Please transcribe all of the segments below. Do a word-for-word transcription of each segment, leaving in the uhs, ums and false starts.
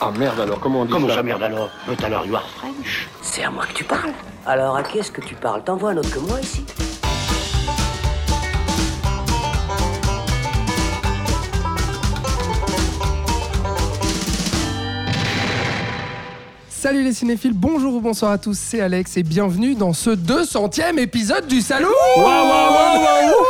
Ah merde alors, comment on dit Comment ça ça merde alors? But alors you are French. C'est à moi que tu parles. Alors à qui est-ce que tu parles? T'en vois un autre que moi ici? Salut les cinéphiles, bonjour ou bonsoir à tous, c'est Alex et bienvenue dans ce deux centième épisode du Salon. Waouh, waouh,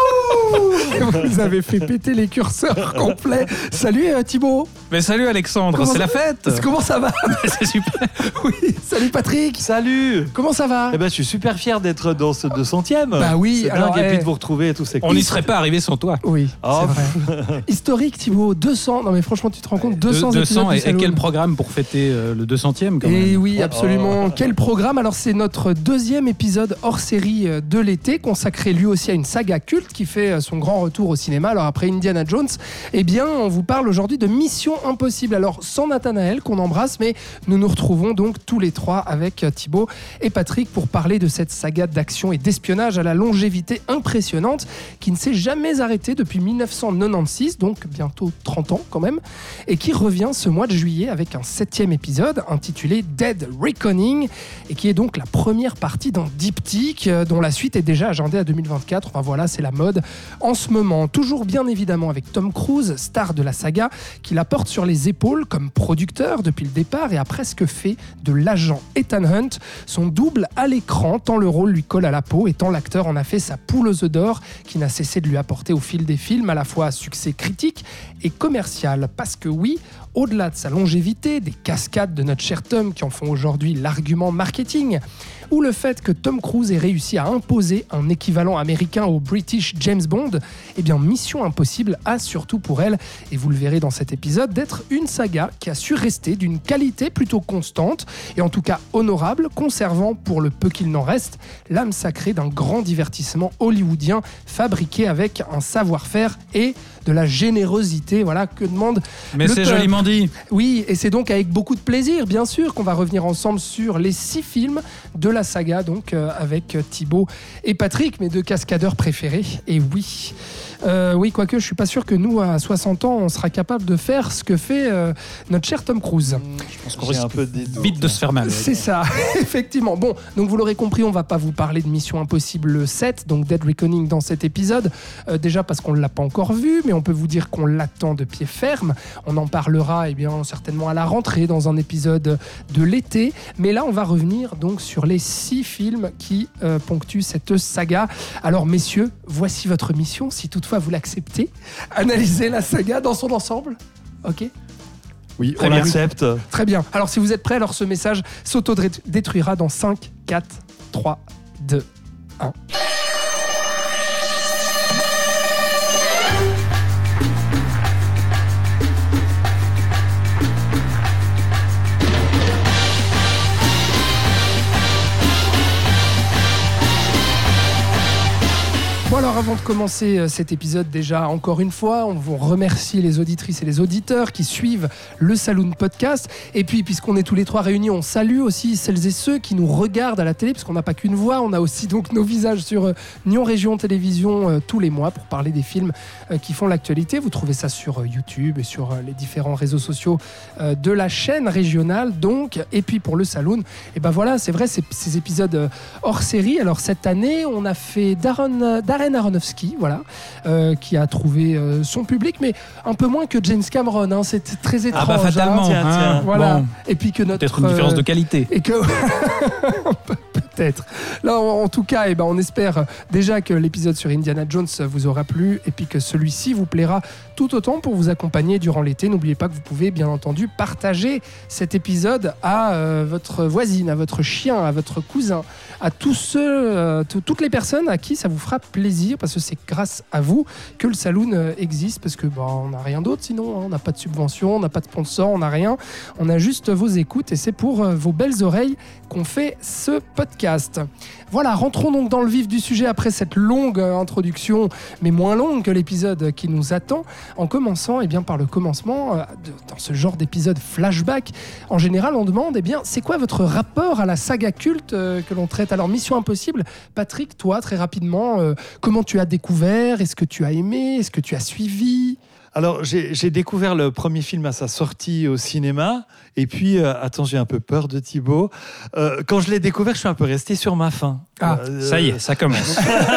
waouh. Vous avez fait péter les curseurs complets. Salut euh, Thibaut. Mais salut Alexandre, Comment c'est ça... la fête. Comment ça va? C'est super. Oui, salut Patrick. Salut. Comment ça va? Eh ben, je suis super fier d'être dans ce deux centième. Bah oui, c'est alors, dingue, et eh... puis de vous retrouver et tout, c'est cool. On n'y serait pas arrivé sans toi. Oui, oh. c'est vrai. Historique Thibaut, deux cents. Non mais franchement, tu te rends compte, deux cents deux cents épisodes. et, et quel programme pour fêter euh, le deux centième quand même. Et oui, absolument. Oh. Quel programme. Alors c'est notre deuxième épisode hors série de l'été, consacré lui aussi à une saga culte qui fait son grand retour au cinéma. Alors après Indiana Jones, eh bien on vous parle aujourd'hui de Mission Impossible. Alors sans Nathanaël qu'on embrasse, mais nous nous retrouvons donc tous les trois avec Thibaut et Patrick pour parler de cette saga d'action et d'espionnage à la longévité impressionnante qui ne s'est jamais arrêtée depuis dix-neuf cent quatre-vingt-seize, donc bientôt trente ans quand même, et qui revient ce mois de juillet avec un septième épisode intitulé Dead Reckoning et qui est donc la première partie d'un diptyque dont la suite est déjà agendée à deux mille vingt-quatre. Enfin voilà, c'est la mode en ce moment. Toujours bien évidemment avec Tom Cruise, star de la saga, qui la porte sur les épaules comme producteur depuis le départ et a presque fait de l'agent Ethan Hunt son double à l'écran, tant le rôle lui colle à la peau et tant l'acteur en a fait sa poule aux œufs d'or qui n'a cessé de lui apporter au fil des films à la fois succès critique et commercial. Parce que oui, au-delà de sa longévité, des cascades de notre cher Tom qui en font aujourd'hui l'argument marketing, ou le fait que Tom Cruise ait réussi à imposer un équivalent américain au British James Bond, eh bien Mission Impossible a surtout pour elle, et vous le verrez dans cet épisode, d'être une saga qui a su rester d'une qualité plutôt constante, et en tout cas honorable, conservant pour le peu qu'il n'en reste, l'âme sacrée d'un grand divertissement hollywoodien fabriqué avec un savoir-faire et de la générosité, voilà, que demande Mais le c'est peuple. joliment dit. Oui, et c'est donc avec beaucoup de plaisir, bien sûr, qu'on va revenir ensemble sur les six films de la saga, donc euh, avec Thibaut et Patrick, mes deux cascadeurs préférés. Et oui, euh, oui, quoique je suis pas sûr que nous, à soixante ans, on sera capable de faire ce que fait euh, notre cher Tom Cruise. Je pense qu'on J'ai risque un peu des doutes. vite de se faire mal. C'est ça, effectivement. Bon, donc vous l'aurez compris, on va pas vous parler de Mission Impossible sept, donc Dead Reckoning dans cet épisode, euh, déjà parce qu'on l'a pas encore vu, mais on peut vous dire qu'on l'attend de pied ferme. On en parlera eh bien, certainement à la rentrée dans un épisode de l'été, mais là on va revenir donc sur les six films qui euh, ponctuent cette saga. Alors messieurs, voici votre mission, si toutefois vous l'acceptez, analyser la saga dans son ensemble. Ok ? Oui, Très on bien. l'accepte. Très bien. Alors si vous êtes prêts, alors ce message s'auto-détruira dans cinq, quatre, trois, deux, un. Bon alors avant de commencer cet épisode, déjà encore une fois, on vous remercie les auditrices et les auditeurs qui suivent le Saloon Podcast. Et puis puisqu'on est tous les trois réunis, on salue aussi celles et ceux qui nous regardent à la télé, parce qu'on n'a pas qu'une voix, on a aussi donc nos visages sur euh, Nyon Région Télévision euh, tous les mois pour parler des films euh, qui font l'actualité. Vous trouvez ça sur euh, YouTube et sur euh, les différents réseaux sociaux euh, de la chaîne régionale donc. Et puis pour le Saloon, et ben voilà, c'est vrai, c'est, ces épisodes euh, hors série. Alors cette année, on a fait Darren, Darren Aronofsky, voilà, euh, qui a trouvé euh, son public, mais un peu moins que James Cameron. Hein, c'était très étrange. Ah bah fatalement. hein. Tiens, hein. tiens. Voilà. Bon, Et puis que notre peut-être une différence euh, de qualité. et que peut-être. Là, en, en tout cas, eh ben, on espère déjà que l'épisode sur Indiana Jones vous aura plu et puis que celui-ci vous plaira tout autant pour vous accompagner durant l'été. N'oubliez pas que vous pouvez bien entendu partager cet épisode à euh, votre voisine, à votre chien, à votre cousin, à tous ceux, euh, t- toutes les personnes à qui ça vous fera plaisir, parce que c'est grâce à vous que le Saloon euh, existe, parce que bah, on n'a rien d'autre sinon, hein. On n'a pas de subvention, on n'a pas de sponsor, on n'a rien. On a juste vos écoutes et c'est pour euh, vos belles oreilles qu'on fait ce podcast. Voilà, rentrons donc dans le vif du sujet après cette longue euh, introduction, mais moins longue que l'épisode qui nous attend, en commençant eh bien, par le commencement. Euh, de, dans ce genre d'épisode flashback, en général, on demande eh bien, c'est quoi votre rapport à la saga culte euh, que l'on traite. Alors, Mission Impossible, Patrick, toi, très rapidement, euh, comment tu as découvert? Est-ce que tu as aimé? Est-ce que tu as suivi? Alors, j'ai, j'ai découvert le premier film à sa sortie au cinéma. Et puis, euh, attends, j'ai un peu peur de Thibaut. Euh, quand je l'ai découvert, je suis un peu resté sur ma faim. Ah, euh, ça y est, ça commence.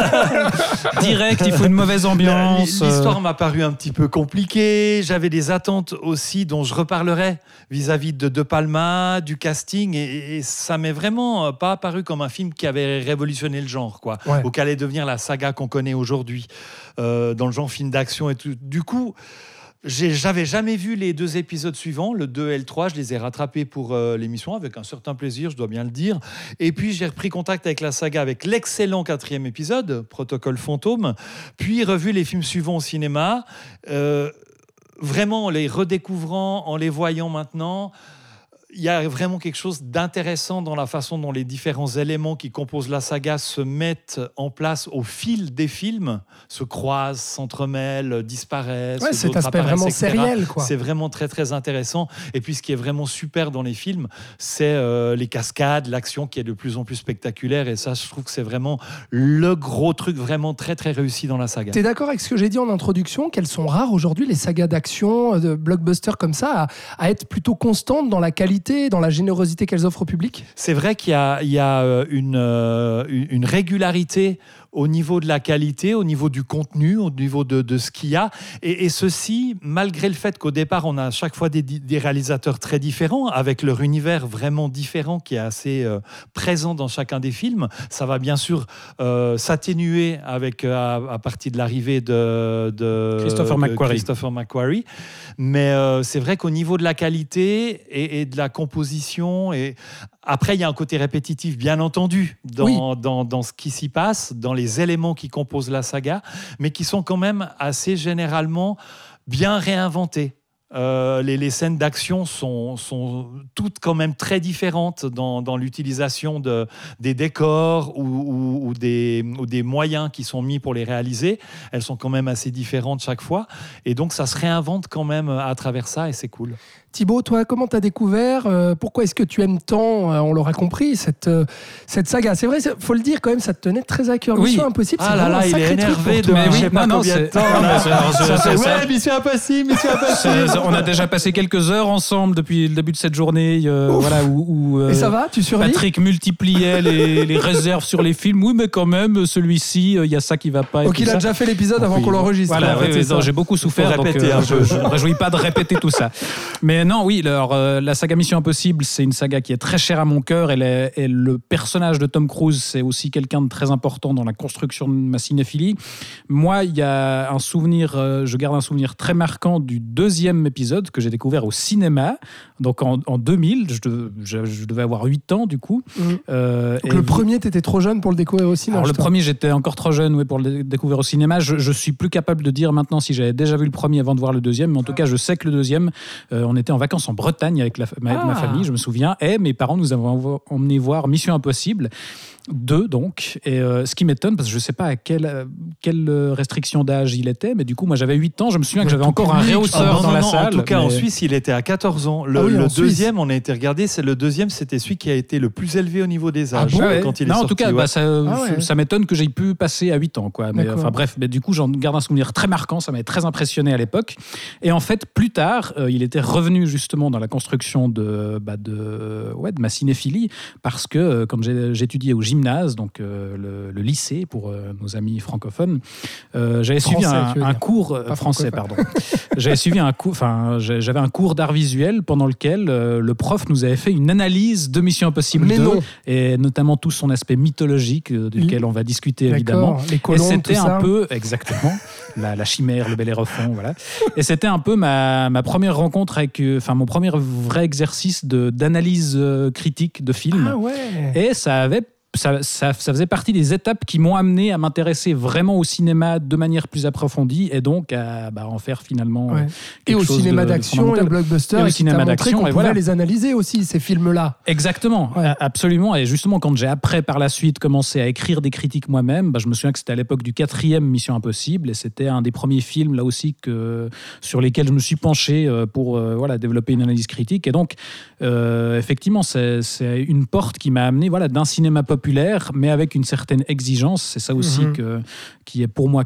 Direct, il faut une mauvaise ambiance. L'histoire m'a paru un petit peu compliquée. J'avais des attentes aussi dont je reparlerai vis-à-vis de De Palma, du casting. Et, et ça m'est vraiment pas apparu comme un film qui avait révolutionné le genre, quoi, Ouais. ou qui allait devenir la saga qu'on connaît aujourd'hui, euh, dans le genre film d'action et tout. Du coup, j'ai, j'avais jamais vu les deux épisodes suivants, le deux et le trois. Je les ai rattrapés pour euh, l'émission avec un certain plaisir, je dois bien le dire. Et puis, j'ai repris contact avec la saga avec l'excellent quatrième épisode, Protocole Fantôme, puis revu les films suivants au cinéma. Euh, vraiment, en les redécouvrant, en les voyant maintenant, il y a vraiment quelque chose d'intéressant dans la façon dont les différents éléments qui composent la saga se mettent en place au fil des films, se croisent, s'entremêlent, disparaissent. Ouais, cet d'autres aspect apparaissent, vraiment et cetera. sériel, quoi. C'est vraiment très, très intéressant. Et puis, ce qui est vraiment super dans les films, c'est euh, les cascades, l'action qui est de plus en plus spectaculaire. Et ça, je trouve que c'est vraiment le gros truc vraiment très, très réussi dans la saga. T'es d'accord avec ce que j'ai dit en introduction, qu'elles sont rares aujourd'hui, les sagas d'action, de blockbusters comme ça, à, à être plutôt constantes dans la qualité, dans la générosité qu'elles offrent au public ? C'est vrai qu'il y a, il y a une, euh, une régularité au niveau de la qualité, au niveau du contenu, au niveau de, de ce qu'il y a. Et, et ceci, malgré le fait qu'au départ, on a à chaque fois des, des réalisateurs très différents, avec leur univers vraiment différent qui est assez euh, présent dans chacun des films. Ça va bien sûr euh, s'atténuer avec, euh, à, à partir de l'arrivée de, de, Christopher de McQuarrie. Christopher McQuarrie. Mais euh, c'est vrai qu'au niveau de la qualité et, et de la composition, et après, il y a un côté répétitif, bien entendu, dans, Oui. dans, dans ce qui s'y passe, dans les éléments qui composent la saga, mais qui sont quand même assez généralement bien réinventés. Euh, les, les scènes d'action sont, sont toutes quand même très différentes dans, dans l'utilisation de, des décors ou, ou, ou, des, ou des moyens qui sont mis pour les réaliser. Elles sont quand même assez différentes chaque fois. Et donc, ça se réinvente quand même à travers ça et c'est cool. Thibaut, toi, comment t'as découvert euh, Pourquoi est-ce que tu aimes tant, euh, on l'aura compris, cette, euh, cette saga ? C'est vrai, il faut le dire quand même, ça te tenait très à cœur. Oui. Mission Impossible, c'est Ah là vraiment là, un il sacré est truc énervé pour toi. de Mais je oui, sais pas non, non, combien de c'est- temps. non, mais c'est- alors, c'est- Ça c'est- fait, c'est- ouais, Mission Impossible, Mission C'est- Impossible. c'est- on a déjà passé quelques heures ensemble depuis le début de cette journée, euh, voilà, où, où, euh, Et ça va, tu survis ? Patrick multipliait les, les réserves sur les films. Oui, mais quand même, celui-ci, il y a ça qui va pas. et Donc tout il a ça. déjà fait l'épisode avant Oui. qu'on l'enregistre. Voilà, en fait, oui, c'est oui, ça. non, j'ai beaucoup souffert, Faut donc répéter euh, un je peu. je ne me réjouis pas de répéter tout ça. Mais non, oui, alors, euh, la saga Mission Impossible, c'est une saga qui est très chère à mon cœur. Et, les- et le personnage de Tom Cruise, c'est aussi quelqu'un de très important dans la construction de ma cinéphilie. Moi, il y a un souvenir, euh, je garde un souvenir très marquant du deuxième épisode que j'ai découvert au cinéma, donc en, en deux mille. Je, dev- je- je devais avoir huit ans, du coup. Mhm. Euh, Donc et- le premier, t'étais trop jeune pour le découvrir aussi. alors le premier, j'étais encore trop jeune oui, pour le dé- découvrir au cinéma. Je, je suis plus capable de dire maintenant si j'avais déjà vu le premier avant de voir le deuxième. Mais en tout cas, je sais que le deuxième, euh, on était en vacances en Bretagne avec la, ma, Ah. ma famille, je me souviens. Et mes parents nous avons envo- emmené voir Mission Impossible deux, donc. Et euh, ce qui m'étonne, parce que je ne sais pas à quelle, euh, quelle euh, restriction d'âge il était, mais du coup, moi j'avais huit ans. Je me souviens que Mais j'avais tout encore un public. réhausseur Ah non, dans non, la non, salle. En tout cas, en mais- Suisse, il était à quatorze ans. Le, Ah oui, le en Suisse. deuxième, on a été regardé, c'est le deuxième, c'était celui qui a été le plus élevé au niveau des Ah âges bon Ouais, ouais. quand il est non, sorti. en tout cas, ouais. bah, ça, Ah ouais. ça m'étonne que j'aie pu passer à huit ans. Quoi. Mais, D'accord. enfin, bref, mais du coup, j'en garde un souvenir très marquant. Ça m'avait très impressionné à l'époque. Et en fait, plus tard, euh, il était revenu justement dans la construction de, bah, de, ouais, de ma cinéphilie. Parce que euh, quand j'ai- j'étudiais au gymnase, donc euh, le, le lycée pour euh, nos amis francophones, euh, j'avais suivi Français, un, tu veux un dire. cours euh, Pas français, francophone. pardon. J'avais suivi un cours, enfin, j'ai- j'avais un cours d'art visuel pendant lequel euh, le prof nous avait fait une analyse de Mission Impossible Mais deux, non. et notamment tout son aspect mythologique, euh, duquel on va discuter évidemment. D'accord, les Et colombes, c'était tout un ça. peu, exactement, la, la chimère, le Bellérophon, voilà. Et c'était un peu ma, ma première rencontre avec, euh, enfin, mon premier vrai exercice de, d'analyse euh, critique de film. Ah ouais. Et ça avait ça, ça, ça faisait partie des étapes qui m'ont amené à m'intéresser vraiment au cinéma de manière plus approfondie et donc à bah, en faire finalement Ouais. euh, Et quelque au chose cinéma de- de d'action et fondamental. au blockbuster, Et au et qui cinéma t'a montré d'action, qu'on et pouvait voilà. les analyser aussi, ces films-là. Exactement, Ouais. a- absolument. Et justement, quand j'ai après, par la suite, commencé à écrire des critiques moi-même, bah, je me souviens que c'était à l'époque du quatrième Mission Impossible, et c'était un des premiers films, là aussi, que, sur lesquels je me suis penché euh, pour euh, voilà, développer une analyse critique. Et donc, euh, effectivement, c'est, c'est une porte qui m'a amené voilà, d'un cinéma populaire, mais avec une certaine exigence. C'est ça aussi Mhm. que, qui est pour moi car-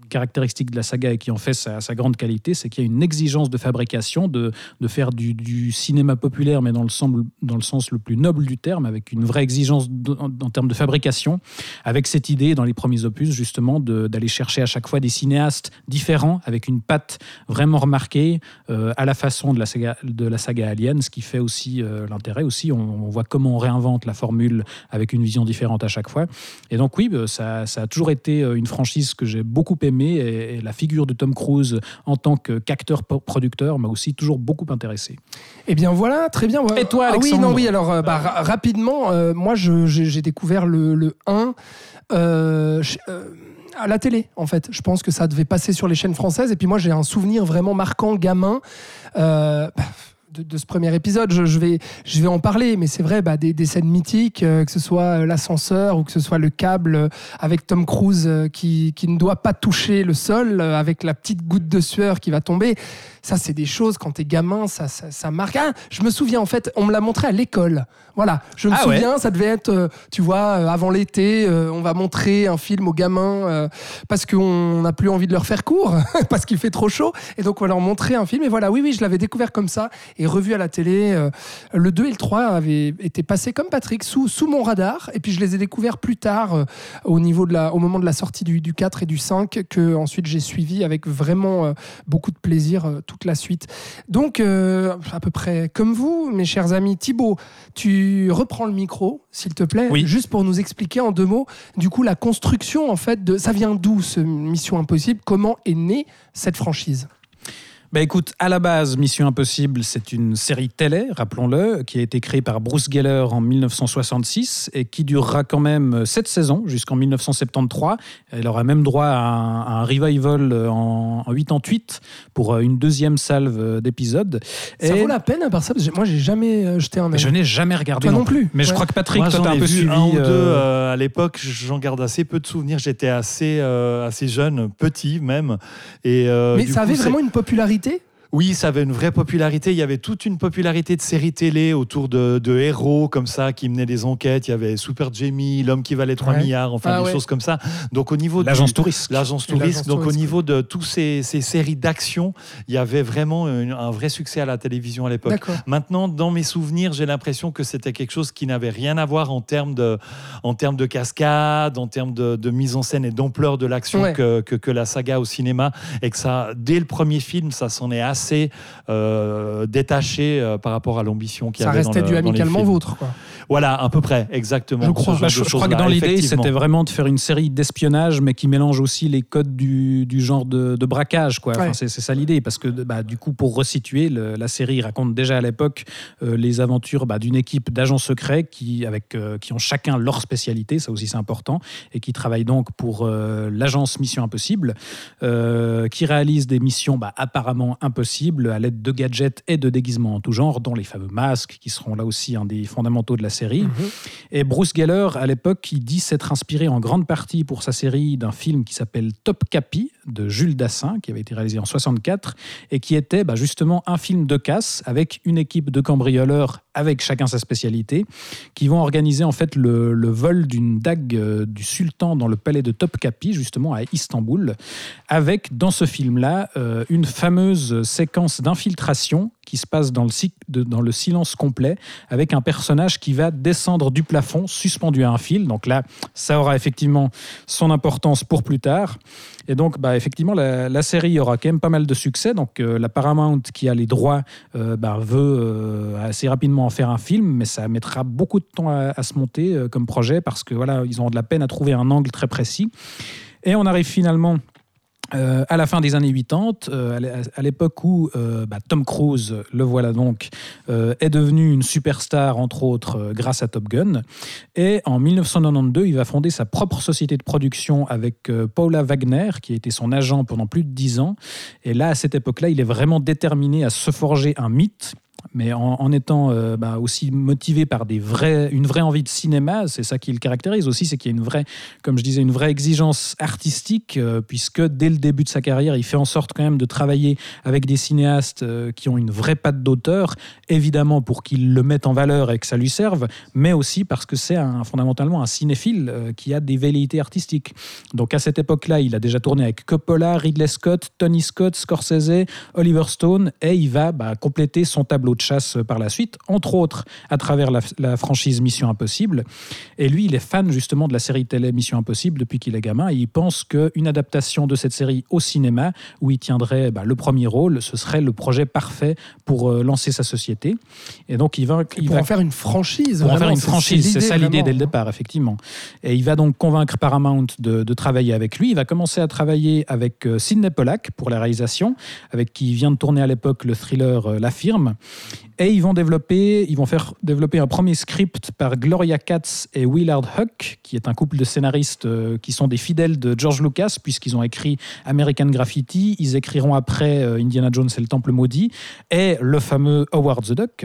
caractéristique de la saga et qui en fait sa, sa grande qualité, c'est qu'il y a une exigence de fabrication, de, de faire du, du cinéma populaire, mais dans le, sens, dans le sens le plus noble du terme, avec une vraie exigence de, en, en termes de fabrication, avec cette idée dans les premiers opus justement de, d'aller chercher à chaque fois des cinéastes différents, avec une patte vraiment remarquée, euh, à la façon de la saga, de la saga Alien, ce qui fait aussi euh, l'intérêt aussi. On, on voit comment on réinvente la formule avec une vision différente à chaque fois. Et donc oui, ça, ça a toujours été une franchise que j'ai beaucoup aimée, et, et la figure de Tom Cruise en tant que, qu'acteur-producteur m'a aussi toujours beaucoup intéressé. Eh bien voilà, très bien. Et toi, ah, Alexandre? Oui, non, oui, alors euh, bah, ra- rapidement, euh, moi je, j'ai, j'ai découvert le, le un euh, euh, à la télé, en fait. Je pense que ça devait passer sur les chaînes françaises, et puis moi j'ai un souvenir vraiment marquant, gamin. Euh, bah, De, de ce premier épisode, je, je, vais, je vais en parler, mais c'est vrai, bah, des, des scènes mythiques, euh, que ce soit l'ascenseur ou que ce soit le câble euh, avec Tom Cruise euh, qui, qui ne doit pas toucher le sol, euh, avec la petite goutte de sueur qui va tomber. Ça, c'est des choses, quand t'es gamin, ça, ça, ça marque. Ah, je me souviens, en fait, on me l'a montré à l'école. Voilà, je me ah souviens, ouais. ça devait être, euh, tu vois, euh, avant l'été, euh, on va montrer un film aux gamins euh, parce qu'on n'a plus envie de leur faire cours, parce qu'il fait trop chaud. Et donc, on va leur montrer un film. Et voilà, oui, oui, je l'avais découvert comme ça et revu à la télé. Euh, le deux et le trois avaient été passés comme Patrick, sous, sous mon radar. Et puis, je les ai découverts plus tard, euh, au, niveau de la, au moment de la sortie du, du quatre et du cinq, que ensuite j'ai suivi avec vraiment euh, beaucoup de plaisir euh, toute la suite. Donc, euh, à peu près comme vous, mes chers amis. Thibaut, tu reprends le micro, s'il te plaît, oui. juste pour nous expliquer en deux mots, du coup, la construction, en fait, de ça vient d'où, ce Mission Impossible? Comment est née cette franchise? Bah écoute, à la base, Mission Impossible, c'est une série télé, rappelons-le, qui a été créée par Bruce Geller en dix-neuf cent soixante-six et qui durera quand même sept saisons jusqu'en dix-neuf cent soixante-treize. Elle aura même droit à un, à un revival en, en quatre-vingt-huit pour une deuxième salve d'épisodes. Ça et vaut la peine, à part ça, parce que moi, j'ai jamais jeté un œil. Je n'ai jamais regardé. Toi non, non plus. Mais ouais. je crois que Patrick, Moi, toi, j'en t'as un ai peu vu suivi. un ou deux euh... euh, à l'époque. J'en garde assez peu de souvenirs. J'étais assez, euh, assez jeune, petit même. Et, euh, Mais du ça coup, avait c'est... vraiment une popularité? Oui, ça avait une vraie popularité. Il y avait toute une popularité de séries télé autour de, de héros comme ça qui menaient des enquêtes. Il y avait Super Jamie, L'homme qui valait trois ouais. milliards, enfin ah, des ouais. choses comme ça. Donc au niveau l'agence du, touriste, l'agence touriste. touriste. Donc touriste, au niveau de toutes ces, ces séries d'action, il y avait vraiment une, un vrai succès à la télévision à l'époque. D'accord. Maintenant, dans mes souvenirs, j'ai l'impression que c'était quelque chose qui n'avait rien à voir en termes de, en termes de cascade, en termes de, de mise en scène et d'ampleur de l'action ouais. que, que, que la saga au cinéma, et que ça, dès le premier film, ça s'en est assez euh, détaché euh, par rapport à l'ambition qu'il y ça avait dans le restait du dans les amicalement films. vôtre, quoi. Voilà, à peu près, exactement. Je crois. Ce genre Bah, de je, je crois choses-là, que dans l'idée, effectivement. c'était vraiment de faire une série d'espionnage, mais qui mélange aussi les codes du, du genre de, de braquage, quoi. Enfin, ouais. c'est, c'est ça l'idée, parce que bah, du coup, pour resituer, le, la série raconte déjà à l'époque euh, les aventures bah, d'une équipe d'agents secrets qui, avec, euh, qui ont chacun leur spécialité, ça aussi c'est important, et qui travaillent donc pour euh, l'agence Mission Impossible, euh, qui réalise des missions bah, apparemment impossibles à l'aide de gadgets et de déguisements en tout genre, dont les fameux masques, qui seront là aussi un des fondamentaux de la série. Mm-hmm. Et Bruce Geller, à l'époque, il dit s'être inspiré en grande partie pour sa série d'un film qui s'appelle Top Capi, de Jules Dassin, qui avait été réalisé en soixante-quatre, et qui était bah, justement un film de casse avec une équipe de cambrioleurs avec chacun sa spécialité, qui vont organiser en fait le, le vol d'une dague euh, du sultan dans le palais de Top Capi, justement à Istanbul, avec dans ce film-là euh, une fameuse séquence d'infiltration qui se passe dans le, de, dans le silence complet, avec un personnage qui va descendre du plafond, suspendu à un fil. Donc là, ça aura effectivement son importance pour plus tard. Et donc, bah, effectivement, la, la série aura quand même pas mal de succès. Donc, euh, la Paramount, qui a les droits, euh, bah, veut euh, assez rapidement en faire un film, mais ça mettra beaucoup de temps à, à se monter euh, comme projet, parce que voilà, ils ont de la peine à trouver un angle très précis. Et on arrive finalement Euh, à la fin des années quatre-vingt-dix, euh, à l'époque où euh, bah, Tom Cruise, le voilà donc, euh, est devenu une superstar, entre autres, euh, grâce à Top Gun. Et en dix-neuf cent quatre-vingt-douze, il va fonder sa propre société de production avec euh, Paula Wagner, qui a été son agent pendant plus de dix ans. Et là, à cette époque-là, il est vraiment déterminé à se forger un mythe. mais en, en étant euh, bah, aussi motivé par des vrais, une vraie envie de cinéma. C'est ça qui le caractérise aussi, c'est qu'il y a une vraie, comme je disais, une vraie exigence artistique, euh, puisque dès le début de sa carrière, il fait en sorte quand même de travailler avec des cinéastes euh, qui ont une vraie patte d'auteur, évidemment pour qu'ils le mettent en valeur et que ça lui serve, mais aussi parce que c'est un, fondamentalement un cinéphile euh, qui a des velléités artistiques. Donc à cette époque-là, il a déjà tourné avec Coppola, Ridley Scott, Tony Scott, Scorsese, Oliver Stone, et il va bah, compléter son tableau de chasse par la suite, entre autres à travers la, la franchise Mission Impossible. Et lui, il est fan justement de la série télé Mission Impossible depuis qu'il est gamin, et il pense qu'une adaptation de cette série au cinéma, où il tiendrait bah, le premier rôle, ce serait le projet parfait pour euh, lancer sa société. Et donc il va... Il pour va en faire une franchise. Pour en faire une c'est, franchise, c'est, c'est ça l'idée vraiment. dès le départ, effectivement. Et il va donc convaincre Paramount de, de travailler avec lui. Il va commencer à travailler avec euh, Sidney Pollack pour la réalisation, avec qui il vient de tourner à l'époque le thriller euh, La Firme. Et ils vont développer, ils vont faire développer un premier script par Gloria Katz et Willard Huck, qui est un couple de scénaristes euh, qui sont des fidèles de George Lucas, puisqu'ils ont écrit American Graffiti. Ils écriront après euh, Indiana Jones et le Temple maudit et le fameux Howard the Duck.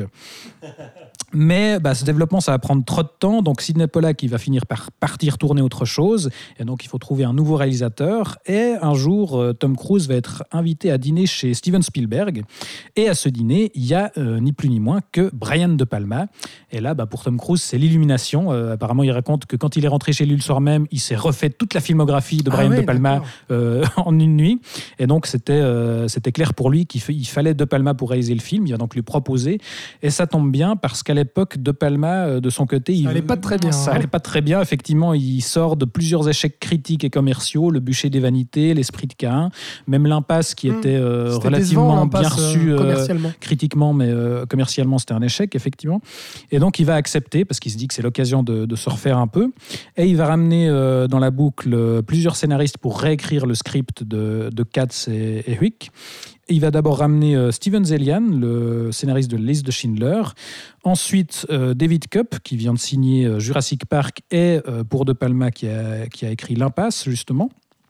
Mais bah, ce développement, ça va prendre trop de temps. Donc Sidney Pollack, il va finir par partir tourner autre chose. Et donc, il faut trouver un nouveau réalisateur. Et un jour, euh, Tom Cruise va être invité à dîner chez Steven Spielberg. Et à ce dîner, il y a euh, ni plus ni moins que Brian De Palma. Et là, bah, pour Tom Cruise, c'est l'illumination. Euh, apparemment, il raconte que quand il est rentré chez lui le soir même, il s'est refait toute la filmographie de Brian ah ouais, De Palma euh, en une nuit. Et donc, c'était, euh, c'était clair pour lui qu'il f- il fallait De Palma pour réaliser le film. Il va donc lui proposer. Et ça tombe bien parce qu'à l'époque, De Palma, de son côté, Ça il allait pas très bien. Ça hein. allait pas très bien. Effectivement, il sort de plusieurs échecs critiques et commerciaux, Le Bûcher des Vanités, L'Esprit de Caïn, même L'Impasse qui Mmh. était euh, C'était relativement décevant, bien l'Impasse, reçu euh, euh, commercialement. critiquement, mais euh, commercialement, c'était un échec, effectivement. Et donc, il va accepter parce qu'il se dit que c'est l'occasion de, de se refaire un peu. Et il va ramener euh, dans la boucle euh, plusieurs scénaristes pour réécrire le script de, de Katz et, et Huick. Il va d'abord ramener euh, Steven Zelian, le scénariste de Liste de Schindler. Ensuite, euh, David Koepp, qui vient de signer euh, Jurassic Park, et euh, pour De Palma, qui a, qui a écrit L'Impasse, justement.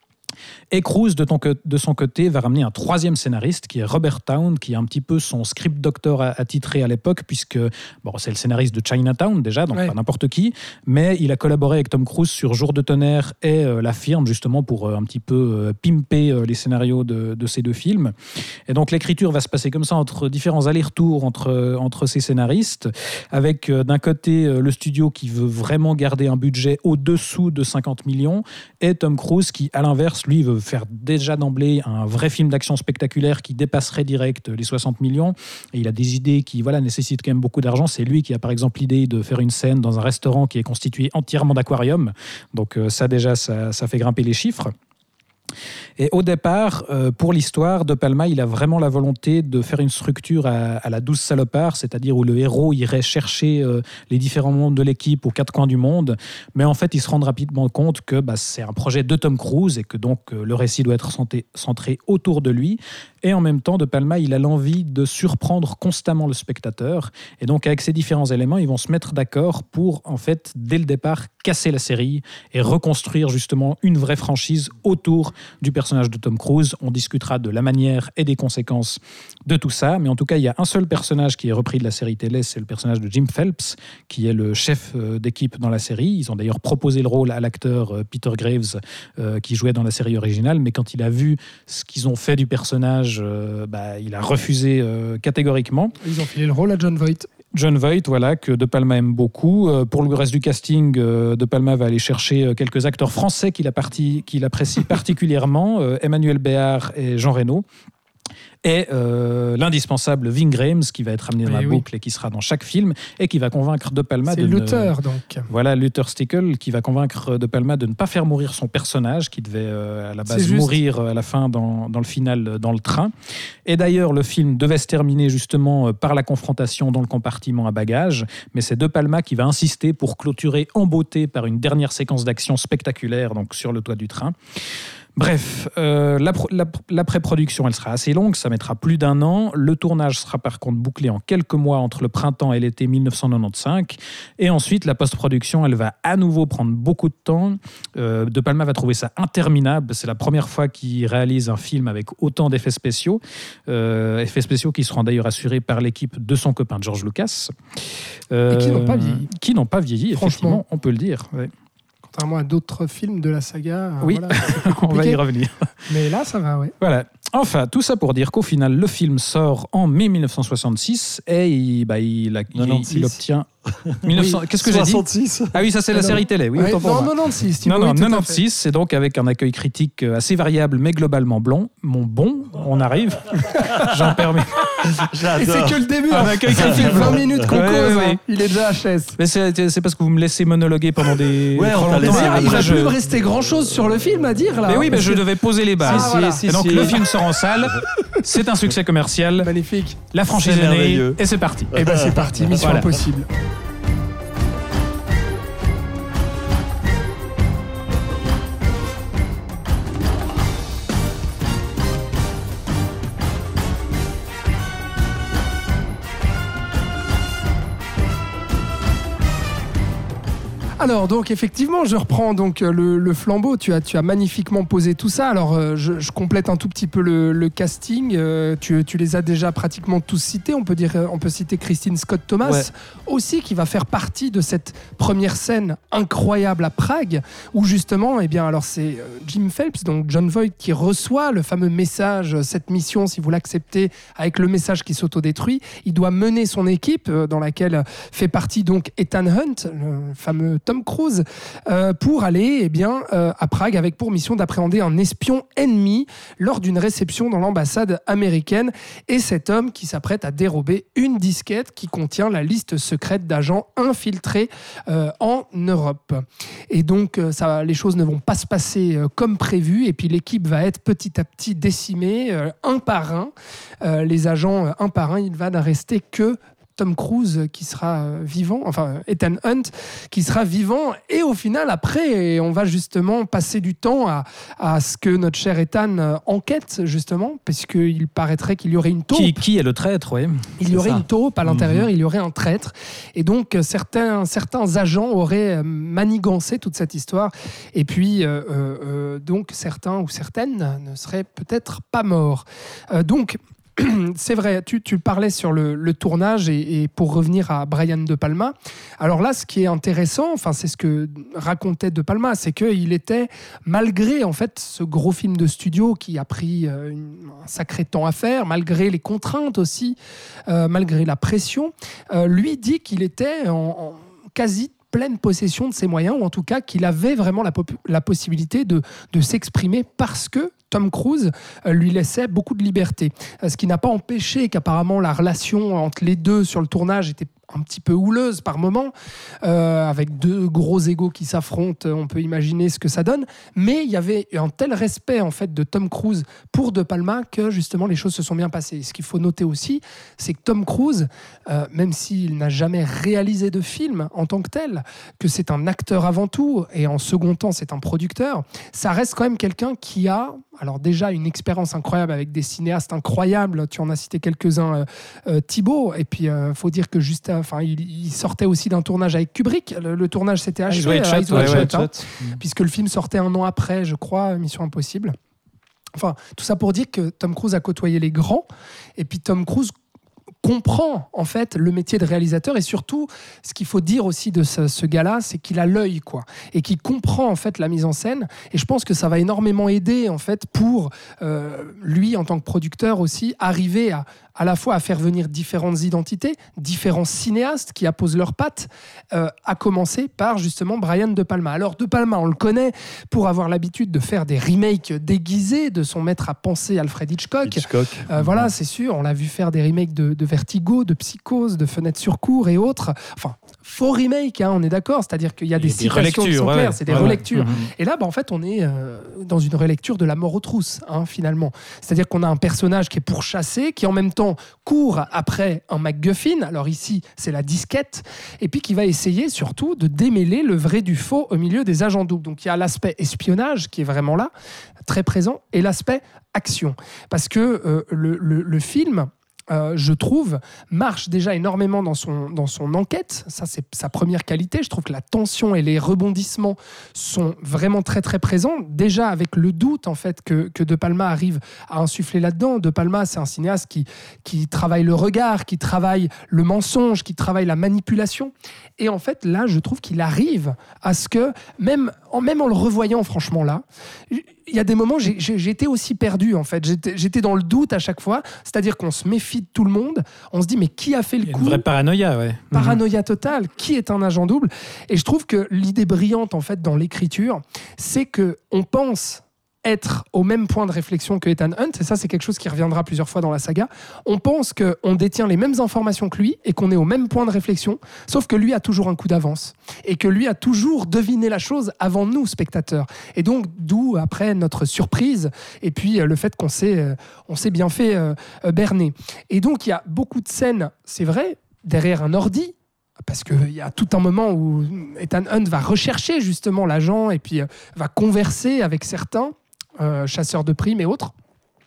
Et Cruise, de, ton, de son côté, va ramener un troisième scénariste, qui est Robert Towne, qui est un petit peu son script doctor attitré à l'époque, puisque bon, c'est le scénariste de Chinatown, déjà, donc ouais. pas n'importe qui, mais il a collaboré avec Tom Cruise sur Jour de tonnerre et euh, La Firme, justement, pour euh, un petit peu euh, pimper euh, les scénarios de, de ces deux films. Et donc, l'écriture va se passer comme ça, entre différents allers-retours entre, entre ces scénaristes, avec euh, d'un côté euh, le studio qui veut vraiment garder un budget au-dessous de cinquante millions, et Tom Cruise qui, à l'inverse, lui, veut faire déjà d'emblée un vrai film d'action spectaculaire qui dépasserait direct les soixante millions. Et il a des idées qui voilà, nécessitent quand même beaucoup d'argent. C'est lui qui a par exemple l'idée de faire une scène dans un restaurant qui est constitué entièrement d'aquarium. Donc euh, ça déjà, ça, ça fait grimper les chiffres. Et au départ, euh, pour l'histoire, De Palma, il a vraiment la volonté de faire une structure à, à la douze salopards, c'est-à-dire où le héros irait chercher euh, les différents membres de l'équipe aux quatre coins du monde. Mais en fait, il se rend rapidement compte que bah, c'est un projet de Tom Cruise et que donc euh, le récit doit être centré, centré autour de lui. Et en même temps, De Palma, il a l'envie de surprendre constamment le spectateur. Et donc, avec ces différents éléments, ils vont se mettre d'accord pour, en fait, dès le départ, casser la série et reconstruire justement une vraie franchise autour du personnage de Tom Cruise. On discutera de la manière et des conséquences de tout ça. Mais en tout cas, il y a un seul personnage qui est repris de la série télé, c'est le personnage de Jim Phelps, qui est le chef d'équipe dans la série. Ils ont d'ailleurs proposé le rôle à l'acteur Peter Graves, euh, qui jouait dans la série originale. Mais quand il a vu ce qu'ils ont fait du personnage, Euh, bah, il a refusé euh, catégoriquement. Ils ont filé le rôle à Jon Voight. John Voight, voilà, que De Palma aime beaucoup. Euh, pour le reste du casting, euh, De Palma va aller chercher euh, quelques acteurs français qu'il, a parti, qu'il apprécie particulièrement, euh, Emmanuel Béard et Jean Reno. Et euh, l'indispensable Ving Rhames, qui va être amené dans oui, la oui. boucle et qui sera dans chaque film, et qui va convaincre De Palma c'est de Luther, ne... donc. Voilà, Luther Stickle, qui va convaincre De Palma de ne pas faire mourir son personnage, qui devait euh, à la base mourir à la fin dans, dans le final, dans le train. Et d'ailleurs, le film devait se terminer justement par la confrontation dans le compartiment à bagages, mais c'est De Palma qui va insister pour clôturer en beauté par une dernière séquence d'action spectaculaire, donc sur le toit du train. Bref, euh, la, la, la pré-production, elle sera assez longue, ça mettra plus d'un an. Le tournage sera par contre bouclé en quelques mois entre le printemps et l'été dix-neuf cent quatre-vingt-quinze. Et ensuite, la post-production, elle va à nouveau prendre beaucoup de temps. Euh, De Palma va trouver ça interminable. C'est la première fois qu'il réalise un film avec autant d'effets spéciaux. Euh, effets spéciaux qui seront d'ailleurs assurés par l'équipe de son copain George Lucas. Euh, et qui n'ont pas vieilli. Qui n'ont pas vieilli, effectivement, on peut le dire. Ouais. Contrairement à d'autres films de la saga. Oui, voilà, on va y revenir. Mais là, ça va, ouais. Voilà. Enfin, tout ça pour dire qu'au final, le film sort en mai dix-neuf cent soixante-six et il, bah, il, a, il, il obtient... mille neuf cents, oui. Qu'est-ce que j'ai dit soixante-six. Ah oui, ça c'est la non, série télé. Oui, ouais, non, quatre-vingt-seize. Non, non, quatre-vingt-seize, c'est donc avec un accueil critique assez variable, mais globalement blond. Mon bon, on arrive. J'en permets. J'adore. Et c'est que le début. Un accueil ça fait vingt minutes qu'on ouais, cause. ouais, hein. Il est déjà H S. Mais c'est, c'est parce que vous me laissez monologuer pendant des. Ouais, on t'a laissé. Après, il va je... plus me rester grand chose sur le film à dire là. Mais oui, mais je que... devais poser les bases. Ah, voilà. si, si, et donc si. Le film sort en salle. C'est un succès commercial. Magnifique. La franchise est née et c'est parti. Et ben c'est parti. Mission voilà. Impossible. Alors donc effectivement, je reprends donc le, le flambeau. Tu as, tu as magnifiquement posé tout ça. Alors euh, je, je complète un tout petit peu le, le casting. Euh, tu, tu les as déjà pratiquement tous cités. On peut dire, on peut citer Christine Scott Thomas ouais. aussi, qui va faire partie de cette première scène incroyable à Prague, où justement, eh bien alors c'est Jim Phelps, donc John Voight, qui reçoit le fameux message, cette mission, si vous l'acceptez, avec le message qui s'autodétruit. Il doit mener son équipe, dans laquelle fait partie donc Ethan Hunt, le fameux Tom Cruise, euh, pour aller eh bien, euh, à Prague avec pour mission d'appréhender un espion ennemi lors d'une réception dans l'ambassade américaine. Et cet homme qui s'apprête à dérober une disquette qui contient la liste secrète d'agents infiltrés euh, en Europe. Et donc, euh, ça, les choses ne vont pas se passer euh, comme prévu. Et puis, l'équipe va être petit à petit décimée, euh, un par un. Euh, les agents, euh, un par un, il va n'en rester que Tom Cruise qui sera vivant, enfin Ethan Hunt qui sera vivant, et au final après on va justement passer du temps à, à ce que notre cher Ethan enquête justement, parce qu'il paraîtrait qu'il y aurait une taupe. Qui, qui est le traître, oui. Il y aurait ça. Une taupe à l'intérieur, mmh. il y aurait un traître, et donc certains, certains agents auraient manigancé toute cette histoire, et puis euh, euh, donc certains ou certaines ne seraient peut-être pas morts. Euh, donc c'est vrai, tu, tu parlais sur le, le tournage et, et pour revenir à Brian De Palma, alors là ce qui est intéressant, enfin c'est ce que racontait De Palma, c'est qu'il était, malgré en fait ce gros film de studio qui a pris euh, une, un sacré temps à faire, malgré les contraintes aussi, euh, malgré la pression, euh, lui dit qu'il était en, en quasi pleine possession de ses moyens, ou en tout cas qu'il avait vraiment la, pop- la possibilité de, de s'exprimer parce que Tom Cruise lui laissait beaucoup de liberté. Ce qui n'a pas empêché qu'apparemment la relation entre les deux sur le tournage était un petit peu houleuse par moments, euh, avec deux gros égos qui s'affrontent, on peut imaginer ce que ça donne, mais il y avait un tel respect en fait de Tom Cruise pour De Palma que justement les choses se sont bien passées. Ce qu'il faut noter aussi, c'est que Tom Cruise, euh, même s'il n'a jamais réalisé de film en tant que tel, que c'est un acteur avant tout, et en second temps c'est un producteur, ça reste quand même quelqu'un qui a, alors déjà une expérience incroyable avec des cinéastes incroyables, tu en as cité quelques-uns, euh, euh, Thibault, et puis il euh, faut dire que juste à Enfin, il, il sortait aussi d'un tournage avec Kubrick. Le, le tournage s'était achevé, Eyes Wide Shut, ouais, Shut, hein, mmh. puisque le film sortait un an après, je crois, Mission Impossible. Enfin, tout ça pour dire que Tom Cruise a côtoyé les grands, et puis Tom Cruise comprend en fait le métier de réalisateur, et surtout ce qu'il faut dire aussi de ce, ce gars-là, c'est qu'il a l'œil quoi, et qu'il comprend en fait la mise en scène, et je pense que ça va énormément aider en fait pour euh, lui en tant que producteur aussi arriver à à la fois à faire venir différentes identités, différents cinéastes qui apposent leurs pattes, euh, à commencer par justement Brian De Palma. Alors De Palma, on le connaît pour avoir l'habitude de faire des remakes déguisés de son maître à penser Alfred Hitchcock. Hitchcock. Euh, mmh. Voilà, c'est sûr, on l'a vu faire des remakes de, de Vertigo, de Psychose, de Fenêtre sur cour et autres. Enfin, faux remake, hein, on est d'accord, c'est-à-dire qu'il y a des, des citations qui sont claires, ouais, c'est des ouais, relectures. Ouais. Et là, bah, en fait, on est euh, dans une relecture de La mort aux trousses, hein, finalement. C'est-à-dire qu'on a un personnage qui est pourchassé, qui en même temps court après un MacGuffin, alors ici, c'est la disquette, et puis qui va essayer surtout de démêler le vrai du faux au milieu des agents doubles. Donc il y a l'aspect espionnage qui est vraiment là, très présent, et l'aspect action. Parce que euh, le, le, le film... Euh, je trouve, marche déjà énormément dans son, dans son enquête. Ça, c'est sa première qualité. Je trouve que la tension et les rebondissements sont vraiment très, très présents. Déjà, avec le doute, en fait, que, que De Palma arrive à insuffler là-dedans. De Palma, c'est un cinéaste qui, qui travaille le regard, qui travaille le mensonge, qui travaille la manipulation. Et en fait, là, je trouve qu'il arrive à ce que, même en, même en le revoyant, franchement, là, il y a des moments, j'ai, j'ai, j'étais aussi perdu, en fait. J'étais, j'étais dans le doute à chaque fois. C'est-à-dire qu'on se méfie de tout le monde. On se dit, mais qui a fait le coup ? Une vraie paranoïa, ouais. Paranoïa totale. Qui est un agent double ? Et je trouve que l'idée brillante, en fait, dans l'écriture, c'est qu'on pense être au même point de réflexion que Ethan Hunt, et ça, c'est quelque chose qui reviendra plusieurs fois dans la saga. On pense qu'on détient les mêmes informations que lui et qu'on est au même point de réflexion, sauf que lui a toujours un coup d'avance et que lui a toujours deviné la chose avant nous, spectateurs. Et donc, d'où, après, notre surprise et puis le fait qu'on s'est, on s'est bien fait euh, berner. Et donc, il y a beaucoup de scènes, c'est vrai, derrière un ordi, parce qu'il y a tout un moment où Ethan Hunt va rechercher justement l'agent et puis euh, va converser avec certains Euh, chasseurs de primes et autres.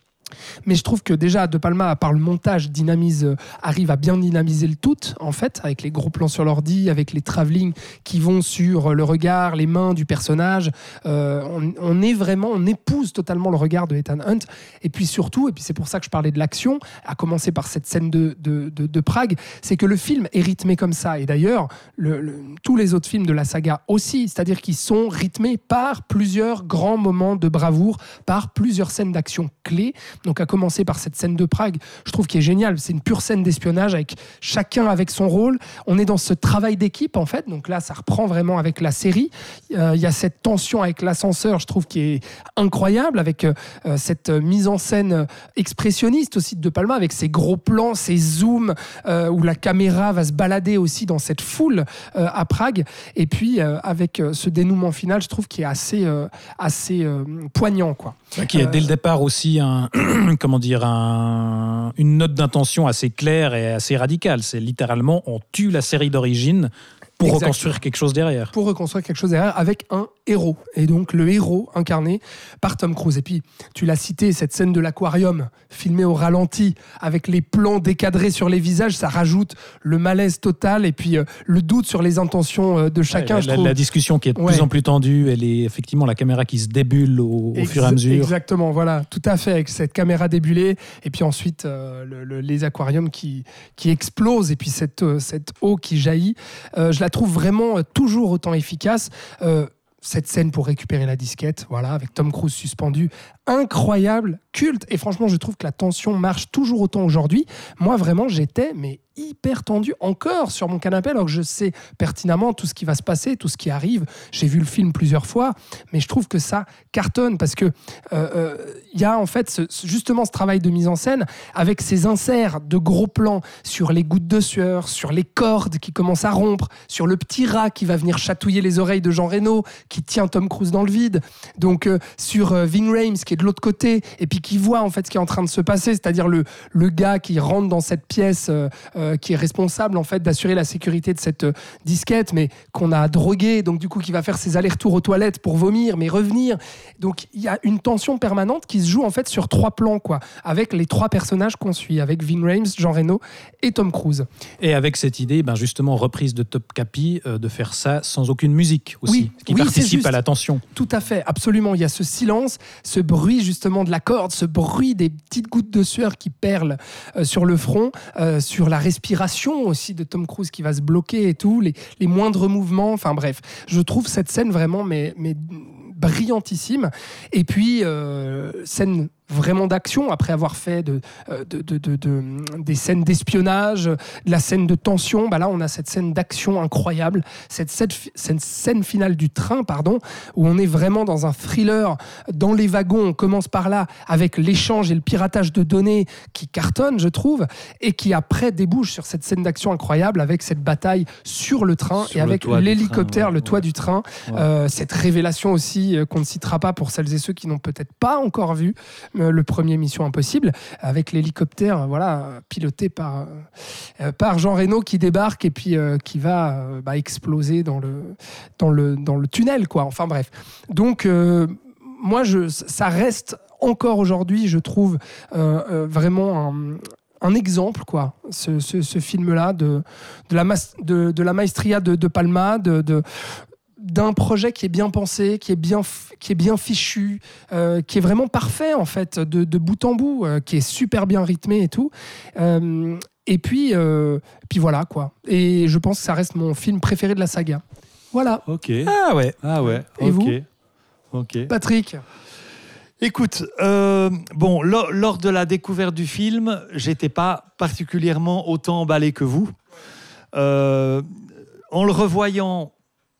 Mais je trouve que déjà De Palma, par le montage, dynamise, euh, arrive à bien dynamiser le tout, en fait, avec les gros plans sur l'ordi, avec les travelling qui vont sur le regard, les mains du personnage. Euh, on, on est vraiment, on épouse totalement le regard de Ethan Hunt. Et puis surtout, et puis c'est pour ça que je parlais de l'action, à commencer par cette scène de, de, de, de Prague, c'est que le film est rythmé comme ça. Et d'ailleurs, le, le, tous les autres films de la saga aussi, c'est-à-dire qu'ils sont rythmés par plusieurs grands moments de bravoure, par plusieurs scènes d'action clés. Donc à commencer par cette scène de Prague, je trouve qu'elle est géniale. C'est une pure scène d'espionnage avec chacun avec son rôle. On est dans ce travail d'équipe en fait. Donc là, ça reprend vraiment avec la série. Euh, il y a cette tension avec l'ascenseur, je trouve, qui est incroyable, avec euh, cette mise en scène expressionniste aussi de De Palma, avec ses gros plans, ses zooms, euh, où la caméra va se balader aussi dans cette foule euh, à Prague. Et puis euh, avec euh, ce dénouement final, je trouve qu'il est assez, euh, assez euh, poignant, quoi. Qui est dès le départ aussi un, comment dire, un, une note d'intention assez claire et assez radicale. C'est littéralement, on tue la série d'origine pour Exactement. reconstruire quelque chose derrière. Pour reconstruire quelque chose derrière avec un héros. Et donc le héros incarné par Tom Cruise. Et puis, tu l'as cité, cette scène de l'aquarium, filmée au ralenti, avec les plans décadrés sur les visages, ça rajoute le malaise total et puis euh, le doute sur les intentions euh, de chacun. Ouais, je la, trouve. la discussion qui est de ouais. plus en plus tendue, elle est effectivement la caméra qui se débulle au, au Ex- fur et à mesure. Exactement, voilà, tout à fait, avec cette caméra débulée. Et puis ensuite, euh, le, le, les aquariums qui, qui explosent et puis cette, euh, cette eau qui jaillit. Euh, je la trouve vraiment toujours autant efficace. Euh, cette scène pour récupérer la disquette, voilà, avec Tom Cruise suspendu, incroyable, culte. Et franchement, je trouve que la tension marche toujours autant aujourd'hui. Moi, vraiment, j'étais mais hyper tendu encore sur mon canapé, alors que je sais pertinemment tout ce qui va se passer, tout ce qui arrive. J'ai vu le film plusieurs fois, mais je trouve que ça cartonne parce que euh, euh, y a en fait ce, justement ce travail de mise en scène avec ces inserts de gros plans sur les gouttes de sueur, sur les cordes qui commencent à rompre, sur le petit rat qui va venir chatouiller les oreilles de Jean Reno, qui tient Tom Cruise dans le vide. Donc euh, sur euh, Ving Rhames qui est de l'autre côté et puis qui voit en fait ce qui est en train de se passer, c'est-à-dire le, le gars qui rentre dans cette pièce euh, euh, qui est responsable en fait d'assurer la sécurité de cette euh, disquette, mais qu'on a drogué, donc du coup qui va faire ses allers-retours aux toilettes pour vomir, mais revenir. Donc il y a une tension permanente qui se joue en fait sur trois plans, quoi, avec les trois personnages qu'on suit, avec Ving Rhames, Jean Reno et Tom Cruise. Et avec cette idée, ben justement reprise de Top Capi, euh, de faire ça sans aucune musique aussi, oui, qui oui, participe à la tension. Tout à fait, absolument. Il y a ce silence, ce bruit justement de la corde, ce bruit des petites gouttes de sueur qui perlent euh, sur le front, euh, sur la respiration aussi de Tom Cruise qui va se bloquer et tout, les, les moindres mouvements, enfin bref. Je trouve cette scène vraiment mais, mais brillantissime. Et puis, euh, scène vraiment d'action, après avoir fait de, de, de, de, de, des scènes d'espionnage, de la scène de tension. Bah là, on a cette scène d'action incroyable, cette, cette, cette scène finale du train, pardon, où on est vraiment dans un thriller, dans les wagons. On commence par là, avec l'échange et le piratage de données qui cartonne, je trouve, et qui après débouche sur cette scène d'action incroyable, avec cette bataille sur le train sur et avec l'hélicoptère, train, ouais, le toit ouais. du train. Ouais. Euh, cette révélation aussi, euh, qu'on ne citera pas pour celles et ceux qui n'ont peut-être pas encore vu le premier Mission Impossible, avec l'hélicoptère voilà, piloté par, euh, par Jean Reno qui débarque et puis euh, qui va euh, bah, exploser dans le, dans, le, dans le tunnel, quoi. Enfin bref. Donc, euh, moi, je, ça reste encore aujourd'hui, je trouve, euh, euh, vraiment un, un exemple, quoi, ce, ce, ce film-là, de, de, la, mas- de, de la maestria de, de Palma, de... de d'un projet qui est bien pensé, qui est bien, qui est bien fichu, euh, qui est vraiment parfait en fait, de, de bout en bout, euh, qui est super bien rythmé et tout. Euh, et puis, euh, puis voilà quoi. Et je pense que ça reste mon film préféré de la saga. Voilà. Ok. Ah ouais. Ah ouais. Et okay. vous Ok. Patrick. Écoute, euh, bon, lors, lors de la découverte du film, j'étais pas particulièrement autant emballé que vous. Euh, en le revoyant,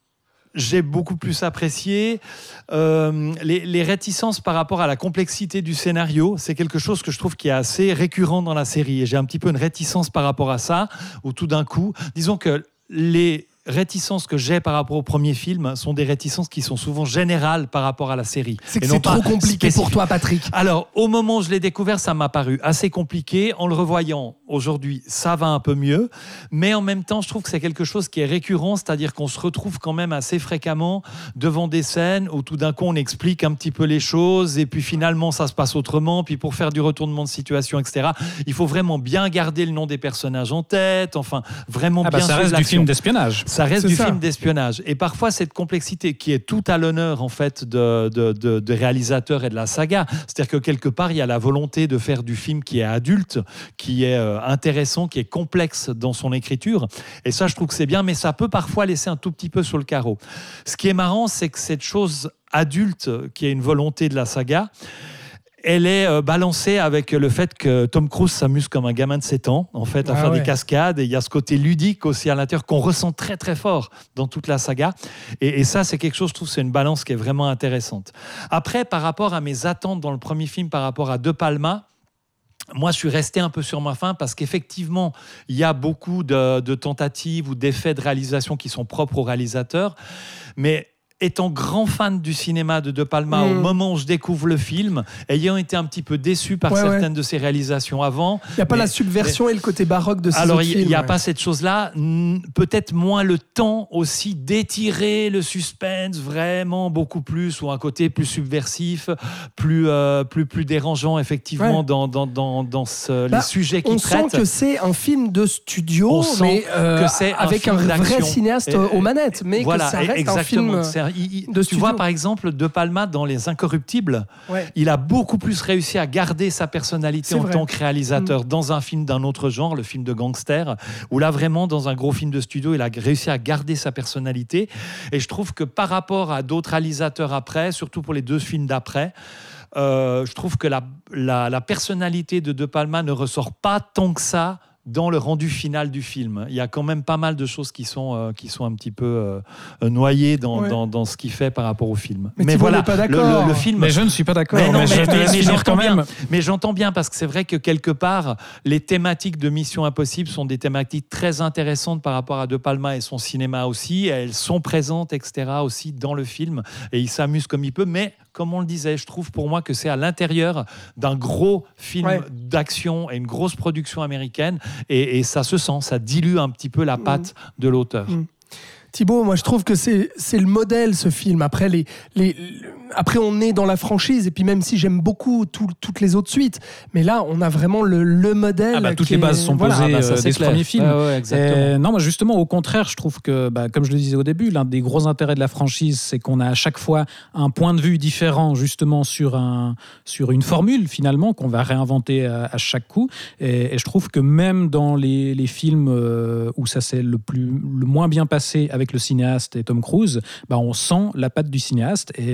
j'ai beaucoup plus apprécié. Euh, les, les réticences par rapport à la complexité du scénario, c'est quelque chose que je trouve qui est assez récurrent dans la série. Et j'ai un petit peu une réticence par rapport à ça, où tout d'un coup, disons que les réticences que j'ai par rapport au premier film sont des réticences qui sont souvent générales par rapport à la série. C'est que c'est trop compliqué spécifique. Pour toi, Patrick. Alors, au moment où je l'ai découvert, ça m'a paru assez compliqué. En le revoyant aujourd'hui, ça va un peu mieux. Mais en même temps, je trouve que c'est quelque chose qui est récurrent, c'est-à-dire qu'on se retrouve quand même assez fréquemment devant des scènes où tout d'un coup, on explique un petit peu les choses et puis finalement, ça se passe autrement. Puis pour faire du retournement de situation, et cetera, il faut vraiment bien garder le nom des personnages en tête. Enfin, vraiment ah bah bien ça reste du film d'espionnage. Ça reste c'est du ça. film d'espionnage. Et parfois, cette complexité qui est tout à l'honneur en fait de, de, de, de réalisateurs et de la saga, c'est-à-dire que quelque part, il y a la volonté de faire du film qui est adulte, qui est euh, intéressant, qui est complexe dans son écriture. Et ça, je trouve que c'est bien, mais ça peut parfois laisser un tout petit peu sur le carreau. Ce qui est marrant, c'est que cette chose adulte, qui est une volonté de la saga, elle est euh, balancée avec le fait que Tom Cruise s'amuse comme un gamin de sept ans, en fait, à ah faire ouais. des cascades. Et il y a ce côté ludique aussi à l'intérieur qu'on ressent très, très fort dans toute la saga. Et, et ça, c'est quelque chose, je trouve, c'est une balance qui est vraiment intéressante. Après, par rapport à mes attentes dans le premier film, par rapport à De Palma, moi, je suis resté un peu sur ma faim parce qu'effectivement, il y a beaucoup de, de tentatives ou d'effets de réalisation qui sont propres aux réalisateurs. Mais étant grand fan du cinéma de De Palma, mmh. au moment où je découvre le film, ayant été un petit peu déçu par ouais, certaines ouais. de ses réalisations avant. Il n'y a pas mais, la subversion mais, et le côté baroque de ces alors, autres films. Alors, il n'y a ouais. pas cette chose-là. Peut-être moins le temps aussi d'étirer le suspense vraiment beaucoup plus, ou un côté plus subversif, plus, euh, plus, plus dérangeant, effectivement, ouais. dans, dans, dans, dans ce, bah, les sujets qu'il traite. On sent que c'est un film de studio, on sent mais euh, que c'est avec un, un vrai cinéaste et, aux manettes, mais voilà, que ça reste exactement. un film... Il, il, de tu studio. vois, par exemple, De Palma, dans Les Incorruptibles, ouais. il a beaucoup plus réussi à garder sa personnalité c'est en vrai. tant que réalisateur mmh. dans un film d'un autre genre, le film de gangster, où là, vraiment, dans un gros film de studio, il a réussi à garder sa personnalité. Et je trouve que par rapport à d'autres réalisateurs après, surtout pour les deux films d'après, euh, je trouve que la, la, la personnalité de De Palma ne ressort pas tant que ça dans le rendu final du film. Il y a quand même pas mal de choses qui sont, euh, qui sont un petit peu euh, noyées dans, ouais. dans, dans ce qu'il fait par rapport au film. Mais, mais voilà, pas d'accord. Le, le, le film... Mais je ne suis pas d'accord. Mais, non, mais, mais, mais, mais j'entends quand même. bien. Mais j'entends bien parce que c'est vrai que quelque part, les thématiques de Mission Impossible sont des thématiques très intéressantes par rapport à De Palma et son cinéma aussi. Elles sont présentes, et cetera aussi dans le film. Et il s'amuse comme il peut. Mais comme on le disait, je trouve pour moi que c'est à l'intérieur d'un gros film ouais. d'action et une grosse production américaine. Et, et ça se sent, ça dilue un petit peu la patte mmh. de l'auteur. Mmh. Thibaut, moi je trouve que c'est, c'est le modèle, ce film. Après, les, les, après, on est dans la franchise, et puis même si j'aime beaucoup tout, toutes les autres suites, mais là, on a vraiment le, le modèle. Ah bah, toutes qui les est... bases sont voilà. posées ah bah, euh, dès ce premier film. Ah ouais, et, non, moi, justement, au contraire, je trouve que, bah, comme je le disais au début, l'un des gros intérêts de la franchise, c'est qu'on a à chaque fois un point de vue différent, justement, sur, un, sur une formule, finalement, qu'on va réinventer à, à chaque coup. Et, et je trouve que même dans les, les films euh, où ça s'est le, plus, le moins bien passé avec le cinéaste et Tom Cruise, bah, on sent la patte du cinéaste. Et dans ce premier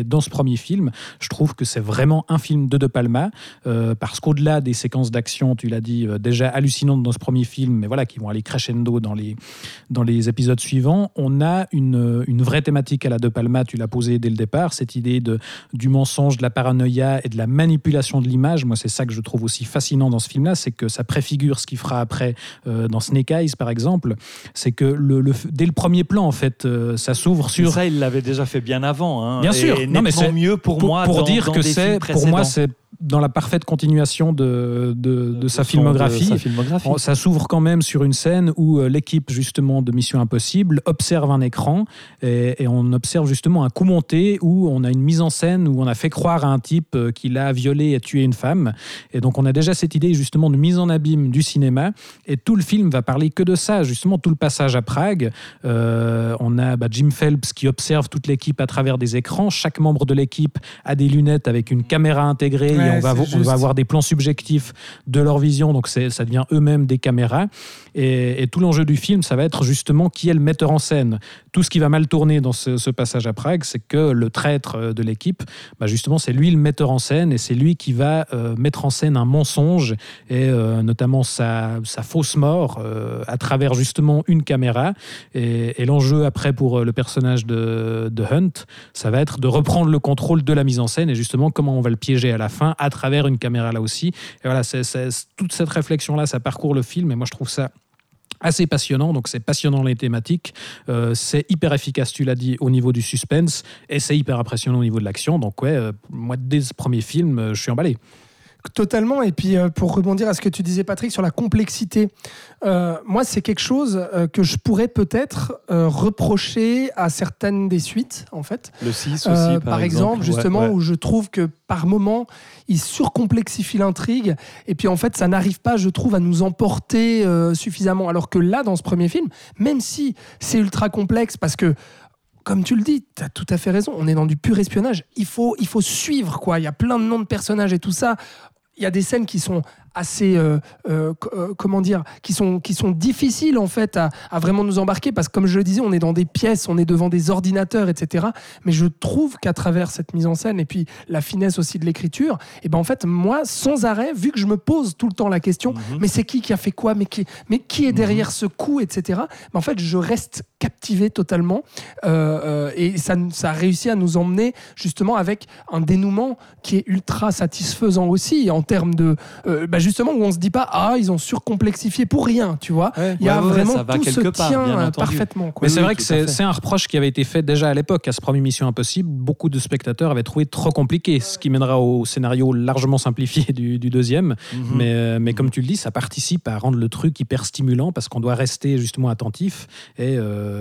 premier film. Je trouve que c'est vraiment un film de De Palma, euh, parce qu'au-delà des séquences d'action, tu l'as dit, euh, déjà hallucinantes dans ce premier film, mais voilà, qui vont aller crescendo dans les, dans les épisodes suivants, on a une, une vraie thématique à la De Palma, tu l'as posée dès le départ, cette idée de, du mensonge, de la paranoïa et de la manipulation de l'image. Moi, c'est ça que je trouve aussi fascinant dans ce film-là, c'est que ça préfigure ce qu'il fera après euh, dans Snake Eyes, par exemple. C'est que le, le, dès le premier plan, en fait, euh, ça s'ouvre sur... Et ça, il l'avait déjà fait bien avant. Hein. Bien sûr. Et non, mais c'est mieux pour, pour moi pour dans, dire dans que des c'est, films pour moi, c'est dans la parfaite continuation de, de, de, de sa filmographie. De sa filmographie. Ça s'ouvre quand même sur une scène où l'équipe justement de Mission Impossible observe un écran et, et on observe justement un coup monté où on a une mise en scène où on a fait croire à un type qu'il a violé et tué une femme. Et donc on a déjà cette idée justement de mise en abîme du cinéma et tout le film va parler que de ça, justement tout le passage à Prague. Euh, on a bah, Jim Phelps qui observe toute l'équipe à travers des écrans. Chaque membre de l'équipe a des lunettes avec une caméra intégrée. Ouais, et on va, on va avoir des plans subjectifs de leur vision, donc c'est, ça devient eux-mêmes des caméras. Et, et tout l'enjeu du film, ça va être justement qui est le metteur en scène. Tout ce qui va mal tourner dans ce, ce passage à Prague, c'est que le traître de l'équipe, bah justement, c'est lui le metteur en scène et c'est lui qui va euh, mettre en scène un mensonge et euh, notamment sa, sa fausse mort euh, à travers justement une caméra. Et, et l'enjeu après pour le personnage de, de Hunt, ça va être de reprendre le contrôle de la mise en scène et justement comment on va le piéger à la fin à travers une caméra là aussi. Et voilà, c'est, c'est, toute cette réflexion-là, ça parcourt le film et moi je trouve ça assez passionnant, donc c'est passionnant les thématiques, euh, c'est hyper efficace, tu l'as dit, au niveau du suspense et c'est hyper impressionnant au niveau de l'action, donc ouais, euh, moi dès ce premier film, euh, je suis emballé. Totalement, et puis euh, pour rebondir à ce que tu disais Patrick sur la complexité, euh, moi c'est quelque chose euh, que je pourrais peut-être euh, reprocher à certaines des suites en fait. Le six aussi euh, par, par exemple, exemple justement ouais, ouais. où je trouve que par moment il surcomplexifie l'intrigue et puis en fait ça n'arrive pas, je trouve, à nous emporter euh, suffisamment, alors que là dans ce premier film, même si c'est ultra complexe parce que comme tu le dis, tu as tout à fait raison, on est dans du pur espionnage, il faut, il faut suivre quoi, il y a plein de noms de personnages et tout ça. Il y a des scènes qui sont assez, euh, euh, euh, comment dire, qui sont, qui sont difficiles en fait à, à vraiment nous embarquer parce que comme je le disais, on est dans des pièces, on est devant des ordinateurs, et cetera. Mais je trouve qu'à travers cette mise en scène et puis la finesse aussi de l'écriture, et ben en fait moi, sans arrêt, vu que je me pose tout le temps la question, mm-hmm. mais c'est qui qui a fait quoi, mais qui, mais qui est derrière mm-hmm. ce coup, et cetera. Ben en fait, je reste captivé totalement euh, euh, et ça, ça a réussi à nous emmener justement avec un dénouement qui est ultra satisfaisant aussi en termes de euh, bah justement où on se dit pas ah ils ont surcomplexifié pour rien, tu vois. Ouais, il y a ouais, vraiment ouais, tout se part, tient parfaitement quoi. Mais c'est oui, vrai que c'est, c'est un reproche qui avait été fait déjà à l'époque à ce premier Mission Impossible. Beaucoup de spectateurs avaient trouvé trop compliqué, ce qui mènera au scénario largement simplifié du, du deuxième. Mm-hmm. Mais, mais comme tu le dis, ça participe à rendre le truc hyper stimulant parce qu'on doit rester justement attentif et,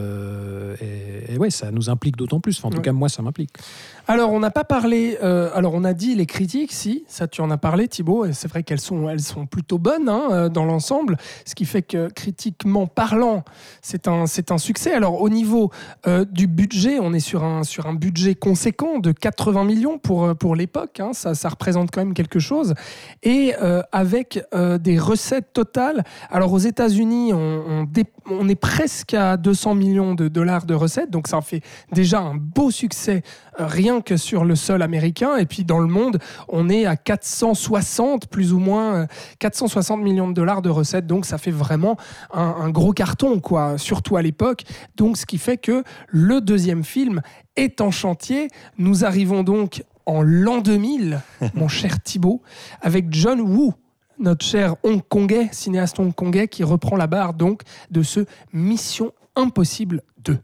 euh, et, et ouais, ça nous implique d'autant plus. Enfin, en tout ouais. cas, moi, ça m'implique. Alors, on n'a pas parlé. Euh, alors, on a dit les critiques, si ça, tu en as parlé, Thibaut. Et c'est vrai qu'elles sont, elles sont plutôt bonnes hein, dans l'ensemble, ce qui fait que critiquement parlant, c'est un, c'est un succès. Alors, au niveau euh, du budget, on est sur un, sur un budget conséquent de quatre-vingts millions pour, pour l'époque. Hein, ça, ça représente quand même quelque chose. Et euh, avec euh, des recettes totales. Alors, aux États-Unis, on, on, dé, on est presque à deux cents millions de dollars de recettes. Donc, ça en fait déjà un beau succès, euh, rien que sur le sol américain. Et puis, dans le monde, on est à quatre cent soixante, plus ou moins, quatre cent soixante millions de dollars de recettes. Donc, ça fait vraiment un, un gros carton, quoi, surtout à l'époque. Donc, ce qui fait que le deuxième film est en chantier. Nous arrivons donc en l'an deux mille, mon cher Thibaut, avec John Woo, notre cher hongkongais, cinéaste hongkongais, qui reprend la barre donc de ce Mission Impossible deux.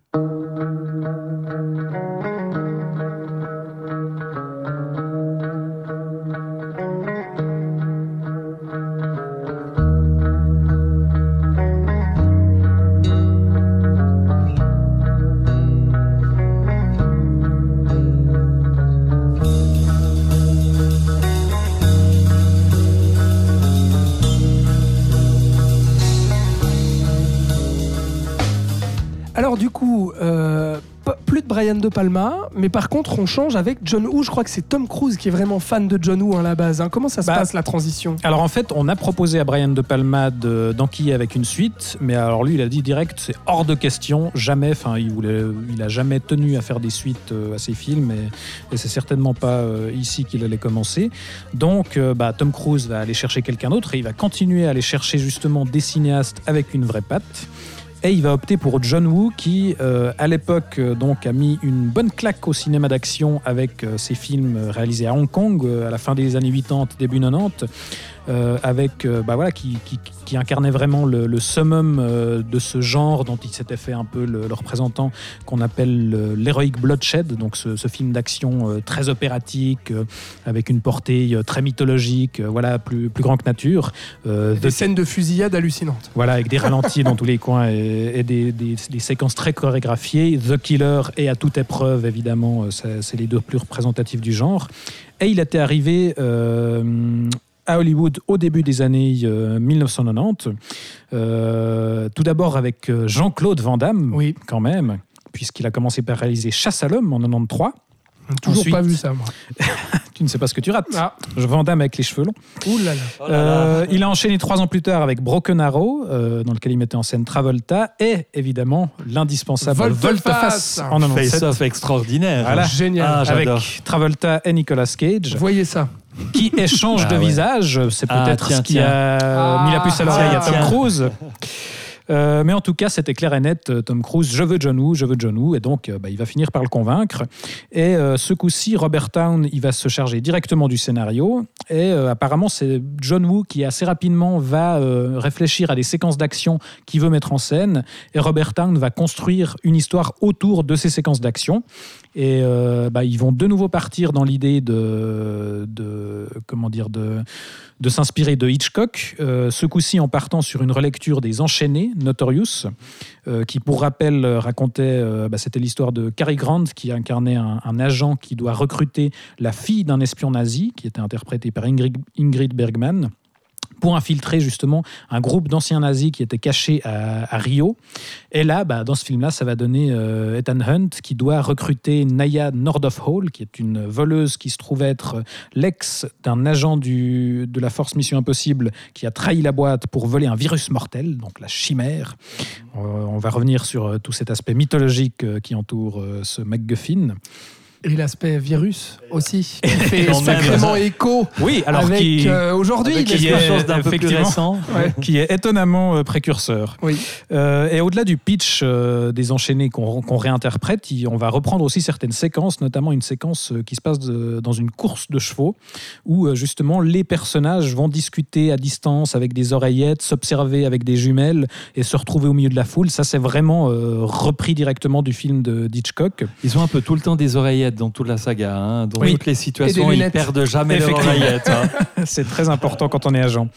Alors du coup, euh, p- plus de Brian De Palma, mais par contre, on change avec John Woo. Je crois que c'est Tom Cruise qui est vraiment fan de John Woo hein, à la base. Hein. Comment ça se Bah, passe, la transition ? Alors en fait, on a proposé à Brian De Palma de, d'enquiller avec une suite, mais alors lui, il a dit direct, c'est hors de question, jamais. Enfin, il voulait, il a jamais tenu à faire des suites euh, à ses films, et, et c'est certainement pas euh, ici qu'il allait commencer. Donc, euh, bah, Tom Cruise va aller chercher quelqu'un d'autre, et il va continuer à aller chercher justement des cinéastes avec une vraie patte. Et il va opter pour John Woo qui, euh, à l'époque, euh, donc, a mis une bonne claque au cinéma d'action avec euh, ses films réalisés à Hong Kong euh, à la fin des années quatre-vingt-dix, début quatre-vingt-dix, euh, avec, euh, bah, voilà, qui, qui, qui incarnait vraiment le, le summum euh, de ce genre dont il s'était fait un peu le, le représentant, qu'on appelle le, l'Heroic Bloodshed, donc ce, ce film d'action euh, très opératique, euh, avec une portée euh, très mythologique, euh, voilà, plus, plus grand que nature. Euh, Des The scènes de fusillade hallucinantes. Voilà, avec des ralentis dans tous les coins et, et des, des, des séquences très chorégraphiées. The Killer et À toute épreuve, évidemment, c'est, c'est les deux plus représentatifs du genre. Et il était arrivé euh, à Hollywood au début des années euh, dix-neuf cent quatre-vingt-dix. Euh, tout d'abord avec Jean-Claude Van Damme, Oui. quand même, puisqu'il a commencé par réaliser Chasse à l'homme en quatre-vingt-treize. Toujours Ensuite- pas vu ça, moi. Tu ne sais pas ce que tu rates. Ah, Van Damme avec les cheveux longs. ouh là là. Oh là là. Euh, il a enchaîné trois ans plus tard avec Broken Arrow, euh, dans lequel il mettait en scène Travolta, et évidemment l'indispensable Volte-face. Volte-face en quatre-vingt-dix-sept, Face-off extraordinaire. Voilà. Génial. Ah, j'adore. avec Travolta et Nicolas Cage, Voyez ça. qui échangent Ah de ouais. visage. C'est Ah, peut-être tiens, ce qui tiens. a mis la puce à l'oreille Ah, à Tom tiens. Cruise. Euh, mais en tout cas, c'était clair et net, euh, Tom Cruise, je veux John Woo, je veux John Woo, et donc euh, bah, il va finir par le convaincre. Et euh, ce coup-ci, Robert Towne, il va se charger directement du scénario, et euh, apparemment, c'est John Woo qui assez rapidement va euh, réfléchir à des séquences d'action qu'il veut mettre en scène, et Robert Towne va construire une histoire autour de ces séquences d'action. Et euh, bah, ils vont de nouveau partir dans l'idée de, de comment dire de, de s'inspirer de Hitchcock. Euh, ce coup-ci en partant sur une relecture des Enchaînés, Notorious, euh, qui pour rappel racontait, euh, bah, c'était l'histoire de Cary Grant qui incarnait un, un agent qui doit recruter la fille d'un espion nazi, qui était interprétée par Ingrid, Ingrid Bergman, pour infiltrer justement un groupe d'anciens nazis qui étaient cachés à, à Rio. Et là, bah, dans ce film-là, ça va donner euh, Ethan Hunt qui doit recruter Naya Nordoff Hall, qui est une voleuse qui se trouve être l'ex d'un agent du, de la Force Mission Impossible qui a trahi la boîte pour voler un virus mortel, donc la chimère. Euh, on va revenir sur euh, tout cet aspect mythologique euh, qui entoure euh, ce MacGuffin. Et l'aspect virus aussi, qui fait Quand même. sacrément écho Oui, alors avec qui... euh, aujourd'hui. Avec n'est-ce qui pas quelque est- chose d'un peu plus effectivement. récent. Ouais. qui est étonnamment euh, précurseur. Oui. Euh, et au-delà du pitch euh, des Enchaînés qu'on, qu'on réinterprète, il- on va reprendre aussi certaines séquences, notamment une séquence euh, qui se passe de- dans une course de chevaux, où euh, justement les personnages vont discuter à distance avec des oreillettes, s'observer avec des jumelles et se retrouver au milieu de la foule. Ça, c'est vraiment euh, repris directement du film de d'Hitchcock. Ils ont un peu tout le temps des oreillettes dans toute la saga. Hein. Dans Oui. toutes les situations, Et des ils lunettes. perdent jamais leurs Effectivement. oreillettes. Hein. C'est très important quand on est agent.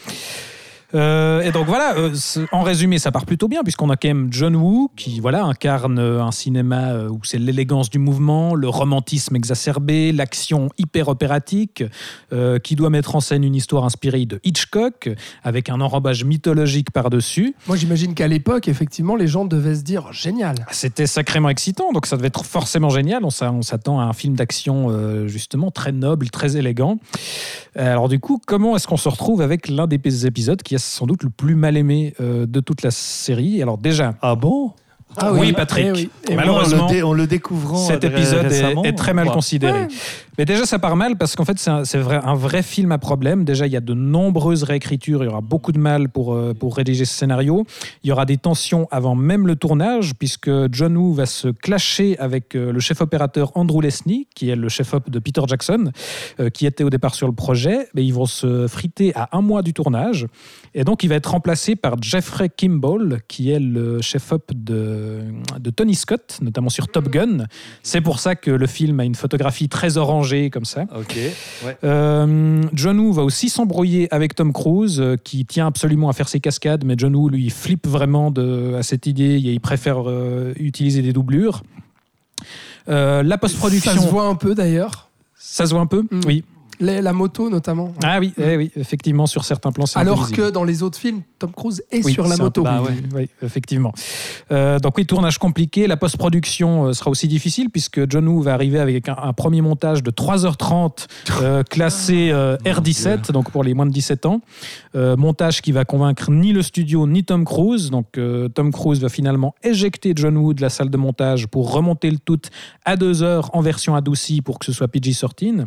Euh, et donc voilà, euh, c'est- en résumé, ça part plutôt bien puisqu'on a quand même John Woo qui voilà incarne euh, un cinéma euh, où c'est l'élégance du mouvement, le romantisme exacerbé, l'action hyper opératique, euh, qui doit mettre en scène une histoire inspirée de Hitchcock avec un enrobage mythologique par-dessus. Moi, j'imagine qu'à l'époque, effectivement, les gens devaient se dire génial. C'était sacrément excitant, donc ça devait être forcément génial. On s'a- on s'attend à un film d'action euh, justement très noble, très élégant. Alors du coup, comment est-ce qu'on se retrouve avec l'un des épisodes qui est sans doute le plus mal aimé euh, de toute la série? Alors déjà, Ah bon? Ah oui, Patrick. Eh oui. Et Malheureusement, on le, dé- on le découvrant cet euh, épisode est, récemment, est très mal quoi. considéré. Ouais. Mais déjà, ça part mal parce qu'en fait, c'est un, c'est vrai, un vrai film à problème. Déjà, il y a de nombreuses réécritures. Il y aura beaucoup de mal pour, euh, pour rédiger ce scénario. Il y aura des tensions avant même le tournage puisque John Woo va se clasher avec euh, le chef opérateur Andrew Lesnie, qui est le chef-op de Peter Jackson, euh, qui était au départ sur le projet. Mais ils vont se friter à un mois du tournage. Et donc, il va être remplacé par Jeffrey Kimball, qui est le chef-op de, de Tony Scott, notamment sur Top Gun. C'est pour ça que le film a une photographie très orangée, comme ça. Ok. Ouais. Euh, John Woo va aussi s'embrouiller avec Tom Cruise, euh, qui tient absolument à faire ses cascades, mais John Woo, lui, il flippe vraiment de, à cette idée et il préfère euh, utiliser des doublures. Euh, la post-production... Ça se voit un peu d'ailleurs. Ça se voit un peu Mm. Oui. Les- la moto notamment. Ah oui, eh oui, effectivement, sur certains plans, c'est un peu Alors visible. que dans les autres films, Tom Cruise est Oui, sur la c'est un moto. peu- Bah ouais. oui, effectivement. Euh, donc oui, tournage compliqué. La post-production euh, sera aussi difficile puisque John Woo va arriver avec un, un premier montage de trois heures trente euh, classé euh, R dix-sept, donc pour les moins de dix-sept ans. Euh, montage qui va convaincre ni le studio ni Tom Cruise. Donc euh, Tom Cruise va finalement éjecter John Woo de la salle de montage pour remonter le tout à deux heures en version adoucie pour que ce soit P G treize.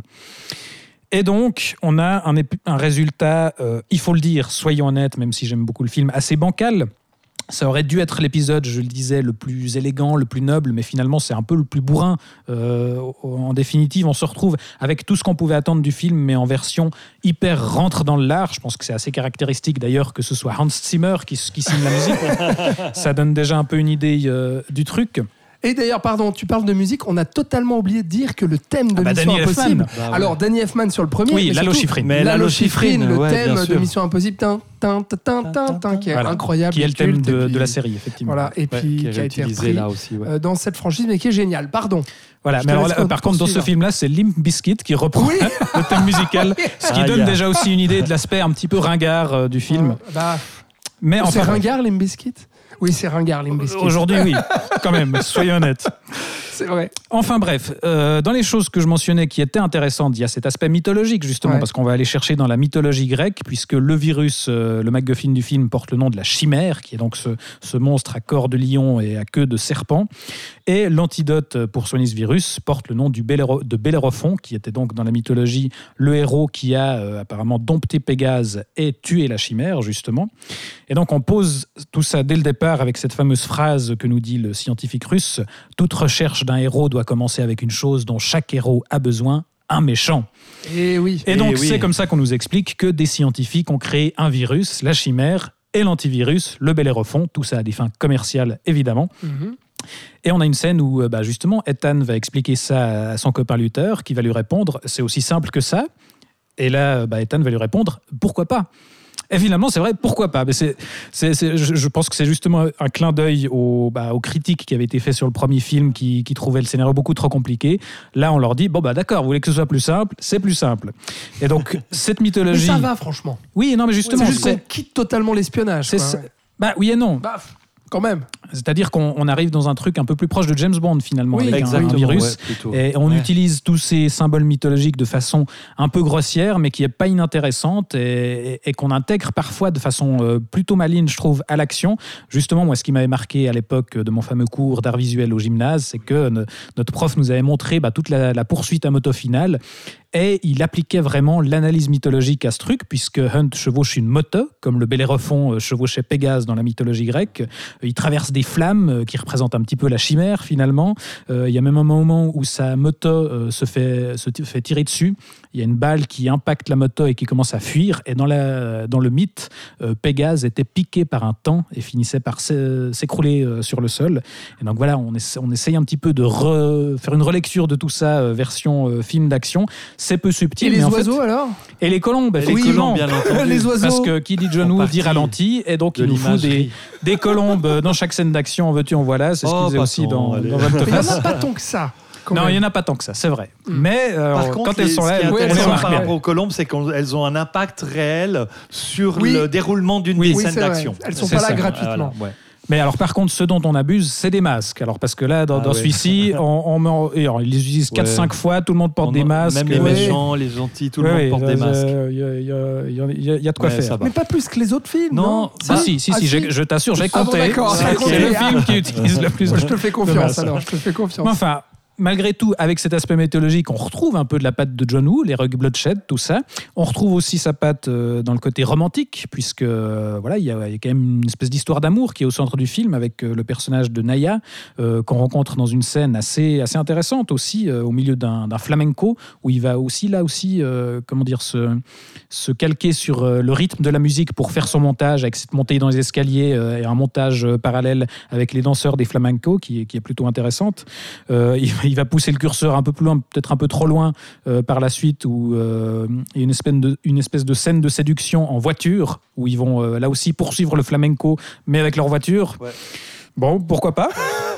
Et donc, on a un, ép- un résultat, euh, il faut le dire, soyons honnêtes, même si j'aime beaucoup le film, assez bancal. Ça aurait dû être l'épisode, je le disais, le plus élégant, le plus noble, mais finalement, c'est un peu le plus bourrin. Euh, en définitive, on se retrouve avec tout ce qu'on pouvait attendre du film, mais en version hyper rentre dans le lard. Je pense que c'est assez caractéristique, d'ailleurs, que ce soit Hans Zimmer qui, qui signe la musique. Ça donne déjà un peu une idée euh, du truc. Et d'ailleurs, pardon, tu parles de musique, on a totalement oublié de dire que le thème de Ah bah, Mission Danny Impossible. Elfman. Bah ouais. Alors, Danny Elfman sur le premier. Oui, mais Lalo surtout, Schifrin. Mais Lalo Lalo Schifrin, Schifrin, le ouais, thème bien de sûr. Mission Impossible, tin, tin, tin, tin, tin, tin, qui est Voilà. incroyable. Qui est le thème culte, et de, puis- de la série, effectivement. Voilà, et Ouais, puis qui est qui a été réutilisé repris là aussi. Ouais. euh, dans cette franchise, mais qui est génial. Pardon. Voilà, Je mais te alors, laisse là, par contre, dans ce poursuivre. film-là, c'est Limp Bizkit qui reprend Oui. le thème musical, ce qui Ah, donne yeah. déjà aussi une idée de l'aspect un petit peu ringard euh, du film. Euh, bah, Mais c'est enfin, ringard, Limp Bizkit. Oui, c'est ringard, Limp Bizkit. aujourd'hui, oui, quand même, soyons honnêtes. C'est vrai. Enfin bref, euh, dans les choses que je mentionnais qui étaient intéressantes, il y a cet aspect mythologique justement, Ouais. parce qu'on va aller chercher dans la mythologie grecque, puisque le virus, euh, le MacGuffin du film, porte le nom de la chimère, qui est donc ce, ce monstre à corps de lion et à queue de serpent, et l'antidote pour soigner ce virus porte le nom du Belléro- de Bellérophon, qui était donc dans la mythologie le héros qui a euh, apparemment dompté Pégase et tué la chimère justement. Et donc on pose tout ça dès le départ avec cette fameuse phrase que nous dit le scientifique russe: toute recherche d'un héros doit commencer avec une chose dont chaque héros a besoin, un méchant. Et oui. Et donc Et oui. c'est comme ça qu'on nous explique que des scientifiques ont créé un virus, la chimère, et l'antivirus, le Bellérophon, tout ça à des fins commerciales évidemment. Mhm. Et on a une scène où euh, bah, justement Ethan va expliquer ça à son copain Luther, qui va lui répondre: c'est aussi simple que ça. Et là, bah, Ethan va lui répondre: pourquoi pas? Et finalement, c'est vrai, pourquoi pas? Mais c'est, c'est, c'est- je, je pense que c'est justement un clin d'œil aux, bah, aux critiques qui avaient été faits sur le premier film, qui, qui trouvaient le scénario beaucoup trop compliqué. Là, on leur dit: bon, bah d'accord, vous voulez que ce soit plus simple, c'est plus simple. Et donc, cette Mais mythologie. ça va, franchement. Oui, non, mais justement, C'est juste c'est- qu'on quitte totalement l'espionnage. c'est quoi, ça. ouais. Bah oui et non. Bah, quand même. C'est-à-dire qu'on on arrive dans un truc un peu plus proche de James Bond finalement, Oui, avec un- un, Exactement, virus. ouais, plutôt. Et on Ouais. utilise tous ces symboles mythologiques de façon un peu grossière, mais qui n'est pas inintéressante et, et- et qu'on intègre parfois de façon euh, plutôt maligne, je trouve, à l'action. Justement, moi, ce qui m'avait marqué à l'époque de mon fameux cours d'art visuel au gymnase, c'est que ne- notre prof nous avait montré bah, toute la, la poursuite à moto finale. Et il appliquait vraiment l'analyse mythologique à ce truc, puisque Hunt chevauche une moto, comme le Bellérophon euh, chevauchait Pégase dans la mythologie grecque. Euh, Il traverse des flammes euh, qui représentent un petit peu la chimère, finalement. Euh, il y a même un moment où sa moto euh, se, fait, se t- fait tirer dessus. Il y a une balle qui impacte la moto et qui commence à fuir. Et dans, la, dans le mythe, euh, Pégase était piqué par un taon et finissait par s'é- s'écrouler euh, sur le sol. Et donc voilà, on, essa- on essaye un petit peu de re- faire une relecture de tout ça, euh, version euh, film d'action. C'est peu subtil. Et les mais en fait- oiseaux, alors Et les colombes, Et les effectivement. colombes, bien entendu. Les oiseaux. Parce que qui dit John En Woo partie dit ralenti, et donc de il nous faut des, l'imagerie. des colombes dans chaque scène d'action, en veux-tu, en voilà. C'est ce Oh, qu'il faisait aussi passons, dans, allez. dans Mais il n'y en Volte-Face. a pas tant que ça. quand Non, il même. n'y en a pas tant que ça, c'est vrai. Mm. Mais euh, Par contre, quand elles les- sont là, ce qui est on les intéressant remarque par bien. rapport aux colombes, c'est qu'elles ont un impact réel sur Oui. le déroulement d'une Oui. des Oui, scènes c'est vrai. d'action. Elles sont C'est pas là ça. gratuitement. Voilà, ouais. Mais alors, par contre, ce dont on abuse, c'est des masques. Alors, parce que là, dans, Ah dans ouais. celui-ci, on, on met en- et alors, ils les utilisent quatre cinq Ouais. fois, tout le monde porte On des en- masques. Même les Ouais. méchants, les gentils, tout le Ouais, monde ouais, porte des euh, masques. Il y, a- il y a- il y a- il y a- il y a de quoi Ouais, faire. ça va. Mais pas plus que les autres films, non, Non, Ah bah, si, si, ah, si, si. j'ai- je t'assure, j'ai Ah bon, compté. d'accord, c'est ok. c'est le film qui utilise le plus. Moi, je te fais confiance, masques. alors. Je te fais confiance. Mais enfin, malgré tout, avec cet aspect mythologique, on retrouve un peu de la patte de John Woo, les rugs bloodshed, tout ça. On retrouve aussi sa patte euh, dans le côté romantique, puisque euh, voilà, il y, a il y a quand même une espèce d'histoire d'amour qui est au centre du film avec euh, le personnage de Naya, euh, qu'on rencontre dans une scène assez, assez intéressante aussi, euh, au milieu d'un d'un flamenco, où il va aussi, là aussi, euh, comment dire, se, se calquer sur euh, le rythme de la musique pour faire son montage, avec cette montée dans les escaliers euh, et un montage euh, parallèle avec les danseurs des flamencos, qui, est- qui est plutôt intéressante. Euh, il, il va pousser le curseur un peu plus loin, peut-être un peu trop loin euh, par la suite, où euh, il y a une espèce, de, une espèce de scène de séduction en voiture, où ils vont euh, là aussi poursuivre le flamenco, mais avec leur voiture. Ouais. Bon, pourquoi pas?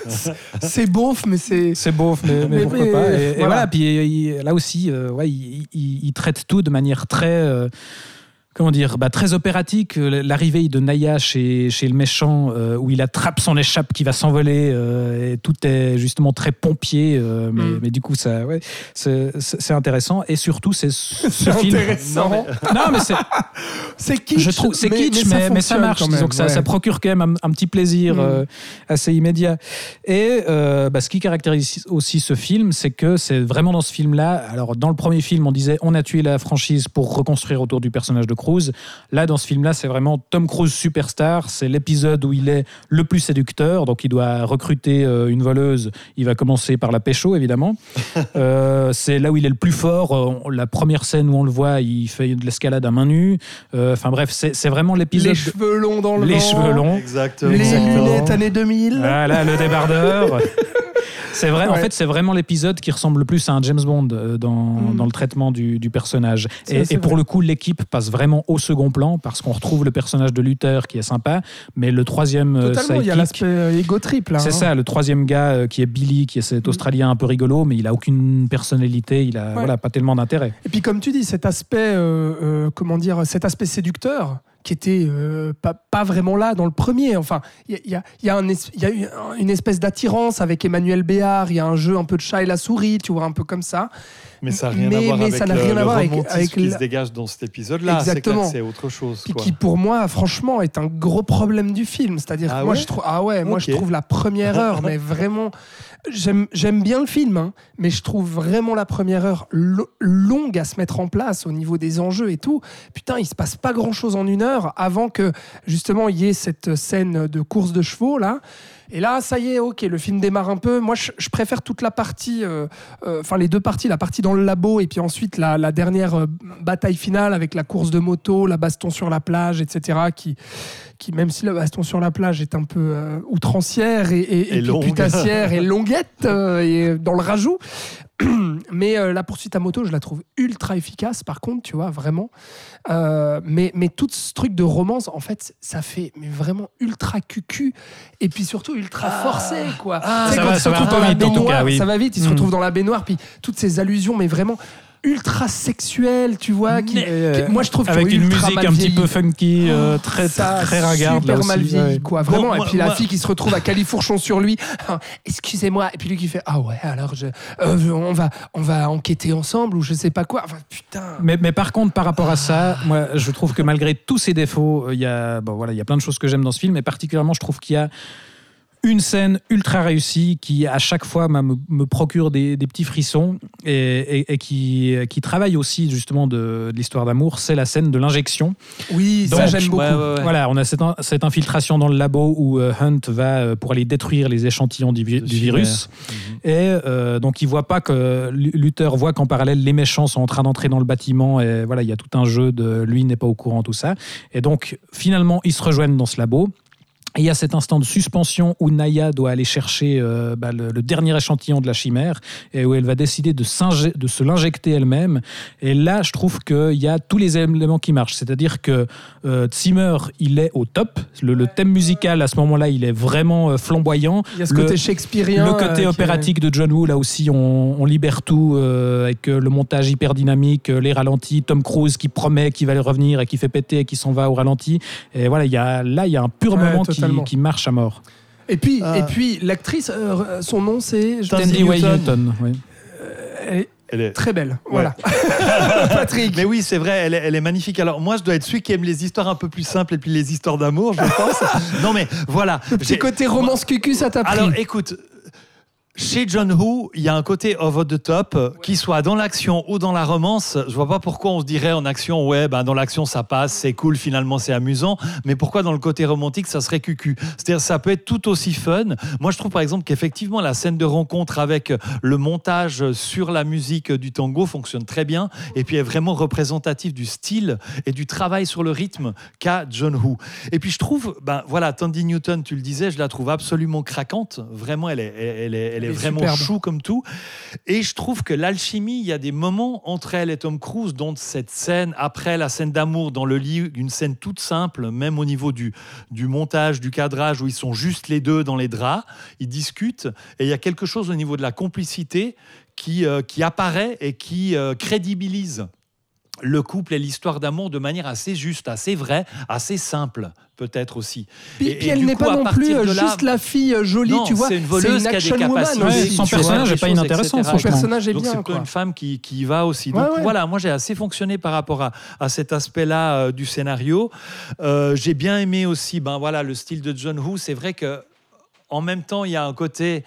c'est beauf, mais c'est. C'est beauf, mais, mais Mais- pourquoi mais- pas. Et, et voilà. voilà, puis il- là aussi, euh, ouais, il, il- il traite tout de manière très. euh, Comment dire, bah, très opératique. Euh, L'arrivée de Naya chez, chez le méchant, euh, où il attrape son échappe qui va s'envoler, euh, et tout est justement très pompier. euh, mais, Mm. mais du coup, ça, ouais, c'est c'est- c'est intéressant. Et surtout, c'est ce C'est film. intéressant. Non, Non, mais c'est. C'est kitsch. Je trouve c'est kitsch, ça mais, mais ça fonctionne marche. quand même, Disons que ça, ouais. ça procure quand même un, un petit plaisir Mm. euh, assez immédiat. Et euh, bah, ce qui caractérise aussi ce film, c'est que c'est vraiment dans ce film-là. Alors, dans le premier film, on disait on a tué la franchise pour reconstruire autour du personnage de Cruise. Là, dans ce film-là, c'est vraiment Tom Cruise superstar. C'est l'épisode où il est le plus séducteur. Donc, il doit recruter euh, une voleuse. Il va commencer par la pécho, évidemment. Euh, c'est là où il est le plus fort. Euh, La première scène où on le voit, il fait de l'escalade à main nue. Euh, Enfin bref, c'est c'est vraiment l'épisode. Les de- cheveux longs dans le Les vent, cheveux longs. Exactement. les Exactement. lunettes années deux mille. Voilà, le débardeur. C'est vrai, en Ouais. fait, c'est vraiment l'épisode qui ressemble le plus à un James Bond euh, dans, Mm. dans le traitement du, du personnage. Ça, Et, c'est et pour vrai. le coup, l'équipe passe vraiment au second plan parce qu'on retrouve le personnage de Luther qui est sympa, mais le troisième euh, Totalement, il y a sidekick- l'aspect euh, ego trip là. c'est hein. ça, le troisième gars euh, qui est Billy, qui est cet Australien un peu rigolo, mais il a aucune personnalité, il a Ouais. voilà, pas tellement d'intérêt. Et puis comme tu dis, cet aspect, euh, euh, comment dire, cet aspect séducteur qui était euh, pas, pas vraiment là dans le premier. Enfin, il y a, il y a- il y a un es- il y a eu un- une espèce d'attirance avec Emmanuel Béard. Il y a un jeu un peu de chat et la souris, tu vois, un peu comme ça. Mais ça n'a rien Mais- à voir mais avec ça n'a le, rien à le voir avec- romantisme avec qui la- se dégage dans cet épisode-là. C'est clair Exactement. que c'est autre chose. Puis quoi. qui pour moi, franchement, est un gros problème du film. C'est-à-dire Ah que moi, ouais je trouve, ah ouais, moi Ok. je trouve la première heure, mais vraiment, j'aime, j'aime bien le film, hein, mais je trouve vraiment la première heure lo- longue à se mettre en place au niveau des enjeux et tout. Putain, il se passe pas grand-chose en une heure avant que justement il y ait cette scène de course de chevaux là. Et là, ça y est, ok, le film démarre un peu. Moi, je, je préfère toute la partie, euh, euh, enfin les deux parties, la partie dans le labo et puis ensuite la, la dernière euh, bataille finale avec la course de moto, la baston sur la plage, et cetera. Qui, qui même si la baston sur la plage est un peu euh, outrancière et, et, Et et puis longue. putassière et longuette euh, et dans le rajout. Mais euh, la poursuite à moto, je la trouve ultra efficace, par contre, tu vois, vraiment. Euh, mais, mais tout ce truc de romance, en fait, ça fait mais vraiment ultra cucu et puis surtout ultra forcé, quoi. Ah, Tu sais, ça quand va- il se ça va retrouve un peu dans la vite, en tout baignoire, cas, oui. ça va vite, il se Mm. retrouve dans la baignoire, puis toutes ces allusions, mais vraiment ultra sexuelles, tu vois. Qui, Mais, qui- moi, je trouve avec qu'ils ont une ultra musique mal un petit vieilli. peu funky, euh, très, Ça, très ringarde. super là aussi, mal vieilli, ouais. quoi, vraiment. Bon, et moi- puis la moi- fille qui se retrouve à califourchon sur lui. Ah, excusez-moi. Et puis lui qui fait ah ouais, alors je, euh, on va, on va enquêter ensemble ou je sais pas quoi. Enfin putain. Mais, mais par contre, par rapport à ça, moi, je trouve que malgré tous ses défauts, euh, il y a, bon, voilà, il y a plein de choses que j'aime dans ce film, mais particulièrement, je trouve qu'il y a une scène ultra réussie qui, à chaque fois, me, me procure des, des petits frissons et, et- et qui, qui travaille aussi, justement, de, de l'histoire d'amour. C'est la scène de l'injection. Oui, ça Donc, j'aime beaucoup. ouais, ouais, ouais. Voilà, on a cette, in- cette infiltration dans le labo où euh, Hunt va euh, pour aller détruire les échantillons du, vi- Le du virus. Et euh, donc, il voit pas que Lu- Luther voit qu'en parallèle, les méchants sont en train d'entrer dans le bâtiment. Et voilà, il y a tout un jeu de lui n'est pas au courant, tout ça. Et donc, finalement, ils se rejoignent dans ce labo. Et il y a cet instant de suspension où Naya doit aller chercher euh, bah, le, le dernier échantillon de la chimère et où elle va décider de, s'inje- de se l'injecter elle-même. Et là, je trouve qu'il y a tous les éléments qui marchent. C'est-à-dire que euh, Zimmer, il est au top. Le, le thème musical, à ce moment-là, il est vraiment euh, flamboyant. Il y a ce Le- côté shakespearien. Le côté euh, qui est- opératique de John Woo, là aussi, on, on libère tout euh, avec euh, le montage hyper dynamique, euh, les ralentis, Tom Cruise qui promet qu'il va revenir et qui fait péter et qui s'en va au ralenti. Et voilà, il y a, là, il y a un pur Ouais, moment qui, totalement. qui marche à mort. Et puis, Ah. et puis l'actrice, euh, son nom c'est. je- Tandy Tandy Newton. Newton, oui. Elle est Elle est- très belle. Voilà. Patrick. Mais oui, c'est vrai, elle est, elle est magnifique. Alors moi, je dois être celui qui aime les histoires un peu plus simples et puis les histoires d'amour, je pense. Non mais voilà. Le petit J'ai- côté romance cucu, ça t'a pris. Alors écoute, chez John Woo, il y a un côté over the top, euh, qu'il soit dans l'action ou dans la romance. Je vois pas pourquoi on se dirait en action, ouais, ben dans l'action ça passe, c'est cool, finalement c'est amusant. Mais pourquoi dans le côté romantique ça serait cucu? C'est-à-dire ça peut être tout aussi fun. Moi je trouve par exemple qu'effectivement la scène de rencontre avec le montage sur la musique du tango fonctionne très bien et puis est vraiment représentatif du style et du travail sur le rythme qu'a John Woo. Et puis je trouve, ben voilà, Tandy Newton, tu le disais, je la trouve absolument craquante. Vraiment, elle est, elle est, elle est est Elle est vraiment superbe. chou comme tout. Et je trouve que l'alchimie, il y a des moments entre elle et Tom Cruise, dont cette scène, après la scène d'amour dans le lit, une scène toute simple, même au niveau du, du montage, du cadrage, où ils sont juste les deux dans les draps, ils discutent, et il y a quelque chose au niveau de la complicité qui, euh, qui apparaît et qui euh, crédibilise le couple et l'histoire d'amour de manière assez juste, assez vraie, assez simple, peut-être aussi. Puis, Et- puis et elle du n'est coup, pas à non partir plus euh, de là- juste la fille euh, jolie, Non, tu vois. c'est une voleuse qui a des action woman capacités. aussi, Ouais, son tu vois. personnage n'est pas Des choses, inintéressant, et cetera. Son franchement. personnage est Donc bien, c'est plutôt quoi. une femme qui, qui y va aussi. Ouais, Donc ouais. voilà, moi j'ai assez fonctionné par rapport à, à cet aspect-là euh, du scénario. Euh, j'ai bien aimé aussi, ben voilà, le style de John Woo. C'est vrai que en même temps, il y a un côté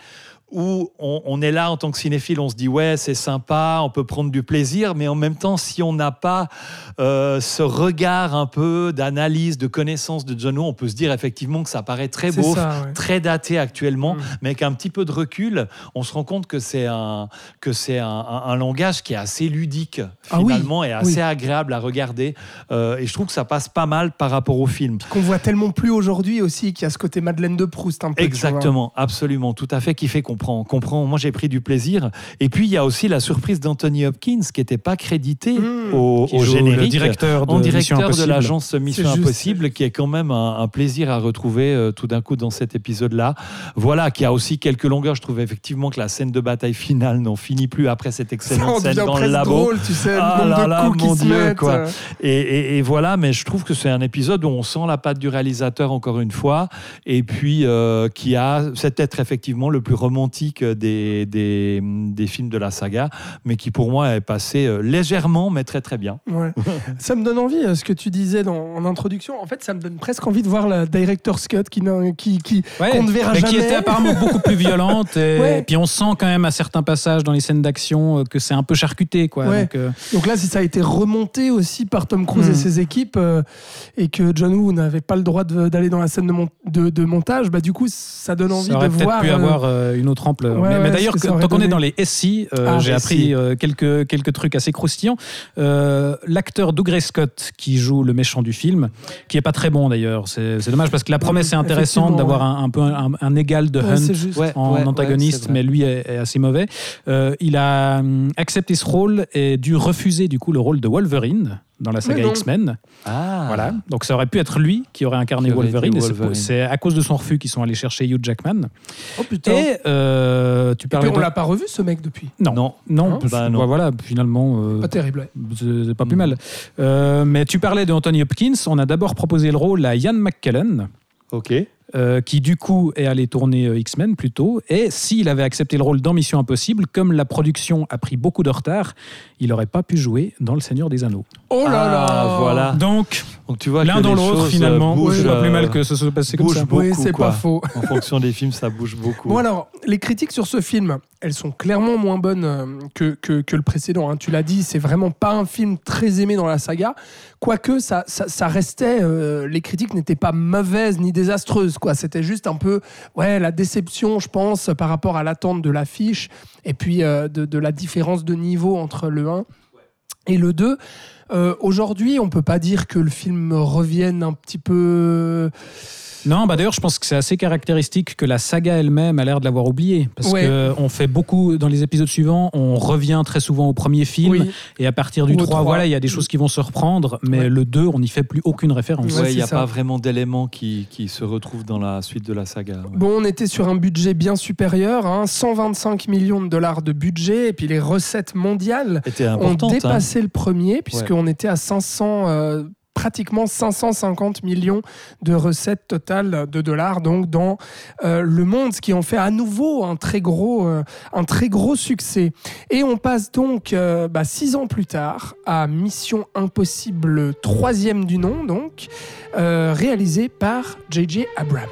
où on, on est là en tant que cinéphile, on se dit ouais c'est sympa, on peut prendre du plaisir, mais en même temps si on n'a pas euh, ce regard un peu d'analyse, de connaissance de John Woo, on peut se dire effectivement que ça paraît très C'est beau, ça, ouais. très daté actuellement, Mm. mais avec un petit peu de recul, on se rend compte que c'est un, que c'est un, un- un langage qui est assez ludique Ah oui, finalement et assez oui. agréable à regarder, euh, et je trouve que ça passe pas mal par rapport au film. Qu'on voit tellement plus aujourd'hui aussi, qu'il y a ce côté Madeleine de Proust un peu. tu vois. Exactement, absolument, tout à fait, qui fait qu'on prend, qu'on prend- moi j'ai pris du plaisir. Et puis il y a aussi la surprise d'Anthony Hopkins qui n'était pas crédité Mmh. au, Qui au joue générique, le directeur de en Mission directeur de Impossible. l'agence Mission C'est juste, Impossible, qui est quand même un, un plaisir à retrouver euh, tout d'un coup dans cet épisode-là. Voilà, qui a aussi quelques longueurs. Je trouve effectivement que la scène de bataille finale n'en finit plus après cette Ça excellente en scène devient dans le presque labo. drôle, tu sais, Ah le nombre là de là, coups mon qui se Dieu, mettent. quoi. euh. Et, et- et voilà, mais je trouve que c'est un épisode où on sent la patte du réalisateur encore une fois, et puis euh, qui a, c'est peut-être effectivement le plus romantique des, des, des films de la saga, mais qui pour moi est passé euh, légèrement, mais très très bien. Ouais. Ça me donne envie, euh, ce que tu disais dans, en introduction. En fait, ça me donne presque envie de voir la Director's Cut qui, n'a- qui, qui, Ouais, qu'on ne verra mais jamais. qui était apparemment beaucoup plus violente. Et Ouais. puis on sent quand même à certains passages dans les scènes d'action euh, que c'est un peu charcuté, quoi. Ouais. Donc, euh, Donc là, si ça a été remonté aussi par Tom Cruise Mm. et ses équipes, euh, et que John Woo n'avait pas le droit de- d'aller dans la scène de, mon- de, de montage, bah, du coup, ça donne envie ça aurait de peut-être voir. pu euh, avoir euh, une autre ampleur. ouais, mais, mais ouais, d'ailleurs, ce que ça que- aurait tant qu'on est donné. dans les S I, euh, Ah, j'ai S I. appris euh, quelques, quelques trucs assez croustillants. Euh, L'acteur Dougray Scott, qui joue le méchant du film, qui est pas très bon d'ailleurs, c'est c'est dommage parce que la promesse est intéressante Effectivement, d'avoir ouais. un, un peu un, un égal de Ouais, Hunt c'est juste. Ouais, en ouais, ouais, antagoniste, c'est vrai. mais lui est, est assez mauvais. Euh, il a hum, accepté ce rôle et dû refuser du coup le rôle de Wolverine dans la saga Mais non. X-Men. Ah, Voilà. Donc ça aurait pu être lui qui aurait incarné Qui aurait été Wolverine. et c'est- Wolverine. C'est à cause de son refus qu'ils sont allés chercher Hugh Jackman. Oh putain. Et euh, tu Et parlais puis, on de- l'a pas revu ce mec depuis. Non, Non. non, Hein parce- Bah, non. bah, voilà, finalement, euh, Pas terrible. ouais. c'est c'est pas plus Mm. mal. Euh, mais tu parlais de Anthony Hopkins. On a d'abord proposé le rôle à Ian McKellen, ok. euh, qui du coup est allé tourner euh, X-Men plutôt. Et s'il avait accepté le rôle dans Mission Impossible, comme la production a pris beaucoup de retard, il n'aurait pas pu jouer dans Le Seigneur des Anneaux. Oh là là. Ah, voilà. Donc, Donc tu vois l'un que dans les l'autre, choses, finalement, euh, bougent, c'est pas plus euh, mal que ce soit passé comme bouge ça. beaucoup, Oui, c'est quoi. pas faux. En fonction des films, ça bouge beaucoup. Bon alors, les critiques sur ce film, elles sont clairement moins bonnes euh, que, que, que le précédent. hein. Tu l'as dit, c'est vraiment pas un film très aimé dans la saga. Quoique, ça, ça, ça restait... euh, les critiques n'étaient pas mauvaises ni désastreuses. Quoi. C'était juste un peu ouais, la déception, je pense, par rapport à l'attente de l'affiche et puis euh, de, de la différence de niveau entre le un et le deux. Euh, aujourd'hui, on peut pas dire que le film revienne un petit peu... Non, bah d'ailleurs, je pense que c'est assez caractéristique que la saga elle-même a l'air de l'avoir oublié. Parce Ouais. qu'on fait beaucoup, dans les épisodes suivants, on revient très souvent au premier film. Oui. Et à partir du Ou au trois, trois. voilà, il y a des choses qui vont se reprendre. Mais Ouais. le deux, on n'y fait plus aucune référence. Ouais, Ouais, il n'y a c'est ça. pas vraiment d'éléments qui, qui se retrouvent dans la suite de la saga. ouais. Bon, on était sur un budget bien supérieur, hein, cent vingt-cinq millions de dollars de budget, et puis les recettes mondiales Était ont importante. hein. dépassé le premier, puisqu'on était à cinq cents, euh, pratiquement cinq cent cinquante millions de recettes totales de dollars, donc dans euh, le monde, ce qui en fait à nouveau un très gros, euh, un très gros succès. Et on passe donc euh, bah, six ans plus tard à Mission Impossible, troisième du nom, donc euh, réalisé par J J Abrams.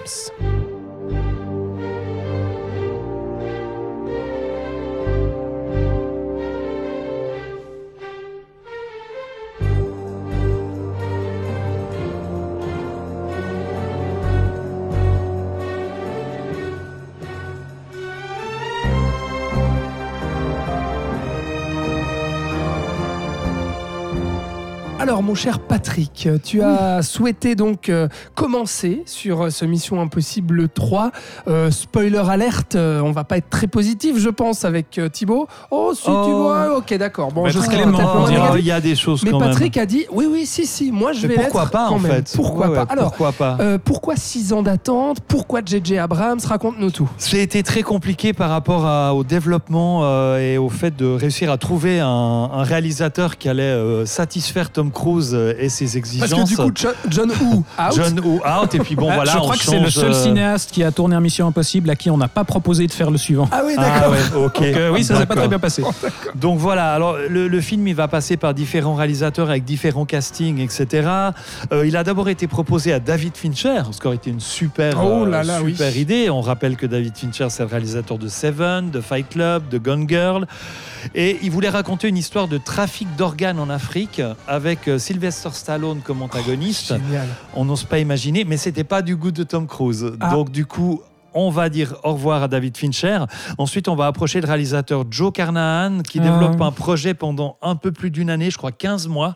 Alors, mon cher Patrick, tu as oui. souhaité donc euh, commencer sur euh, ce Mission Impossible trois. Euh, spoiler alerte, euh, on va pas être très positif, je pense, avec euh, Thibaut. Oh, si oh. tu vois, ok, d'accord. Bon, je serai peut-être il y a des choses mais quand Patrick même. a dit, oui, oui, si, si, moi je mais vais pourquoi l'être pas, quand en même. fait. Pourquoi ouais, pas ouais, Alors, pourquoi pas euh, pourquoi six ans d'attente? Pourquoi J J Abrams? Raconte-nous tout. C'était très compliqué par rapport à, au développement euh, et au fait de réussir à trouver un, un réalisateur qui allait euh, satisfaire Tom Cruise et ses exigences. Parce que du coup, John, John Woo out. John Woo out, et puis bon, voilà. Je crois on que change, c'est le seul euh... cinéaste qui a tourné un Mission Impossible à qui on n'a pas proposé de faire le suivant. Ah oui, d'accord. Ah ouais, ok. Donc, euh, oui, ça s'est pas très bien passé. Oh, Donc voilà, alors le, le film, il va passer par différents réalisateurs avec différents castings, et cetera. Euh, il a d'abord été proposé à David Fincher, ce qui aurait été une super, oh là là, euh, super oui. idée. On rappelle que David Fincher, c'est le réalisateur de Seven, de Fight Club, de Gone Girl. Et il voulait raconter une histoire de trafic d'organes en Afrique avec Sylvester Stallone comme antagoniste. Génial. On n'ose pas imaginer, mais c'était pas du goût de Tom Cruise. Ah. Donc du coup, on va dire au revoir à David Fincher. Ensuite, on va approcher le réalisateur Joe Carnahan qui ah. développe un projet pendant un peu plus d'une année, je crois quinze mois.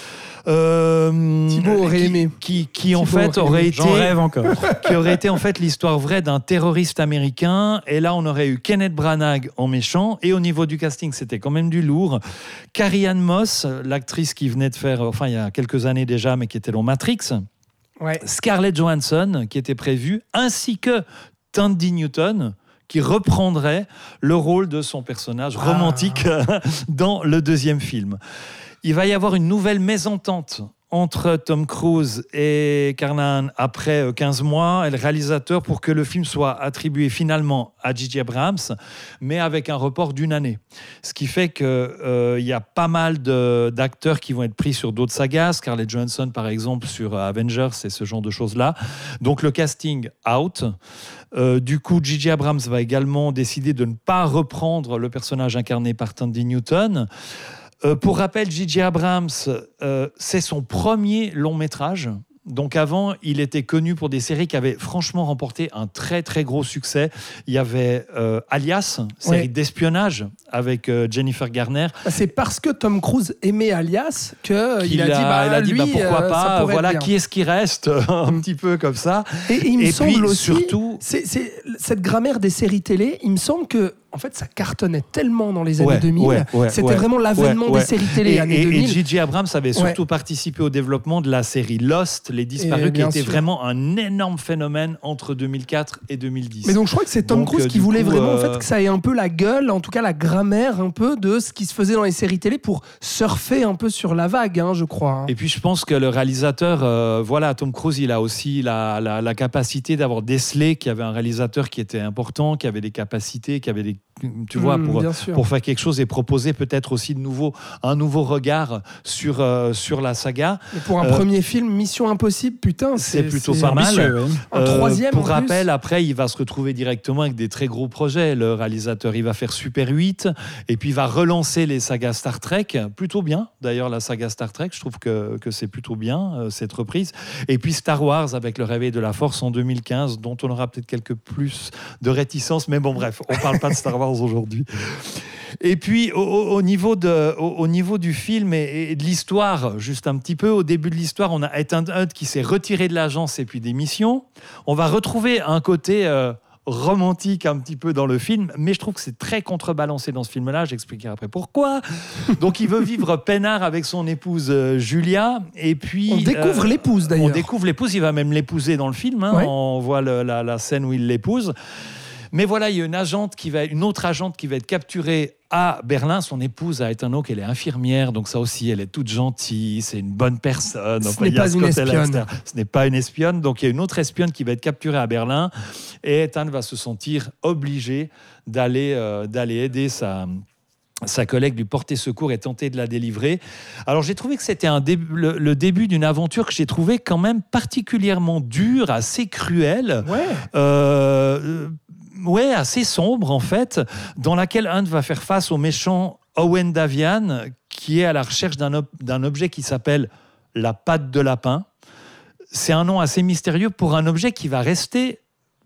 Euh, Thibaut aurait qui, aimé. Qui, qui en fait aurait été, j'en rêve encore. qui aurait été en fait l'histoire vraie d'un terroriste américain. Et là, on aurait eu Kenneth Branagh en méchant. Et au niveau du casting, c'était quand même du lourd. Carrie-Anne Moss, l'actrice qui venait de faire, enfin il y a quelques années déjà, mais qui était dans Matrix. Ouais. Scarlett Johansson, qui était prévue, ainsi que Tandy Newton, qui reprendrait le rôle de son personnage ah. romantique dans le deuxième film. Il va y avoir une nouvelle mésentente entre Tom Cruise et Carnahan après quinze mois et le réalisateur pour que le film soit attribué finalement à J J Abrams, mais avec un report d'une année. Ce qui fait qu'il euh, y a pas mal de, d'acteurs qui vont être pris sur d'autres sagas, Scarlett Johansson par exemple sur Avengers et ce genre de choses-là. Donc le casting out. Euh, du coup, J J Abrams va également décider de ne pas reprendre le personnage incarné par Tandy Newton. Euh, pour rappel, J J Abrams, euh, c'est son premier long métrage. Donc avant, il était connu pour des séries qui avaient franchement remporté un très très gros succès. Il y avait euh, Alias, série ouais. d'espionnage avec euh, Jennifer Garner. C'est parce que Tom Cruise aimait Alias qu'il a, a dit bah, il a dit lui, bah, pourquoi euh, pas. Voilà qui est-ce qui reste un petit peu comme ça. Et, et il me et semble puis, aussi, surtout, c'est, c'est, cette grammaire des séries télé, il me semble que en fait, ça cartonnait tellement dans les années ouais, deux mille. Ouais, ouais, C'était ouais, vraiment l'avènement ouais, ouais. des séries télé et, années et, deux mille. Et J J Abrams avait surtout ouais. participé au développement de la série Lost, Les Disparus, et qui était sûr. vraiment un énorme phénomène entre deux mille quatre et deux mille dix. Mais donc, je crois que c'est Tom donc, Cruise qui voulait coup, vraiment euh... en fait, que ça ait un peu la gueule, en tout cas la grammaire un peu de ce qui se faisait dans les séries télé pour surfer un peu sur la vague, hein, je crois. Hein. Et puis, je pense que le réalisateur, euh, voilà, Tom Cruise, il a aussi la, la, la capacité d'avoir décelé qu'il y avait un réalisateur qui était important, qui avait des capacités, qui avait des tu vois, mmh, pour, pour faire quelque chose et proposer peut-être aussi de nouveau, un nouveau regard sur, euh, sur la saga. Et pour un euh, premier film, Mission Impossible, putain, c'est, c'est plutôt c'est pas mal. Ouais. Un euh, troisième Pour en rappel, plus. Après, il va se retrouver directement avec des très gros projets. Le réalisateur, il va faire Super huit et puis il va relancer les sagas Star Trek. Plutôt bien, d'ailleurs, la saga Star Trek. Je trouve que, que c'est plutôt bien, euh, cette reprise. Et puis Star Wars avec le réveil de la Force en deux mille quinze, dont on aura peut-être quelques plus de réticence. Mais bon, bref, on parle pas de Star Wars aujourd'hui. Et puis au, au, niveau de, au, au niveau du film et, et de l'histoire, juste un petit peu, au début de l'histoire, on a Ethan Hunt qui s'est retiré de l'agence et puis des missions. On va retrouver un côté euh, romantique un petit peu dans le film, mais je trouve que c'est très contrebalancé dans ce film-là. J'expliquerai après pourquoi. Donc il veut vivre peinard avec son épouse euh, Julia, et puis on découvre euh, l'épouse d'ailleurs. On découvre l'épouse, il va même l'épouser dans le film. Hein. Ouais. On voit le, la, la scène où il l'épouse. Mais voilà, il y a une agente qui va, une autre agente qui va être capturée à Berlin. Son épouse a été un autre, elle est infirmière, donc ça aussi, elle est toute gentille, c'est une bonne personne. Ce enfin, n'est pas ce une espionne. Ce n'est pas une espionne, donc il y a une autre espionne qui va être capturée à Berlin, et Ethan va se sentir obligé d'aller, euh, d'aller aider sa... sa collègue lui porter secours et tenter de la délivrer. Alors j'ai trouvé que c'était un dé- le, le début d'une aventure que j'ai trouvé quand même particulièrement dure, assez cruelle. Ouais. Euh, Ouais, assez sombre en fait, dans laquelle Hunt va faire face au méchant Owen Davian, qui est à la recherche d'un, ob- d'un objet qui s'appelle la patte de lapin. C'est un nom assez mystérieux pour un objet qui va rester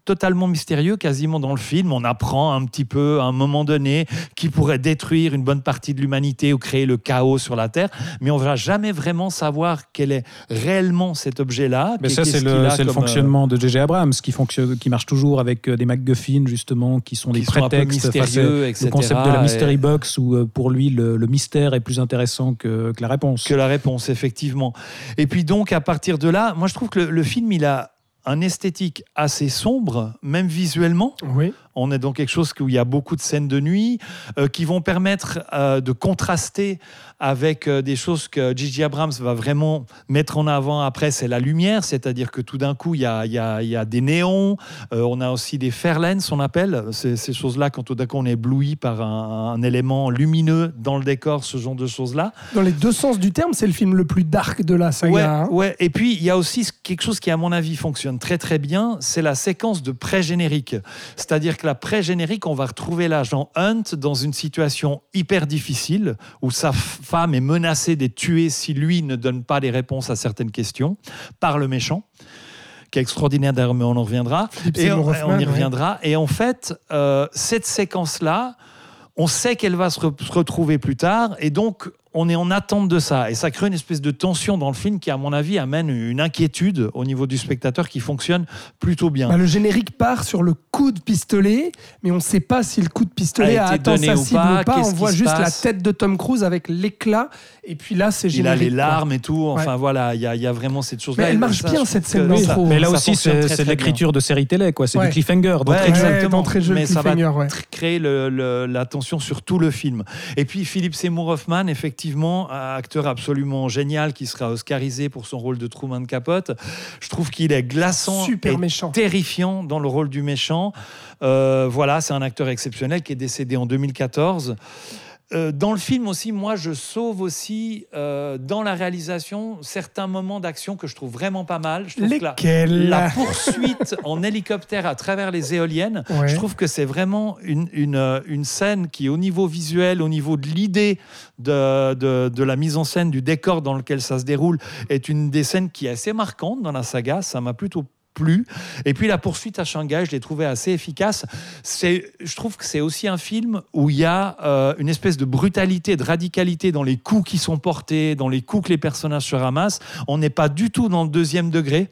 totalement mystérieux quasiment dans le film. On apprend un petit peu à un moment donné qui pourrait détruire une bonne partie de l'humanité ou créer le chaos sur la Terre, mais on ne va jamais vraiment savoir quel est réellement cet objet-là. Mais ça, c'est le, c'est le comme, fonctionnement de J J Abrams qui, fonctionne, qui marche toujours avec des MacGuffin, justement, qui sont des qui sont prétextes face au concept de la mystery et... box, où pour lui, le, le mystère est plus intéressant que, que la réponse. Que la réponse, effectivement. Et puis donc, à partir de là, moi, je trouve que le, le film, il a un esthétique assez sombre, même visuellement. Oui. On est dans quelque chose où il y a beaucoup de scènes de nuit euh, qui vont permettre euh, de contraster avec euh, des choses que J J Abrams va vraiment mettre en avant après, c'est la lumière, c'est-à-dire que tout d'un coup, il y a, il y a, il y a des néons, euh, on a aussi des fairlens, on appelle, ces, ces choses-là, quand tout d'un coup on est ébloui par un, un élément lumineux dans le décor, ce genre de choses-là. Dans les deux sens du terme, c'est le film le plus dark de la saga. Ouais, hein. ouais. Et puis, il y a aussi quelque chose qui, à mon avis, fonctionne très très bien, c'est la séquence de pré-générique. C'est-à-dire que la pré-générique, on va retrouver l'agent Hunt dans une situation hyper difficile où sa femme est menacée d'être tuée si lui ne donne pas les réponses à certaines questions par le méchant, qui est extraordinaire d'ailleurs, mais on en reviendra. Et on, on y reviendra. Ouais. Et en fait, euh, cette séquence-là, on sait qu'elle va se, re- se retrouver plus tard, et donc on est en attente de ça. Et ça crée une espèce de tension dans le film qui, à mon avis, amène une inquiétude au niveau du spectateur qui fonctionne plutôt bien. Bah, le générique part sur le coup de pistolet, mais on ne sait pas si le coup de pistolet a, a atteint sa cible ou pas. Ou pas. On voit juste la tête de Tom Cruise avec l'éclat, et puis là, c'est générique. Il a les larmes quoi. et tout. Enfin, ouais. voilà, il y, y a vraiment cette chose-là. Mais elle marche ça, bien, cette scène d'intro. Mais là aussi, c'est, c'est de l'écriture de série télé, quoi. C'est ouais. du cliffhanger. Ouais, ouais, exactement. Ouais, jeu mais ça va ouais. créer le, le, la tension sur tout le film. Et puis, Philip Seymour Hoffman, effectivement, acteur absolument génial qui sera oscarisé pour son rôle de Truman Capote. Je trouve qu'il est glaçant Super et méchant. terrifiant dans le rôle du méchant. Euh, voilà, c'est un acteur exceptionnel qui est décédé en deux mille quatorze. Euh, dans le film aussi, moi, je sauve aussi euh, dans la réalisation certains moments d'action que je trouve vraiment pas mal. Je trouve Lesquels ? la, la poursuite en hélicoptère à travers les éoliennes, ouais. je trouve que c'est vraiment une, une, une scène qui, au niveau visuel, au niveau de l'idée de, de, de la mise en scène, du décor dans lequel ça se déroule, est une des scènes qui est assez marquante dans la saga. Ça m'a plutôt plus. Et puis la poursuite à Shanghai, je l'ai trouvé assez efficace. C'est, je trouve que c'est aussi un film où il y a euh, une espèce de brutalité, de radicalité dans les coups qui sont portés, dans les coups que les personnages se ramassent. On n'est pas du tout dans le deuxième degré.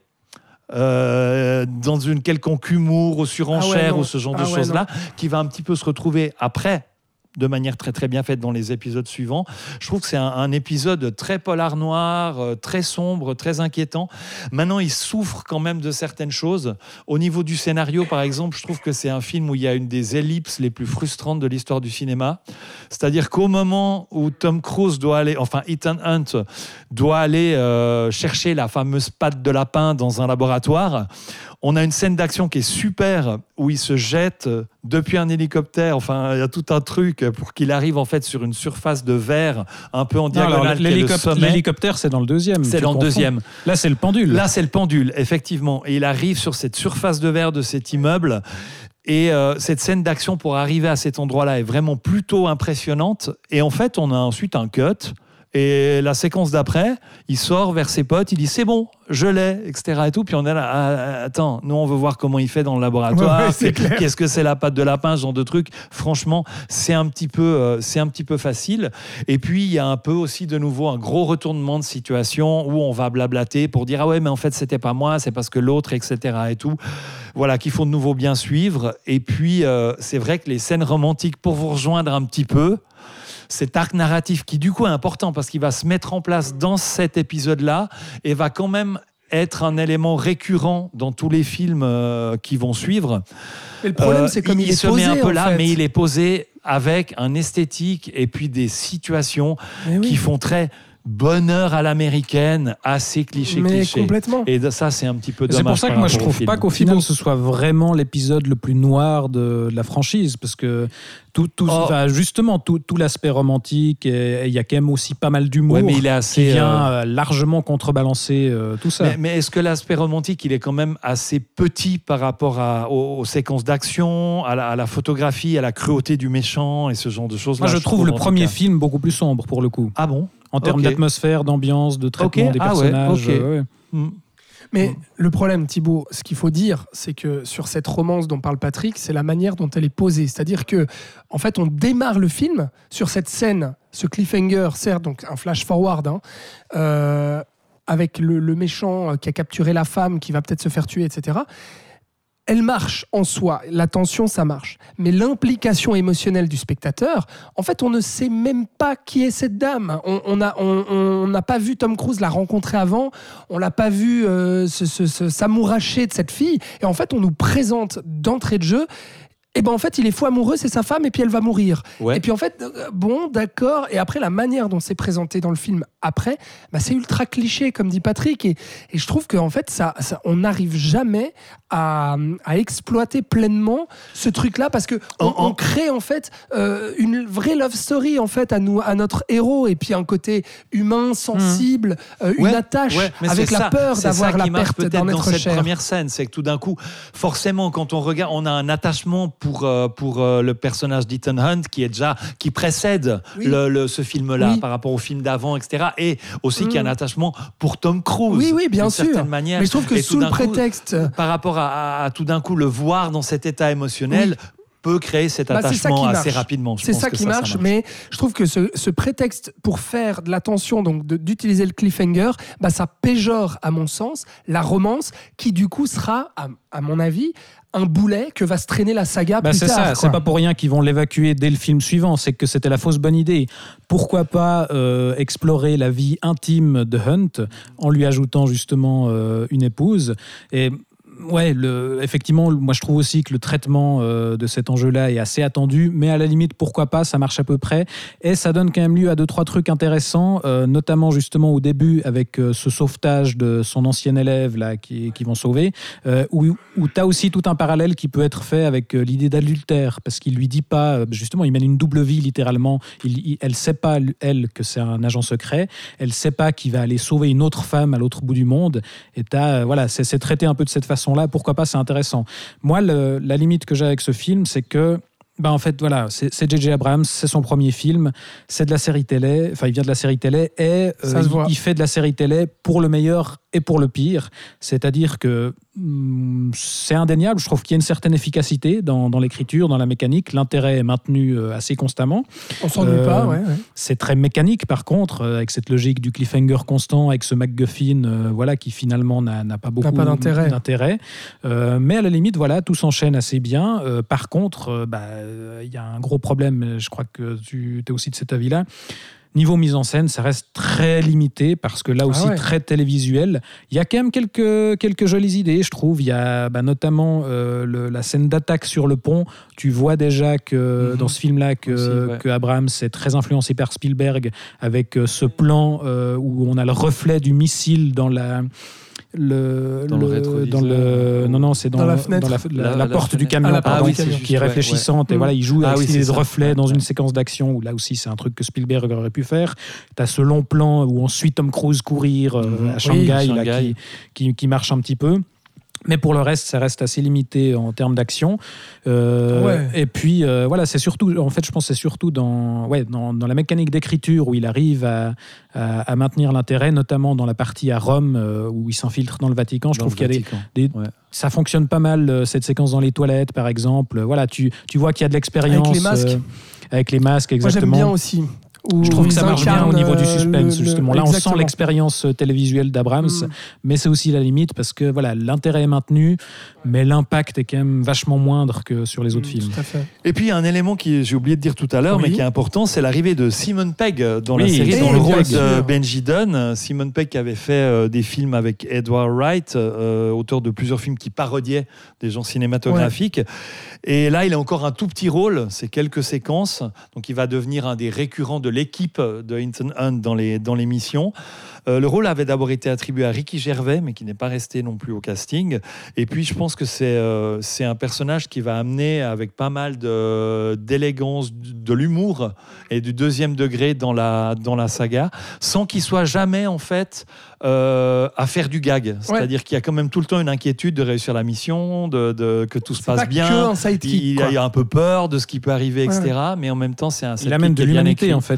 Euh, dans une quelconque humour ou surenchère ah ouais, ou ce genre ah de ouais, choses-là, non. qui va un petit peu se retrouver après de manière très très bien faite dans les épisodes suivants. Je trouve que c'est un, un épisode très polar noir, euh, très sombre, très inquiétant. Maintenant, il souffre quand même de certaines choses. Au niveau du scénario, par exemple, je trouve que c'est un film où il y a une des ellipses les plus frustrantes de l'histoire du cinéma. C'est-à-dire qu'au moment où Tom Cruise doit aller, enfin Ethan Hunt doit aller euh, chercher la fameuse patte de lapin dans un laboratoire, on a une scène d'action qui est super où il se jette depuis un hélicoptère. Enfin, il y a tout un truc pour qu'il arrive en fait sur une surface de verre un peu en diagonale. Non, alors, l'hélicoptère, l'hélicoptère, c'est dans le deuxième. C'est dans le deuxième. Là, c'est le pendule. Là, c'est le pendule, effectivement. Et il arrive sur cette surface de verre de cet immeuble. Et euh, cette scène d'action pour arriver à cet endroit-là est vraiment plutôt impressionnante. Et en fait, on a ensuite un cut. Et la séquence d'après, il sort vers ses potes, il dit c'est bon, je l'ai, et cetera. Et tout. Puis on est là, ah, attends, nous on veut voir comment il fait dans le laboratoire, ouais, ouais, c'est clair. Qu'est-ce que c'est la patte de lapin, ce genre de truc. Franchement, c'est un petit peu, euh, c'est un petit peu facile. Et puis il y a un peu aussi de nouveau un gros retournement de situation où on va blablater pour dire ah ouais mais en fait c'était pas moi, c'est parce que l'autre, et cetera. Et tout. Voilà, qu'il faut de nouveau bien suivre. Et puis euh, c'est vrai que les scènes romantiques, pour vous rejoindre un petit peu, cet arc narratif qui du coup est important parce qu'il va se mettre en place dans cet épisode-là et va quand même être un élément récurrent dans tous les films euh, qui vont suivre. Et le problème, euh, c'est comme il, il est se posé, met un peu là, fait. mais il est posé avec un esthétique et puis des situations oui. qui font très bonheur à l'américaine, assez cliché mais cliché. Complètement. Et ça, c'est un petit peu dommage. C'est pour ça que moi, je trouve pas qu'au final, ce soit vraiment l'épisode le plus noir de la franchise, parce que tout, tout, oh. enfin, justement, tout, tout l'aspect romantique, il y a quand même aussi pas mal d'humour ouais, mais il est assez, qui vient euh... largement contrebalancer euh, tout ça. Mais, mais est-ce que l'aspect romantique, il est quand même assez petit par rapport à, aux, aux séquences d'action, à la, à la photographie, à la cruauté du méchant et ce genre de choses-là? Moi, je, je trouve, trouve le premier film beaucoup plus sombre pour le coup. Ah bon? En termes okay. d'atmosphère, d'ambiance, de traitement okay. des ah personnages. Ouais, okay. euh, ouais. mm. Mais Mm. le problème, Thibaut, ce qu'il faut dire, c'est que sur cette romance dont parle Patrick, c'est la manière dont elle est posée. C'est-à-dire que, en fait, on démarre le film sur cette scène, ce cliffhanger, certes, donc un flash forward, hein, euh, avec le, le méchant qui a capturé la femme, qui va peut-être se faire tuer, et cetera. Elle marche en soi, la tension, ça marche. Mais l'implication émotionnelle du spectateur, en fait, on ne sait même pas qui est cette dame. On on n'a on, on n'a pas vu Tom Cruise la rencontrer avant, on l'a pas vu euh, se, se, se, s'amouracher de cette fille. Et en fait, on nous présente d'entrée de jeu, et ben en fait, il est fou amoureux, c'est sa femme, et puis elle va mourir. Ouais. Et puis en fait, euh, bon, d'accord. Et après, la manière dont c'est présenté dans le film, après, bah, c'est ultra cliché, comme dit Patrick. Et, et je trouve qu'en fait, ça, ça, on n'arrive jamais à, à exploiter pleinement ce truc-là, parce que on, En- en- on crée en fait euh, une vraie love story en fait à nous, à notre héros, et puis un côté humain, sensible, euh, une Ouais, attache ouais, mais avec c'est la ça, peur c'est d'avoir ça la qui marche perte peut-être d'en dans être cette cher. première scène, c'est que tout d'un coup, forcément, quand on regarde, on a un attachement pour euh, pour euh, le personnage d'Ethan Hunt qui est déjà qui précède Oui. le, le- ce film-là Oui. par rapport au film d'avant, et cetera. Et aussi Mm. qu'il y a un attachement pour Tom Cruise. Oui, oui, bien d'une sûr. certaine manière. Mais je trouve que Et tout sous le d'un coup, prétexte, par rapport à, à- à tout d'un coup le voir dans cet état émotionnel, peut créer cet Bah, c'est ça attachement qui assez marche. rapidement. Je c'est pense ça que qui marche, mais je trouve que ce, ce prétexte pour faire de la tension, donc de- d'utiliser le cliffhanger, bah, ça péjore, à mon sens, la romance qui, du coup, sera, à, à mon avis, un boulet que va se traîner la saga Bah plus c'est tard. ça, quoi. c'est pas pour rien qu'ils vont l'évacuer dès le film suivant, c'est que c'était la fausse bonne idée. Pourquoi pas euh, explorer la vie intime de Hunt en lui ajoutant justement euh, une épouse. Et ouais, le, effectivement, moi je trouve aussi que le traitement euh, de cet enjeu-là est assez attendu, mais à la limite, pourquoi pas, ça marche à peu près. Et ça donne quand même lieu à deux, trois trucs intéressants, euh, notamment justement au début avec euh, ce sauvetage de son ancien élève là, qui, qui vont sauver, euh, où, où tu as aussi tout un parallèle qui peut être fait avec euh, l'idée d'adultère, parce qu'il lui dit pas, euh, justement, il mène une double vie littéralement. Il, il, elle sait pas, elle, que c'est un agent secret, elle sait pas qu'il va aller sauver une autre femme à l'autre bout du monde, et t'as, euh, voilà, c'est, c'est traité un peu de cette façon-là. Pourquoi pas, c'est intéressant. Moi, le, la limite que j'ai avec ce film, c'est que ben en fait, voilà, c'est, c'est J J Abrams, c'est son premier film, c'est de la série télé, enfin, il vient de la série télé, et Ça euh, se voit. il, il fait de la série télé pour le meilleur et pour le pire. C'est-à-dire que hum, c'est indéniable, je trouve qu'il y a une certaine efficacité dans, dans l'écriture, dans la mécanique, l'intérêt est maintenu euh, assez constamment. On s'ennuie Euh, pas, ouais, ouais. C'est très mécanique, par contre, euh, avec cette logique du cliffhanger constant, avec ce MacGuffin, euh, voilà, qui finalement n'a, n'a pas beaucoup pas d'intérêt. d'intérêt. Euh, mais à la limite, voilà, tout s'enchaîne assez bien. Euh, par contre, il euh, bah, euh, y a un gros problème, je crois que tu es aussi de cet avis-là. Niveau mise en scène, ça reste très limité parce que là aussi, Ah ouais. très télévisuel. Il y a quand même quelques, quelques jolies idées, je trouve. Il y a bah, notamment euh, le, la scène d'attaque sur le pont. Tu vois déjà que Mhm. dans ce film-là, que, Aussi, ouais. que Abrams est très influencé par Spielberg avec euh, ce plan euh, où on a le reflet du missile dans la... Le, Dans le rétroviseur. dans le non non c'est dans, Dans la la, fenêtre. la, la- La- la la porte du fenêtre. camion Ah, la pardon, porte du camion. qui est Ouais, réfléchissante ouais. et voilà il joue Ah avec oui, ces c'est idées de ça. reflets dans Ouais. une séquence d'action où là aussi c'est un truc que Spielberg aurait pu faire. Tu as ce long plan où on suit Tom Cruise courir euh, Mhm. à Oui, Shanghai, là, Shanghai. qui, qui, qui marche un petit peu. Mais pour le reste, ça reste assez limité en termes d'action. Euh, Ouais. Et puis, euh, voilà, c'est surtout, en fait, je pense que c'est surtout dans, ouais, dans, dans la mécanique d'écriture où il arrive à, à, à maintenir l'intérêt, notamment dans la partie à Rome euh, où il s'infiltre dans le Vatican. Je Dans trouve le qu'il y a des, Vatican. des- Ouais. ça fonctionne pas mal, euh, cette séquence dans les toilettes, par exemple. Voilà, tu, tu vois qu'il y a de l'expérience. Avec les masques. euh, avec les masques, Moi, exactement. j'aime bien aussi. Où Je trouve que ça ils marche bien au incarnent, niveau du euh, suspense, le- justement. le- Là, on sent exactement. l'expérience euh, télévisuelle d'Abrams, Mm. mais c'est aussi la limite parce que voilà, l'intérêt est maintenu, mais l'impact est quand même vachement moindre que sur les autres Mm, films. Tout à fait. Et puis un élément que j'ai oublié de dire tout à l'heure, Oui. mais qui est important, c'est l'arrivée de Simon Pegg dans la Oui, série, et dans le bien rôle sûr. de Benji Dunn. Simon Pegg qui avait fait euh, des films avec Edward Wright, euh, auteur de plusieurs films qui parodiaient des genres cinématographiques. Et là, il a encore un tout petit rôle, c'est quelques séquences. Donc, il va devenir un des récurrents de l'équipe de Ethan Hunt dans les dans l'émission. Euh, le rôle avait d'abord été attribué à Ricky Gervais, mais qui n'est pas resté non plus au casting. Et puis, je pense que c'est euh, c'est un personnage qui va amener avec pas mal de, d'élégance, de l'humour et du deuxième degré dans la, dans la saga, sans qu'il soit jamais, en fait, euh, à faire du gag. C'est-à-dire qu'il y a quand même tout le temps une inquiétude de réussir la mission, de, de, que tout se C'est passe pas bien. que un sidekick, Il quoi. a, il a un peu peur de ce qui peut arriver, et cetera. Ouais. Mais en même temps, c'est un Il sidekick amène de qui est bien l'humanité, écrit. en fait.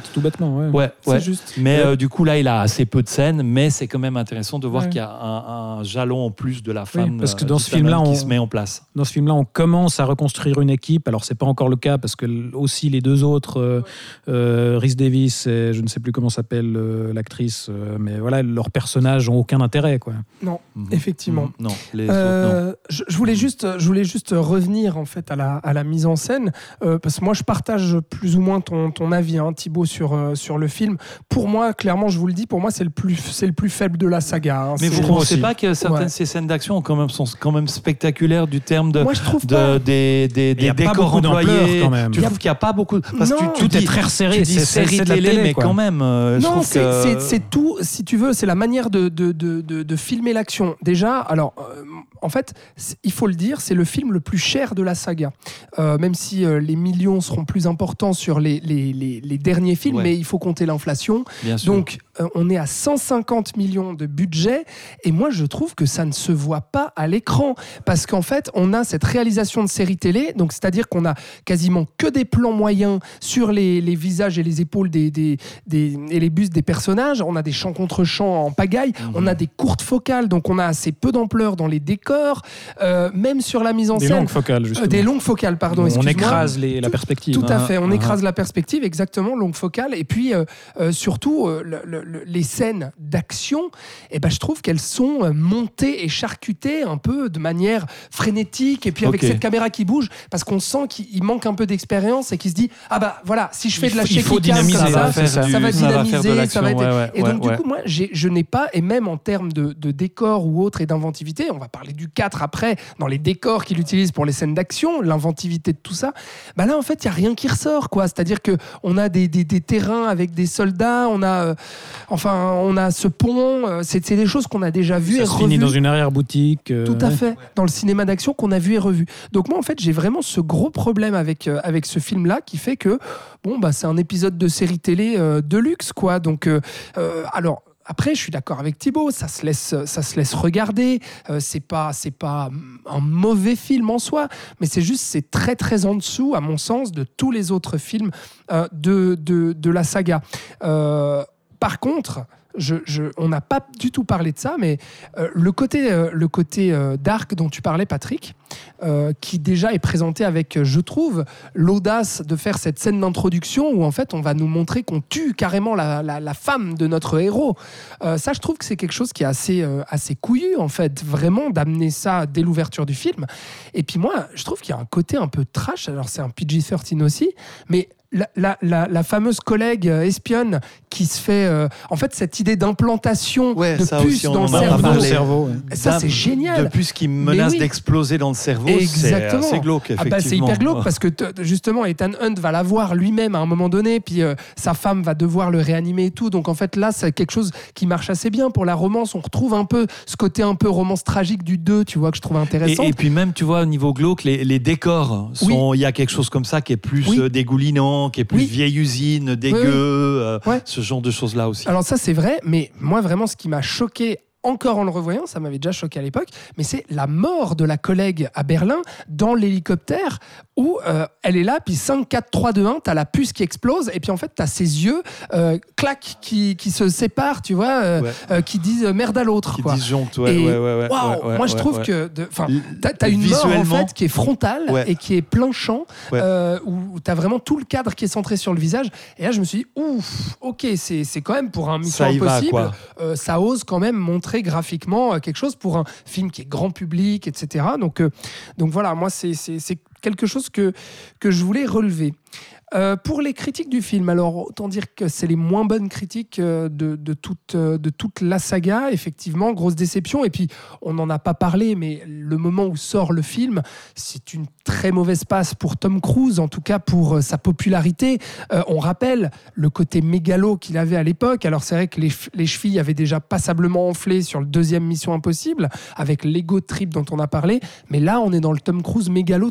tout bêtement. Ouais. Ouais, C'est ouais. juste. Mais Ouais. euh, du coup, là, il a assez peu de scènes, mais c'est quand même intéressant de voir Ouais. qu'il y a un, un jalon en plus de la femme parce que euh, dans ce d'Ethan film-là, Hunt qui on- se met en place. Dans ce film-là, on commence à reconstruire une équipe. Alors, c'est pas encore le cas parce que l- aussi les deux autres, euh, euh, Rhys Davis et je ne sais plus comment s'appelle euh, l'actrice, euh, mais voilà, leurs personnages ont aucun intérêt, quoi. Non, Mhm. effectivement. Mhm. Non, les autres, non. Euh, je, je voulais juste, je voulais juste revenir en fait à la, à la mise en scène euh, parce que moi je partage plus ou moins ton, ton avis, hein, Thibaut, sur euh, sur le film. Pour moi, clairement, je vous le dis, pour moi c'est le plus c'est le plus faible de la saga. hein. Mais C'est- vous ne trouve pensez aussi. pas que certaines Ouais. de ces scènes d'action ont quand même, sont quand même spectaculaires du terme de, Moi je trouve de- pas. des, des, il y des a pas décors beaucoup d'ampleur, employés. quand même. Tu Il y a- trouves qu'il n'y a pas beaucoup parce que Non. tu, tu Tout est dis, très resserré. tu dis c'est- c'est- série c'est de la télé, télé, mais quoi. quand même. euh, je Non, trouve c'est que- c'est- c'est tout, si tu veux, c'est la manière de, de, de, de, de filmer l'action. Déjà, alors, euh, en fait, c'est- il faut le dire, c'est le film le plus cher de la saga. Euh, même si euh, les millions seront plus importants sur les, les, les, les derniers films, Ouais. mais il faut compter l'inflation. Bien sûr. Donc, euh, on est à cent cinquante millions de budget, et moi, je trouve que ça ne se voit pas à l'écran, parce qu'en fait, on a cette réalisation de série télé, donc c'est-à-dire qu'on a quasiment que des plans moyens sur les, les visages et les épaules des, des, des- et les bustes des personnages, on a des champs contre champs en pagaille, Mhm. on a des courtes focales, donc on a assez peu d'ampleur dans les décors, euh, même sur la mise en Des scène. longues focales, Euh, justement. des longues focales, pardon, on excuse-moi. écrase les- la Tout- perspective. Tout à Ah, fait, on ah, écrase la perspective, exactement, longue focale. Et puis, euh, euh, surtout, euh, le- le- le- les scènes d'action, eh ben, je trouve qu'elles sont euh, montées et charcutées un peu de manière frénétique, et puis avec Ok. cette caméra qui bouge, parce qu'on sent qu'il il manque un peu d'expérience et qu'il se dit, ah bah voilà, si je fais Il de la faut- il faut shaky cam comme dynamiser, ça, ça, c'est ça. ça va du- ça va faire de dynamiser, ça l'action, va être... ouais, ouais, Et donc, ouais, du coup, moi, j'ai- je n'ai pas, et même en termes de, de décor ou autre et d'inventivité, on va parler du quatre après, dans les décors qu'il utilise pour les scènes d'action, l'inventivité de tout ça, bah là, en fait, il n'y a rien qui ressort, quoi. C'est-à-dire qu'on a des, des, des terrains avec des soldats, on a, euh, enfin, on a ce pont, euh, c'est c'est des choses qu'on a déjà vues et Ça se finit revues. dans une arrière-boutique. euh, Tout à ouais. fait, dans le cinéma d'action qu'on a vu et revu. Donc moi, en fait, j'ai vraiment ce gros problème avec, euh, avec ce film-là qui fait que, bon, bah, c'est un épisode de série télé euh, de luxe, quoi. Donc, euh, euh, alors... Après, je suis d'accord avec Thibaut, ça se laisse, ça se laisse regarder. Euh, c'est pas, c'est pas un mauvais film en soi, mais c'est juste, c'est très très en dessous, à mon sens, de tous les autres films euh, de, de, de la saga. Euh, par contre, je, je, on n'a pas du tout parlé de ça, mais euh, le côté, euh, le côté euh, dark dont tu parlais, Patrick, euh, qui déjà est présenté avec, je trouve, l'audace de faire cette scène d'introduction où en fait on va nous montrer qu'on tue carrément la, la, la femme de notre héros. Euh, ça, je trouve que c'est quelque chose qui est assez, euh, assez couillu, en fait, vraiment d'amener ça dès l'ouverture du film. Et puis moi, je trouve qu'il y a un côté un peu trash, alors c'est un P G treize aussi, mais la, la, la, la fameuse collègue euh, espionne qui se fait... euh, en fait, cette idée d'implantation Ouais, de ça puces aussi, on dans le en a cerveau, parlé. Dans le cerveau, ouais. ça, c'est génial. De plus qui menace oui. d'exploser dans le cerveau, c'est Exactement. assez glauque, Ah effectivement. bah, c'est hyper glauque parce que t- justement Ethan Hunt va la voir lui-même à un moment donné, puis euh, sa femme va devoir le réanimer et tout. Donc en fait là c'est quelque chose qui marche assez bien pour la romance. On retrouve un peu ce côté un peu romance tragique du deux, tu vois, que je trouve intéressant. Et, et puis même, tu vois, au niveau glauque, les, les décors, sont, il y a quelque chose comme ça qui est plus Oui. euh, dégoulinant, qui est plus Oui. vieille usine, dégueu, Oui, oui. euh, Ouais. ce genre de choses-là aussi. Alors ça c'est vrai, mais moi vraiment ce qui m'a choqué encore en le revoyant, ça m'avait déjà choqué à l'époque, mais c'est la mort de la collègue à Berlin dans l'hélicoptère où euh, elle est là, puis cinq, quatre, trois, deux, un, t'as la puce qui explose, et puis en fait t'as ses yeux, euh, clac, qui, qui se séparent, tu vois, euh, Ouais. euh, qui disent merde à l'autre, Qui quoi. disjoncte, ouais, Et ouais, ouais, ouais, waouh, ouais, ouais, moi je ouais, trouve ouais. que de- enfin L- t'as, t'as une mort en visuellement, fait qui est frontale Ouais. et qui est plein champ, Ouais. euh, où t'as vraiment tout le cadre qui est centré sur le visage, et là je me suis dit ouf, ok, c'est, c'est quand même pour un Mission Ça y va, Impossible, quoi. euh, ça ose quand même montrer graphiquement euh, quelque chose pour un film qui est grand public, et cetera. Donc, euh, donc voilà, moi c'est, c'est, c'est quelque chose que, que je voulais relever. Euh, pour les critiques du film, alors autant dire que c'est les moins bonnes critiques euh, de, de, toute, euh, de toute la saga, effectivement, grosse déception. Et puis, on n'en a pas parlé, mais le moment où sort le film, c'est une très mauvaise passe pour Tom Cruise, en tout cas pour euh, sa popularité. Euh, on rappelle le côté mégalo qu'il avait à l'époque. Alors c'est vrai que les, les chevilles avaient déjà passablement enflé sur le deuxième Mission Impossible, avec l'ego trip dont on a parlé, mais là, on est dans le Tom Cruise mégalo total.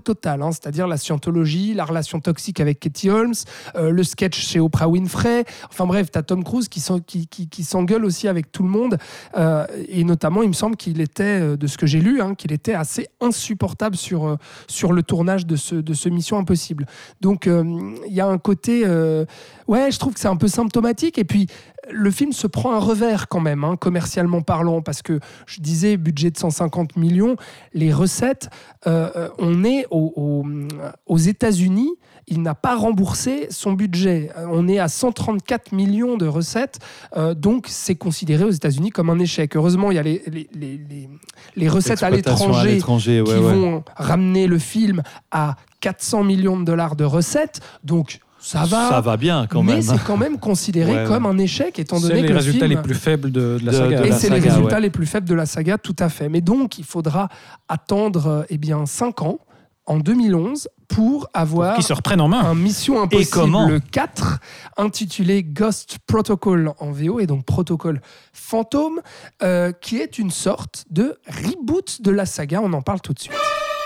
hein, c'est-à-dire la scientologie, la relation toxique avec Katie Holmes, euh, le sketch chez Oprah Winfrey. Enfin bref, t'as Tom Cruise qui, qui, qui, qui s'engueule aussi avec tout le monde. Euh, et notamment, il me semble qu'il était, de ce que j'ai lu, hein, qu'il était assez insupportable sur, euh, sur le tournage de ce, de ce Mission Impossible. Donc, il euh, y a un côté... Euh, ouais, je trouve que c'est un peu symptomatique. Et puis, le film se prend un revers quand même, hein, commercialement parlant, parce que je disais budget de cent cinquante millions, les recettes, euh, on est au, au, aux États-Unis, il n'a pas remboursé son budget. On est à cent trente-quatre millions de recettes, euh, donc c'est considéré aux États-Unis comme un échec. Heureusement, il y a les, les, les, les, les recettes à l'étranger, à l'étranger ouais, qui ouais. vont ramener le film à quatre cents millions de dollars de recettes, donc ça va, ça va bien quand mais même. c'est quand même considéré ouais, comme ouais. un échec, étant donné c'est que les le résultats film... les plus faibles de, de la de, saga. De et la c'est saga, les résultats ouais. les plus faibles de la saga, tout à fait. Mais donc, il faudra attendre eh bien, cinq ans, en deux mille onze, pour avoir pour qu'ils se reprennent en main. un Mission Impossible quatre, intitulé Ghost Protocol en V O, et donc Protocole Fantôme, euh, qui est une sorte de reboot de la saga. On en parle tout de suite.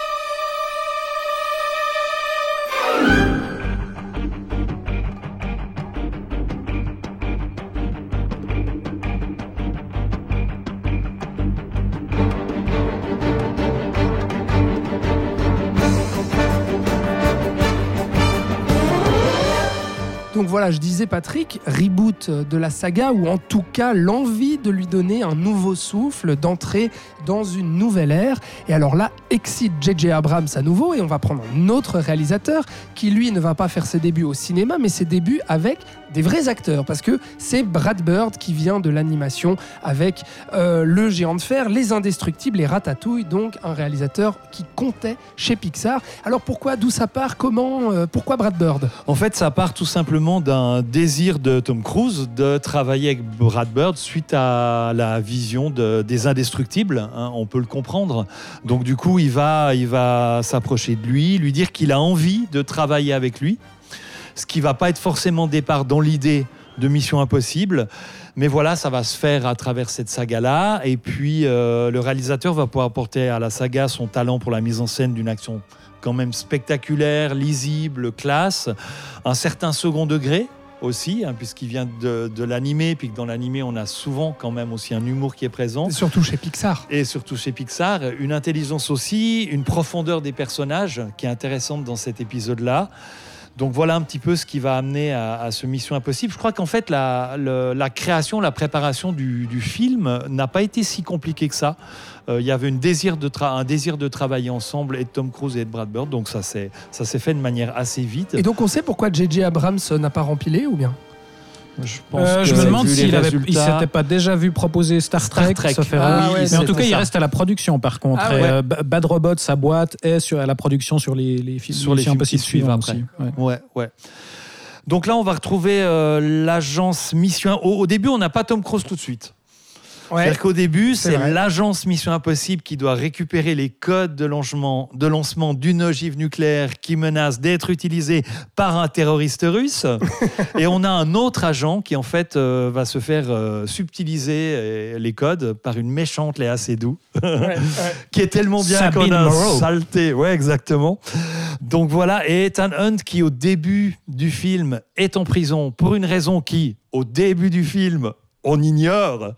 Donc voilà, je disais Patrick, reboot de la saga, ou en tout cas l'envie de lui donner un nouveau souffle, d'entrer dans une nouvelle ère. Et alors là, excite J J Abrams à nouveau, et on va prendre un autre réalisateur qui lui ne va pas faire ses débuts au cinéma, mais ses débuts avec des vrais acteurs, parce que c'est Brad Bird qui vient de l'animation avec euh, Le Géant de Fer, Les Indestructibles et Ratatouille, donc un réalisateur qui comptait chez Pixar. Alors pourquoi, d'où ça part, comment, euh, pourquoi Brad Bird ? En fait, ça part tout simplement d'un désir de Tom Cruise de travailler avec Brad Bird suite à la vision de, des Indestructibles, hein, on peut le comprendre. Donc du coup, il va, il va s'approcher de lui, lui dire qu'il a envie de travailler avec lui, ce qui ne va pas être forcément départ dans l'idée de Mission Impossible, mais voilà, ça va se faire à travers cette saga-là, et puis euh, le réalisateur va pouvoir apporter à la saga son talent pour la mise en scène d'une action quand même spectaculaire, lisible, classe, un certain second degré aussi, hein, puisqu'il vient de, de l'animé, puis que dans l'animé, on a souvent quand même aussi un humour qui est présent. Et surtout chez Pixar. Et surtout chez Pixar, une intelligence aussi, une profondeur des personnages qui est intéressante dans cet épisode-là. Donc voilà un petit peu ce qui va amener à, à ce Mission Impossible. Je crois qu'en fait, la, le, la création, la préparation du, du film n'a pas été si compliquée que ça. Euh, il y avait une désir de tra- un désir de travailler ensemble, et de Tom Cruise et de Brad Bird, donc ça s'est, ça s'est fait de manière assez vite. Et donc on sait pourquoi J J Abrams n'a pas rempilé, ou bien ? Je, pense euh, que je me demande s'il ne s'était pas déjà vu proposer Star, Star Trek, Trek. sauf Ah, erreur. oui, mais en c'est tout cas, ça. il reste à la production par contre. Ah, et, ouais. euh, Bad Robot, sa boîte, est sur, à la production sur les, les films Sur les films Impossible qui suivent suivants après. aussi. Ouais. Ouais, ouais. Donc là, on va retrouver euh, l'agence Mission. Au, au début, on n'a pas Tom Cruise tout de suite. Ouais. C'est-à-dire qu'au début, c'est, c'est l'agence Mission Impossible qui doit récupérer les codes de lancement, de lancement d'une ogive nucléaire qui menace d'être utilisée par un terroriste russe. Et on a un autre agent qui, en fait, euh, va se faire euh, subtiliser euh, les codes par une méchante Léa Seydoux, Ouais, ouais. qui est tellement bien Sabine qu'on a Moreau. saleté. Ouais, exactement. Donc voilà, et Ethan Hunt qui, au début du film, est en prison pour une raison qui, au début du film, on ignore.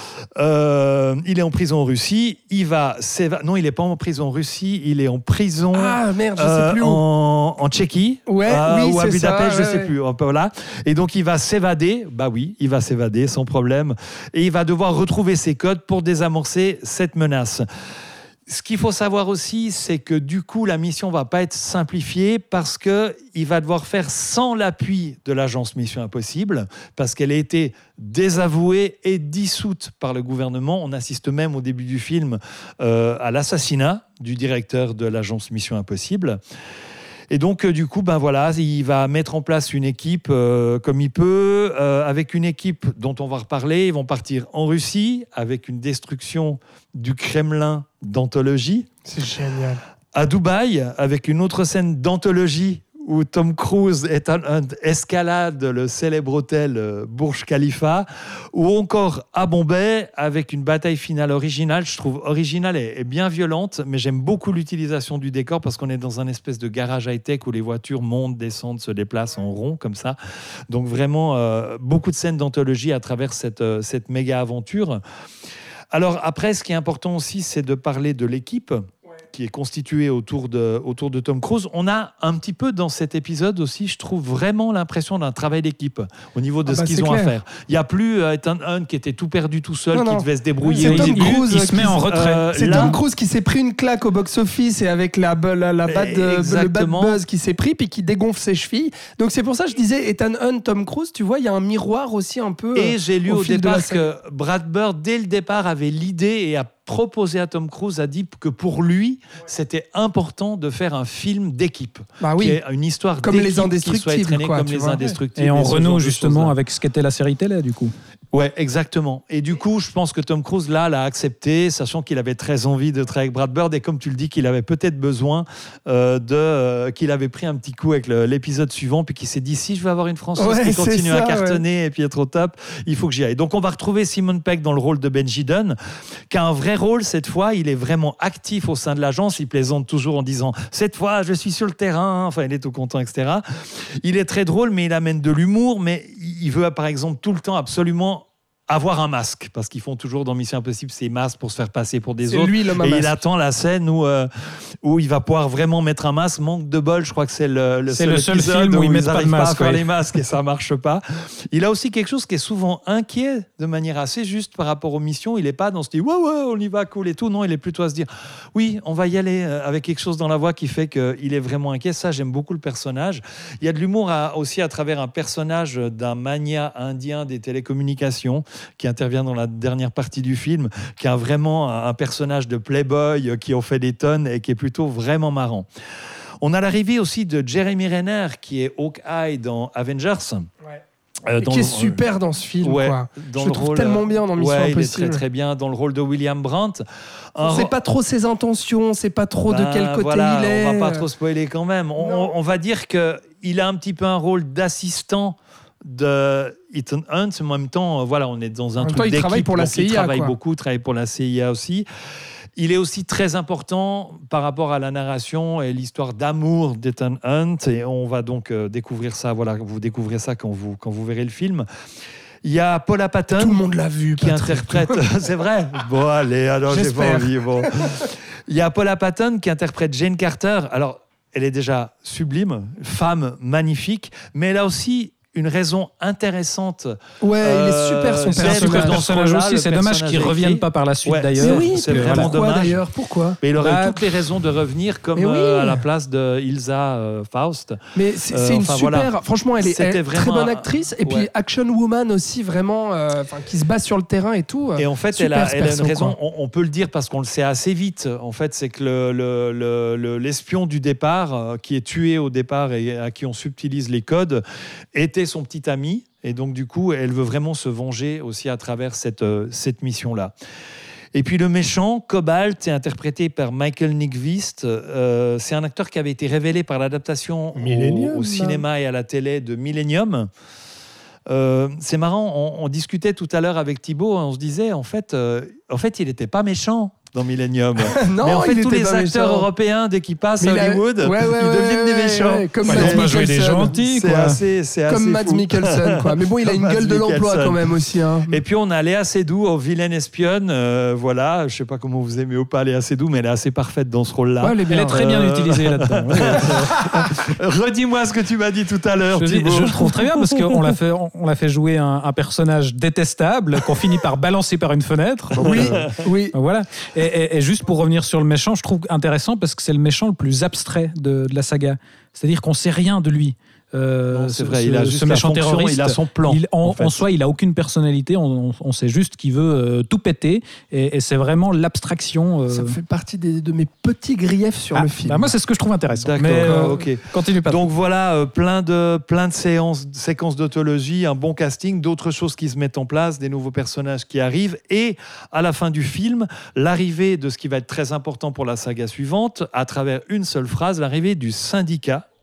Euh, il est en prison en Russie. Il va s'éva- non, il n'est pas en prison en Russie. Il est en prison Ah merde, je sais euh, plus où. en, en Tchéquie, Ouais, euh, oui, ou à c'est Budapest, ça, je ouais, sais ouais. plus. Voilà. Et donc il va s'évader. Bah oui, il va s'évader sans problème. Et il va devoir retrouver ses codes pour désamorcer cette menace. Ce qu'il faut savoir aussi, c'est que du coup, la mission ne va pas être simplifiée parce qu'il va devoir faire sans l'appui de l'agence Mission Impossible, parce qu'elle a été désavouée et dissoute par le gouvernement. On assiste même au début du film euh, à l'assassinat du directeur de l'agence Mission Impossible. Et donc, euh, du coup, ben voilà, il va mettre en place une équipe euh, comme il peut, euh, avec une équipe dont on va reparler. Ils vont partir en Russie avec une destruction du Kremlin d'anthologie. C'est génial. À Dubaï, avec une autre scène d'anthologie où Tom Cruise est un, un escalade le célèbre hôtel euh, Burj Khalifa, ou encore à Bombay avec une bataille finale originale. Je trouve originale et, et bien violente, mais j'aime beaucoup l'utilisation du décor parce qu'on est dans un espèce de garage high-tech où les voitures montent, descendent, se déplacent en rond comme ça. Donc vraiment euh, beaucoup de scènes d'anthologie à travers cette, euh, cette méga aventure. Alors après, ce qui est important aussi, c'est de parler de l'équipe qui est constituée autour de, autour de Tom Cruise. On a un petit peu dans cet épisode aussi, je trouve vraiment l'impression d'un travail d'équipe au niveau de ah ce bah qu'ils ont clair. à faire. Il n'y a plus euh, Ethan Hunt qui était tout perdu tout seul, Non, qui non. devait se débrouiller. C'est au Tom début. Cruise il se met qui- en retrait. Euh, C'est là- Tom Cruise qui s'est pris une claque au box-office et avec la, la, la bad, le bad Exactement. buzz qui s'est pris puis qui dégonfle ses chevilles. Donc c'est pour ça que je disais Ethan Hunt, Tom Cruise, tu vois, il y a un miroir aussi un peu. Et j'ai lu au au, fil de la départ saga. que Brad Bird, dès le départ, avait l'idée et a proposé à Tom Cruise, a dit que pour lui, c'était important de faire un film d'équipe. Bah Qui oui. est une histoire Comme Les d'équipe qui soit Indestructibles, traînée quoi, comme tu les vois. Indestructibles. Et on ce genre renoue de justement choses-là. avec ce qu'était la série télé, du coup. Ouais, exactement. Et du coup, je pense que Tom Cruise, là, l'a accepté, sachant qu'il avait très envie de travailler avec Brad Bird. Et comme tu le dis, qu'il avait peut-être besoin euh, de... Euh, qu'il avait pris un petit coup avec le- l'épisode suivant, puis qu'il s'est dit, si je veux avoir une Française Ouais, qui c'est continue ça, à cartonner et puis être au top, il faut que j'y aille. Donc, on va retrouver Simon Pegg dans le rôle de Benji Dunn, qui a un vrai rôle cette fois. Il est vraiment actif au sein de l'agence. Il plaisante toujours en disant, cette fois, je suis sur le terrain. Enfin, il est tout content, et cetera. Il est très drôle, mais il amène de l'humour. Mais il veut, par exemple, tout le temps absolument avoir un masque, parce qu'ils font toujours dans Mission Impossible ces masques pour se faire passer pour des C'est autres. lui l'homme à Et masque. il attend la scène où, euh, où il va pouvoir vraiment mettre un masque. Manque de bol, je crois que c'est le, le C'est seul le seul épisode film où ils mettent pas de arrivent masque, à faire ouais. les masques et ça marche pas. Il a aussi quelque chose qui est souvent inquiet de manière assez juste par rapport aux missions. Il n'est pas dans ce dit ouais ouais on y va cool et tout. Non, il est plutôt à se dire oui on va y aller euh, avec quelque chose dans la voix qui fait qu'il est vraiment inquiet. Ça, j'aime beaucoup le personnage. Il y a de l'humour à- aussi à travers un personnage d'un mania indien des télécommunications qui intervient dans la dernière partie du film, qui a vraiment un personnage de playboy euh, qui en fait des tonnes et qui est plutôt vraiment marrant. On a l'arrivée aussi de Jeremy Renner qui est Hawkeye dans Avengers. Euh, Et dans qui est le- super dans ce film, Ouais, quoi. dans Je le le trouve rôle, tellement bien dans Mission ouais, il est Impossible. très très bien dans le rôle de William Brandt. Un On sait ro- pas trop ses intentions, on sait pas trop de Ben, quel côté voilà, il est. On va pas trop spoiler quand même. On, Non. on va dire que il a un petit peu un rôle d'assistant de Ethan Hunt. En même temps, euh, voilà, on est dans un En même truc temps, il d'équipe, travaille pour la donc C I A, Il travaille quoi. beaucoup, travaille pour la C I A aussi. Il est aussi très important par rapport à la narration et l'histoire d'amour d'Ethan Hunt. Et on va donc euh, découvrir ça. Voilà, vous découvrez ça quand vous, quand vous verrez le film. Il y a Paula Patton Tout le monde l'a vu, qui Patrick. interprète. C'est vrai. Bon, allez, alors j'ai pas J'espère. envie. Bon. Il y a Paula Patton qui interprète Jane Carter. Alors, elle est déjà sublime, femme magnifique, mais elle a aussi une raison intéressante. Ouais, il est Euh, super son c'est C'est un super dans personnage. ce personnage rôle-là, aussi. le C'est dommage personnage qu'il ne écrit. revienne pas par la suite Ouais, d'ailleurs. Mais oui, c'est mais vraiment pourquoi dommage. d'ailleurs Pourquoi Mais il aurait Bah, toutes les raisons de revenir comme Mais oui. euh, à la place de Ilsa euh, Faust. Mais c'est Euh, c'est une enfin, super. voilà. Franchement, elle est, C'était elle est très vraiment bonne un- actrice. Et puis ouais. action woman aussi, vraiment, euh, enfin, qui se bat sur le terrain et tout. Et en fait, elle Super, a, ce elle a une perso, raison, quoi. on, on peut le dire parce qu'on le sait assez vite. En fait, c'est que le, le- le- le- l'espion du départ, euh, qui est tué au départ et à qui on subtilise les codes, était son petit ami. Et donc, du coup, elle veut vraiment se venger aussi à travers cette, euh, cette mission-là. Et puis le méchant, Cobalt, est interprété par Michael Nyqvist. Euh, c'est un acteur qui avait été révélé par l'adaptation au, Millennium, au cinéma et à la télé de Millennium. Euh, c'est marrant, on, on discutait tout à l'heure avec Thibaut, on se disait, en fait, euh, en fait il n'était pas méchant dans Millennium. Non, Mais en fait, il tous était les pas acteurs méchant. européens, dès qu'ils passent Mais à il a- Hollywood, Ouais, ouais, ils ouais, deviennent des ouais, méchants. ouais, comme Ouais, Mads ils ont pas joué des Mikkelsen. gentils. C'est quoi. assez, c'est Comme assez Mads fou. Mikkelsen, quoi. Mais bon, il a Comme une Mads gueule de l'emploi Mikkelsen. quand même aussi. Hein. Et puis on a Léa Seydoux au Vilaine Espionne. Euh, voilà, je sais pas comment vous aimez ou pas Léa Seydoux, mais elle est assez parfaite dans ce rôle-là. Ouais, elle est Elle bien. est très bien Euh, utilisée là-dedans. Ouais. Redis-moi ce que tu m'as dit tout à l'heure, Je, dis- Thibaut. je le trouve très bien parce qu'on l'a fait, on, on l'a fait jouer un, un personnage détestable qu'on finit par balancer par une fenêtre. Donc, Oui, euh, oui. voilà. Et, et- et juste pour revenir sur le méchant, je trouve intéressant parce que c'est le méchant le plus abstrait de, de la saga. C'est-à-dire qu'on sait rien de lui. Euh, Non, c'est ce- vrai, ce- il a ce juste la méchant fonction, terroriste, il a son plan. il- en, en fait. en soi, il a aucune personnalité. On, on- on sait juste qu'il veut euh, tout péter, et, et c'est vraiment l'abstraction. euh, Ça fait partie des- de mes petits griefs sur ah, le film. bah moi, c'est ce que je trouve intéressant. D'accord, Mais, euh, ok. Continue pas. Donc voilà, euh, plein de, plein de séances, séquences d'autologie, un bon casting, d'autres choses qui se mettent en place, des nouveaux personnages qui arrivent. Et à la fin du film, l'arrivée de ce qui va être très important pour la saga suivante, à travers une seule phrase, l'arrivée du syndicat,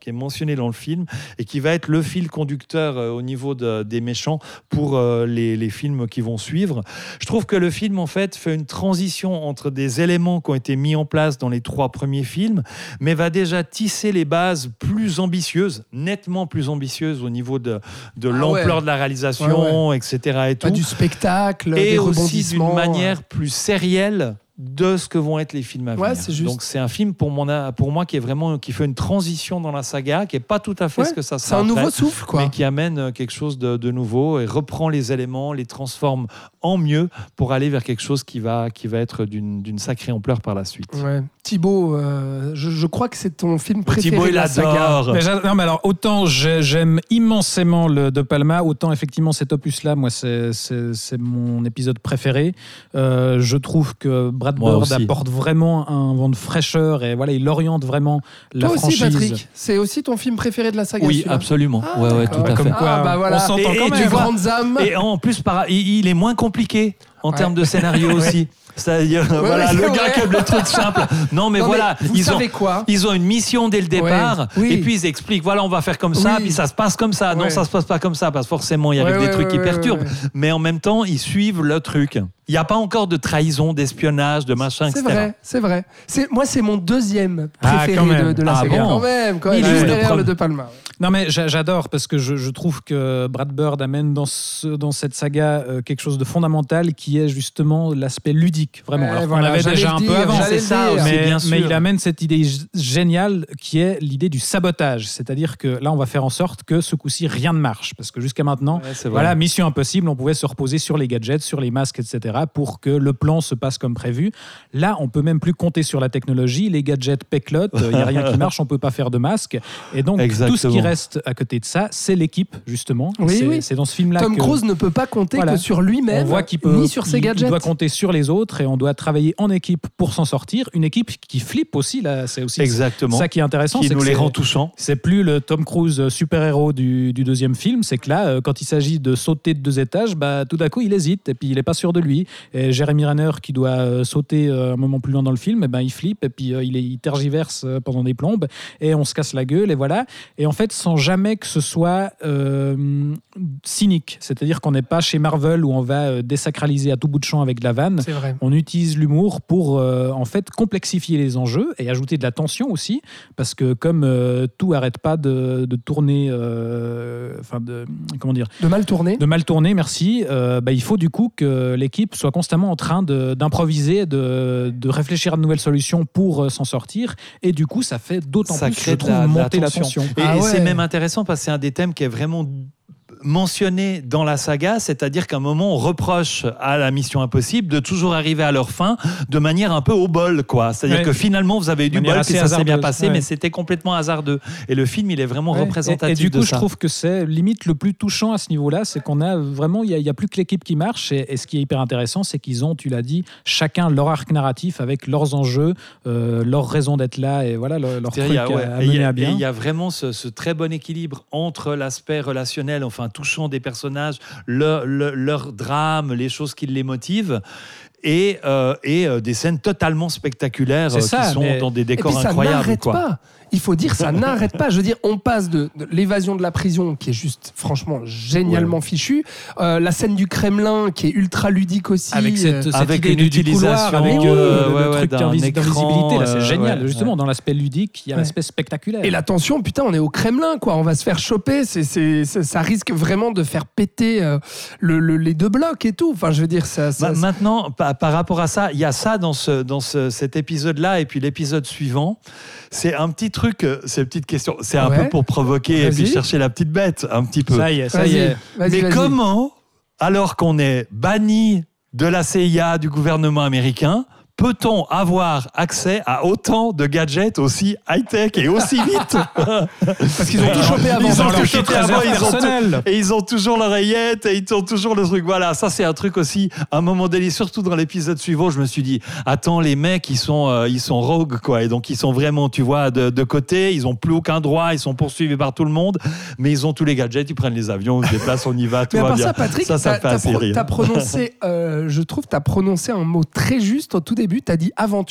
qui est mentionné dans le film et qui va être le fil conducteur euh, au niveau de, des méchants pour euh, les, les films qui vont suivre. Je trouve que le film, en fait, fait une transition entre des éléments qui ont été mis en place dans les trois premiers films, mais va déjà tisser les bases plus ambitieuses, nettement plus ambitieuses au niveau de, de ah l'ampleur ouais. de la réalisation, ouais, ouais. et cetera. Et tout. Pas du spectacle, et des aussi rebondissements. d'une manière plus sérielle de ce que vont être les films à venir. Ouais, c'est juste. Donc c'est un film pour, mon, pour moi qui est vraiment qui fait une transition dans la saga, qui est pas tout à fait ouais, ce que ça c'est sera un après, nouveau souffle, quoi. mais qui amène quelque chose de, de nouveau et reprend les éléments, les transforme en mieux pour aller vers quelque chose qui va, qui va être d'une, d'une sacrée ampleur par la suite. Ouais. Thibaut, euh, je, je crois que c'est ton film préféré Thibaut, de il la saga. adore. Mais non, mais alors autant j'ai, j'aime immensément le De Palma, autant effectivement cet opus-là, moi c'est, c'est, c'est mon épisode préféré. Euh, je trouve que Brad Moi Bird aussi. apporte vraiment un vent de fraîcheur et voilà, il oriente vraiment la Toi aussi, franchise. Patrick, c'est aussi ton film préféré de la saga. Oui, celui-là. absolument. Ah, ouais, ouais, d'accord. tout à Comme fait. quoi, Ah, bah voilà. on s'entend Et- quand et même. tu Du vois, grandes âmes. Et en plus, para- il, il est moins compliqué en Ouais. termes de scénario aussi. C'est-à-dire, voilà, ouais, le c'est gars vrai. qui aime les trucs simples. Non, mais Non, voilà, mais vous ils ont, savez quoi ils ont une mission dès le départ, Ouais, oui. et puis ils expliquent, voilà, on va faire comme ça, Oui. puis ça se passe comme ça. Non, Ouais. ça se passe pas comme ça, parce que forcément, il arrive Ouais, des ouais, trucs ouais, qui ouais, perturbent. ouais, ouais. Mais en même temps, ils suivent le truc. Il n'y a pas encore de trahison, d'espionnage, de machin, C'est et cetera. vrai, c'est vrai. C'est, moi, c'est mon deuxième Ah, préféré quand même. de, de la Ah saga. bon Quand même, quand même. Il est Juste où, le derrière premier le De Palma. Non mais j'a- j'adore parce que je, je trouve que Brad Bird amène dans, ce, dans cette saga euh, quelque chose de fondamental qui est justement l'aspect ludique, vraiment. Ouais, Alors qu'on voilà, l'avait j'allais déjà le un dire, peu avant, j'allais c'est le ça dire. aussi, mais, bien sûr. mais il amène cette idée g- géniale qui est l'idée du sabotage. C'est-à-dire que là, on va faire en sorte que ce coup-ci, rien ne marche. Parce que jusqu'à maintenant, Ouais, c'est vrai. voilà, mission impossible, on pouvait se reposer sur les gadgets, sur les masques, et cetera pour que le plan se passe comme prévu. Là, on peut même plus compter sur la technologie. Les gadgets péclotent, il n'y a rien qui marche, on peut pas faire de masque. Et donc, Exactement. tout ce qui reste à côté de ça, c'est l'équipe, justement. Oui, c'est, oui. c'est dans ce film-là Tom que... Cruise ne peut pas compter Voilà. que sur lui-même, On voit qu'il peut, ni sur ses il- gadgets. Il doit compter sur les autres et on doit travailler en équipe pour s'en sortir. Une équipe qui flippe aussi, là, c'est aussi Exactement. ça qui est intéressant. Qui c'est nous que les c'est- rend touchants. C'est plus le Tom Cruise super-héros du, du deuxième film, c'est que là, euh, quand il s'agit de sauter de deux étages, bah, tout d'un coup, il hésite et puis il n'est pas sûr de lui. Et Jeremy Renner, qui doit euh, sauter euh, un moment plus loin dans le film, eh ben, il flippe et puis euh, il, est- il tergiverse euh, pendant des plombes et on se casse la gueule et voilà. Et en fait, sans jamais que ce soit euh, cynique, c'est-à-dire qu'on n'est pas chez Marvel où on va euh, désacraliser à tout bout de champ avec de la vanne. C'est vrai. On utilise l'humour pour euh, en fait complexifier les enjeux et ajouter de la tension aussi, parce que comme euh, tout arrête pas de, de tourner, euh, enfin de comment dire, De mal tourner. de mal tourner, merci. euh, bah, il faut du coup que l'équipe soit constamment en train de, d'improviser, de, de réfléchir à de nouvelles solutions pour euh, s'en sortir, et du coup ça fait d'autant Ça plus, crée je de trouve, la- de la monter la tension. tension. Et, Ah et ouais. c'est même intéressant parce que c'est un des thèmes qui est vraiment mentionné dans la saga, c'est-à-dire qu'à un moment on reproche à la Mission Impossible de toujours arriver à leur fin de manière un peu au bol, quoi. C'est-à-dire Ouais. que finalement vous avez eu du Manière bol assez puis ça s'est bien hasardeuse, passé, ouais. mais c'était complètement hasardeux. Et le film il est vraiment Ouais. représentatif et, et du de coup, ça. je trouve que c'est limite le plus touchant à ce niveau-là, c'est qu'on a vraiment, il n'y a, a plus que l'équipe qui marche. Et, et ce qui est hyper intéressant, c'est qu'ils ont, tu l'as dit, chacun leur arc narratif avec leurs enjeux, euh, leur raison d'être là et voilà leur, leur truc C'est-à-dire, à, il y a- ouais, à et il y mener a- à et bien. il y a vraiment ce, ce très bon équilibre entre l'aspect relationnel, enfin touchant des personnages, le- le- leur drame, les choses qui les motivent, et, euh, et euh, des scènes totalement spectaculaires C'est euh, ça, qui sont mais- dans des Et puis décors ça incroyables. n'arrête Quoi. pas. Il faut dire, ça n'arrête pas. Je veux dire, on passe de, de l'évasion de la prison, qui est juste, franchement, génialement fichue, euh, la scène du Kremlin, qui est ultra ludique aussi. Avec cette, euh, cette avec idée une du, du couloir, utilisation, avec euh, euh, le ouais, ouais, truc d'un d'invis- écran, d'invisibilité, là, c'est euh, génial. ouais, Justement, ouais. dans l'aspect ludique, il y a Ouais. l'aspect spectaculaire. Et l'attention, putain, on est au Kremlin, quoi. On va se faire choper. C'est, c'est, c'est- ça risque vraiment de faire péter euh, le, le- les deux blocs et tout. Enfin, je veux dire, ça. ça- Ma- Maintenant, par, par rapport à ça, il y a ça dans, ce, dans ce- cet épisode-là et puis l'épisode suivant. C'est un petit truc, euh, c'est une petite question. C'est un Ouais. peu pour provoquer et Vas-y. puis chercher la petite bête, un petit peu. Ça y est, ça Vas-y, y est. vas-y, Mais vas-y. comment, alors qu'on est banni de la C I A, du gouvernement américain, peut-on avoir accès à autant de gadgets aussi high-tech et aussi vite? Parce qu'ils ont tout chopé avant. Ils ont leur tout kit chopé réserve avant, ils ont personnel. tout- et ils ont toujours l'oreillette et ils ont toujours le truc. Voilà, ça c'est un truc aussi. À un moment donné, surtout dans l'épisode suivant, je me suis dit, attends, les mecs, ils sont, euh, ils sont rogues, quoi. Et donc ils sont vraiment, tu vois, de, de côté. Ils ont plus aucun droit. Ils sont poursuivis par tout le monde, mais ils ont tous les gadgets. Ils prennent les avions, ils se déplacent, on y va, tout Mais à va part bien. ça, Patrick, ça, ça t'as, me fait t'as assez pro- rire. t'as prononcé, euh, je trouve, t'as prononcé un mot très juste au tout début. T'as dit aventure.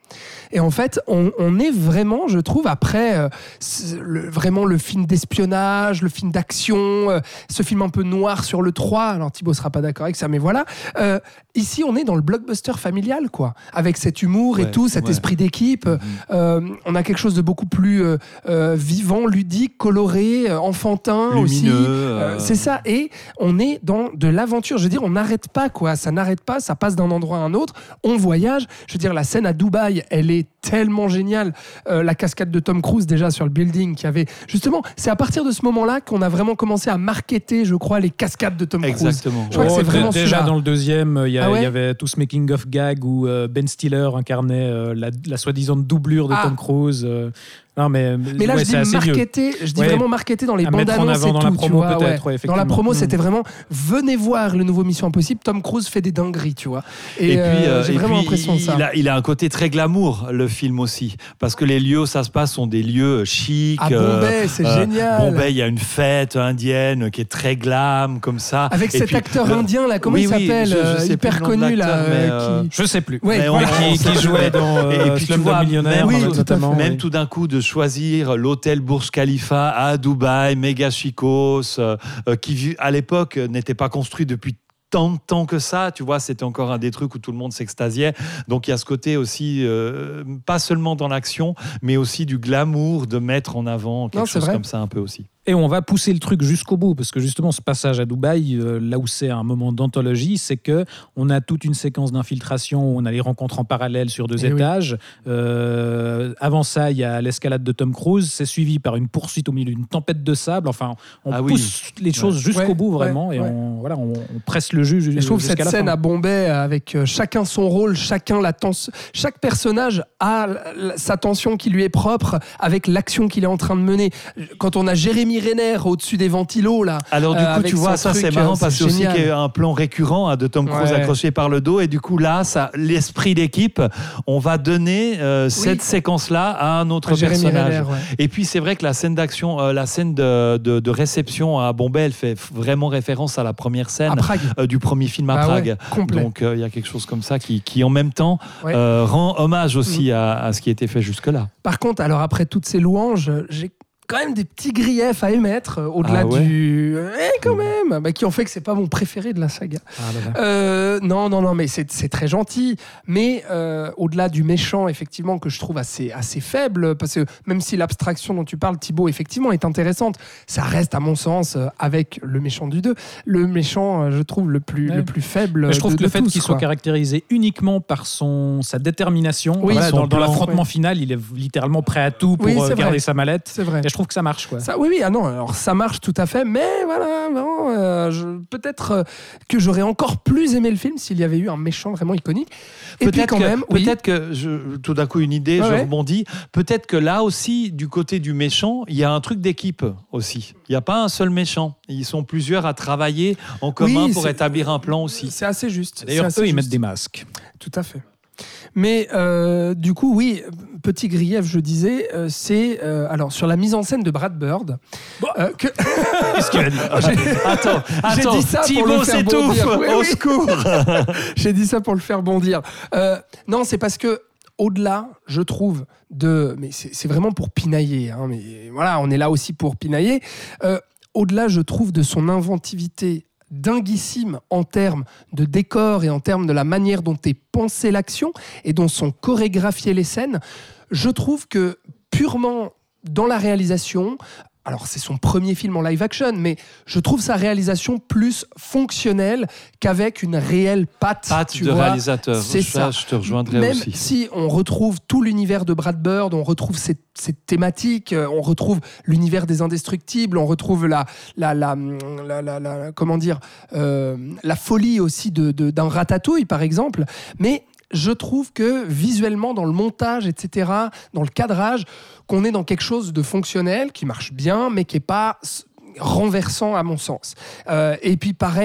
Et en fait, on, on est vraiment, je trouve, après euh, le, vraiment le film d'espionnage, le film d'action, euh, ce film un peu noir sur le trois. Alors Thibaut sera pas d'accord avec ça, mais voilà. Euh, ici, on est dans le blockbuster familial, quoi, avec cet humour ouais, et tout, cet ouais. esprit d'équipe. Mmh. Euh, on a quelque chose de beaucoup plus euh, euh, vivant, ludique, coloré, euh, enfantin lumineux, aussi. Euh... Euh, c'est ça. Et on est dans de l'aventure. Je veux dire, on n'arrête pas, quoi. Ça n'arrête pas. Ça passe d'un endroit à un autre. On voyage. Je veux dire, la scène à Dubaï, elle est tellement géniale. Euh, la cascade de Tom Cruise déjà sur le building qui avait justement, c'est à partir de ce moment-là qu'on a vraiment commencé à marketer, je crois, les cascades de Tom Cruise. Exactement. Je crois oh, que c'est vraiment déjà celui-là. Dans le deuxième, il y, ah ouais y avait tout ce making of gag où euh, Ben Stiller incarnait euh, la, la soi-disant doublure de ah. Tom Cruise. Euh, Non, mais, mais là, ouais, je dis marketé, je dis ouais. vraiment marketé dans les à bandes annonces et tout. Dans la promo, vois, peut-être, ouais. ouais, Dans la promo, mmh. c'était vraiment venez voir le nouveau Mission Impossible. Tom Cruise fait des dingueries, tu vois. Et, et puis, euh, j'ai et vraiment puis, l'impression de ça. Il a, il a un côté très glamour, le film aussi, parce que les lieux où ça se passe sont des lieux chics. À Bombay, euh, c'est euh, génial. Bombay, il y a une fête indienne qui est très glam, comme ça. Avec et cet puis, acteur le... indien là, comment oui, il s'appelle, oui, je, je hyper connu là, euh... qui... je sais plus. Ouais, mais voilà. qui, qui jouait dans euh, et, et puis, Slumdog Millionnaire, même, oui, notamment. Même oui. tout d'un coup de choisir l'hôtel Burj Khalifa à Dubaï, méga chicos, euh, qui à l'époque n'était pas construit depuis tant de temps que ça, tu vois, c'était encore un des trucs où tout le monde s'extasiait. Donc il y a ce côté aussi, euh, pas seulement dans l'action, mais aussi du glamour de mettre en avant quelque non, chose vrai. comme ça un peu aussi. Et on va pousser le truc jusqu'au bout, parce que justement, ce passage à Dubaï, euh, là où c'est un moment d'anthologie, c'est que on a toute une séquence d'infiltration où on a les rencontres en parallèle sur deux Et étages. Oui. Euh, avant ça, il y a l'escalade de Tom Cruise, c'est suivi par une poursuite au milieu d'une tempête de sable. Enfin, on ah pousse oui. les choses ouais. jusqu'au ouais, bout, vraiment, ouais, et ouais. On, voilà, on, on presse le jus jusqu'à je trouve cette la scène fin. à Bombay avec euh, chacun son rôle, chacun la tens- chaque personnage a la, sa tension qui lui est propre avec l'action qu'il est en train de mener. Quand on a Jérémy Renner au-dessus des ventilos là. Alors du coup, euh, tu vois, ça truc, c'est marrant c'est parce que aussi génial. qu'il y a un plan récurrent hein, de Tom Cruise ouais. accroché par le dos et du coup là, ça, l'esprit d'équipe, on va donner euh, oui. cette séquence-là à un autre à personnage. Renner, ouais. Et puis c'est vrai que la scène d'action, euh, la scène de, de, de réception à Bombay, elle fait vraiment référence à la première scène à Prague. Euh, du premier film à bah Prague. Ouais, complet. Donc il euh, y a quelque chose comme ça qui, qui en même temps ouais. euh, rend hommage aussi mmh. à, à ce qui a été fait jusque-là. Par contre, alors après toutes ces louanges, j'ai quand même des petits griefs à émettre euh, au-delà ah ouais. du eh, quand même bah, qui ont fait que c'est pas mon préféré de la saga. Ah, là, là. Euh, non non non mais c'est, c'est très gentil mais euh, au-delà du méchant effectivement que je trouve assez assez faible parce que même si l'abstraction dont tu parles Thibaut effectivement est intéressante, ça reste à mon sens euh, avec le méchant du deux, le méchant euh, je trouve le plus ouais. le plus faible. Mais je trouve de, que le de fait tous, qu'il quoi. soit caractérisé uniquement par son sa détermination, oui, voilà, son dans, dans plan, l'affrontement ouais. final, il est littéralement prêt à tout pour Oui, euh, c'est garder vrai. sa mallette. C'est vrai. Et je trouve que ça marche, quoi. Ça, oui, oui, ah non, alors ça marche tout à fait, mais voilà, bon, euh, je, peut-être euh, que j'aurais encore plus aimé le film s'il y avait eu un méchant vraiment iconique. Et peut-être puis quand que, même, oui. peut-être que je, tout d'un coup une idée, Ah je ouais. rebondis. Peut-être que là aussi, du côté du méchant, il y a un truc d'équipe aussi. Il n'y a pas un seul méchant. Ils sont plusieurs à travailler en commun Oui, pour c'est- établir un plan aussi. C'est assez juste. D'ailleurs, c'est assez eux, ils juste. mettent des masques. Tout à fait. Mais euh, du coup, oui, petit grief, je disais, euh, c'est euh, alors sur la mise en scène de Brad Bird. Euh, que... Qu'est-ce qu'il a dit Attends, J'ai attends, dit ça pour Thibaut le faire s'étouffe, bondir. Oui, au oui. secours. J'ai dit ça pour le faire bondir. Euh, non, c'est parce que au-delà, je trouve, de... Mais c'est, c'est vraiment pour pinailler. Hein, mais voilà, on est là aussi pour pinailler. Euh, au-delà, je trouve, de son inventivité dinguissime en termes de décor et en termes de la manière dont est pensée l'action et dont sont chorégraphiées les scènes, je trouve que purement dans la réalisation, alors c'est son premier film en live action, mais je trouve sa réalisation plus fonctionnelle qu'avec une réelle patte, Patte tu de vois. réalisateur. C'est ça, ça. je te rejoindrai Même aussi. si on retrouve tout l'univers de Brad Bird, on retrouve ses, ses thématiques, euh, on retrouve l'univers des Indestructibles, on retrouve la, la, la, la, la, la- comment dire, euh, la folie aussi de, de, d'un Ratatouille, par exemple. Mais je trouve que visuellement, dans le montage, et cetera, dans le cadrage, qu'on est dans quelque chose de fonctionnel, qui marche bien, mais qui n'est pas s- renversant à mon sens. Euh, et puis pareil,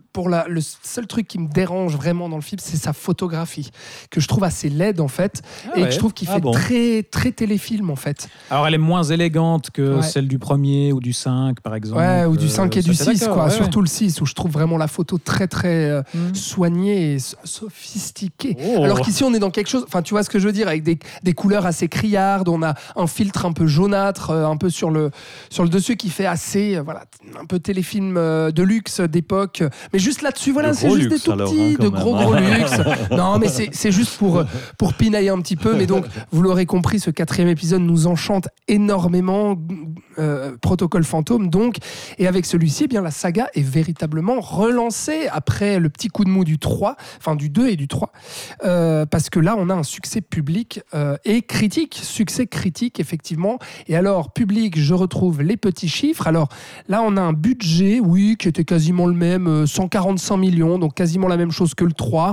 pour la, le seul truc qui me dérange vraiment dans le film, c'est sa photographie, que je trouve assez laide en fait, Ah et ouais. que je trouve qu'il Ah fait bon. très, très téléfilm en fait. Alors, elle est moins élégante que Ouais. celle du premier ou du cinq, par exemple. Ouais, ou du cinq et Euh, du ça, c'est six, d'accord, quoi. ouais, Surtout ouais. le six, où je trouve vraiment la photo très, très euh, Mm. soignée et so- sophistiquée. Oh. Alors qu'ici, on est dans quelque chose, enfin, tu vois ce que je veux dire, avec des, des couleurs assez criardes, on a un filtre un peu jaunâtre, euh, un peu sur le, sur le dessus, qui fait assez, euh, voilà, un peu téléfilm euh, de luxe d'époque. Mais juste là-dessus, voilà, De c'est gros juste luxe, des tout alors, petits, hein, quand de même, gros, hein. gros luxe. Non, mais c'est c'est juste pour, pour pinailler un petit peu. Mais donc, vous l'aurez compris, ce quatrième épisode nous enchante énormément. Euh, Protocole Fantôme, donc. Et avec celui-ci, eh bien, la saga est véritablement relancée après le petit coup de mou du trois, enfin du deux et du trois. Euh, parce que là, on a un succès public euh, et critique. Succès critique, effectivement. Et alors, public, je retrouve les petits chiffres. Alors là, on a un budget, oui, qui était quasiment le même, euh, cent quarante-cinq millions, donc quasiment la même chose que le trois.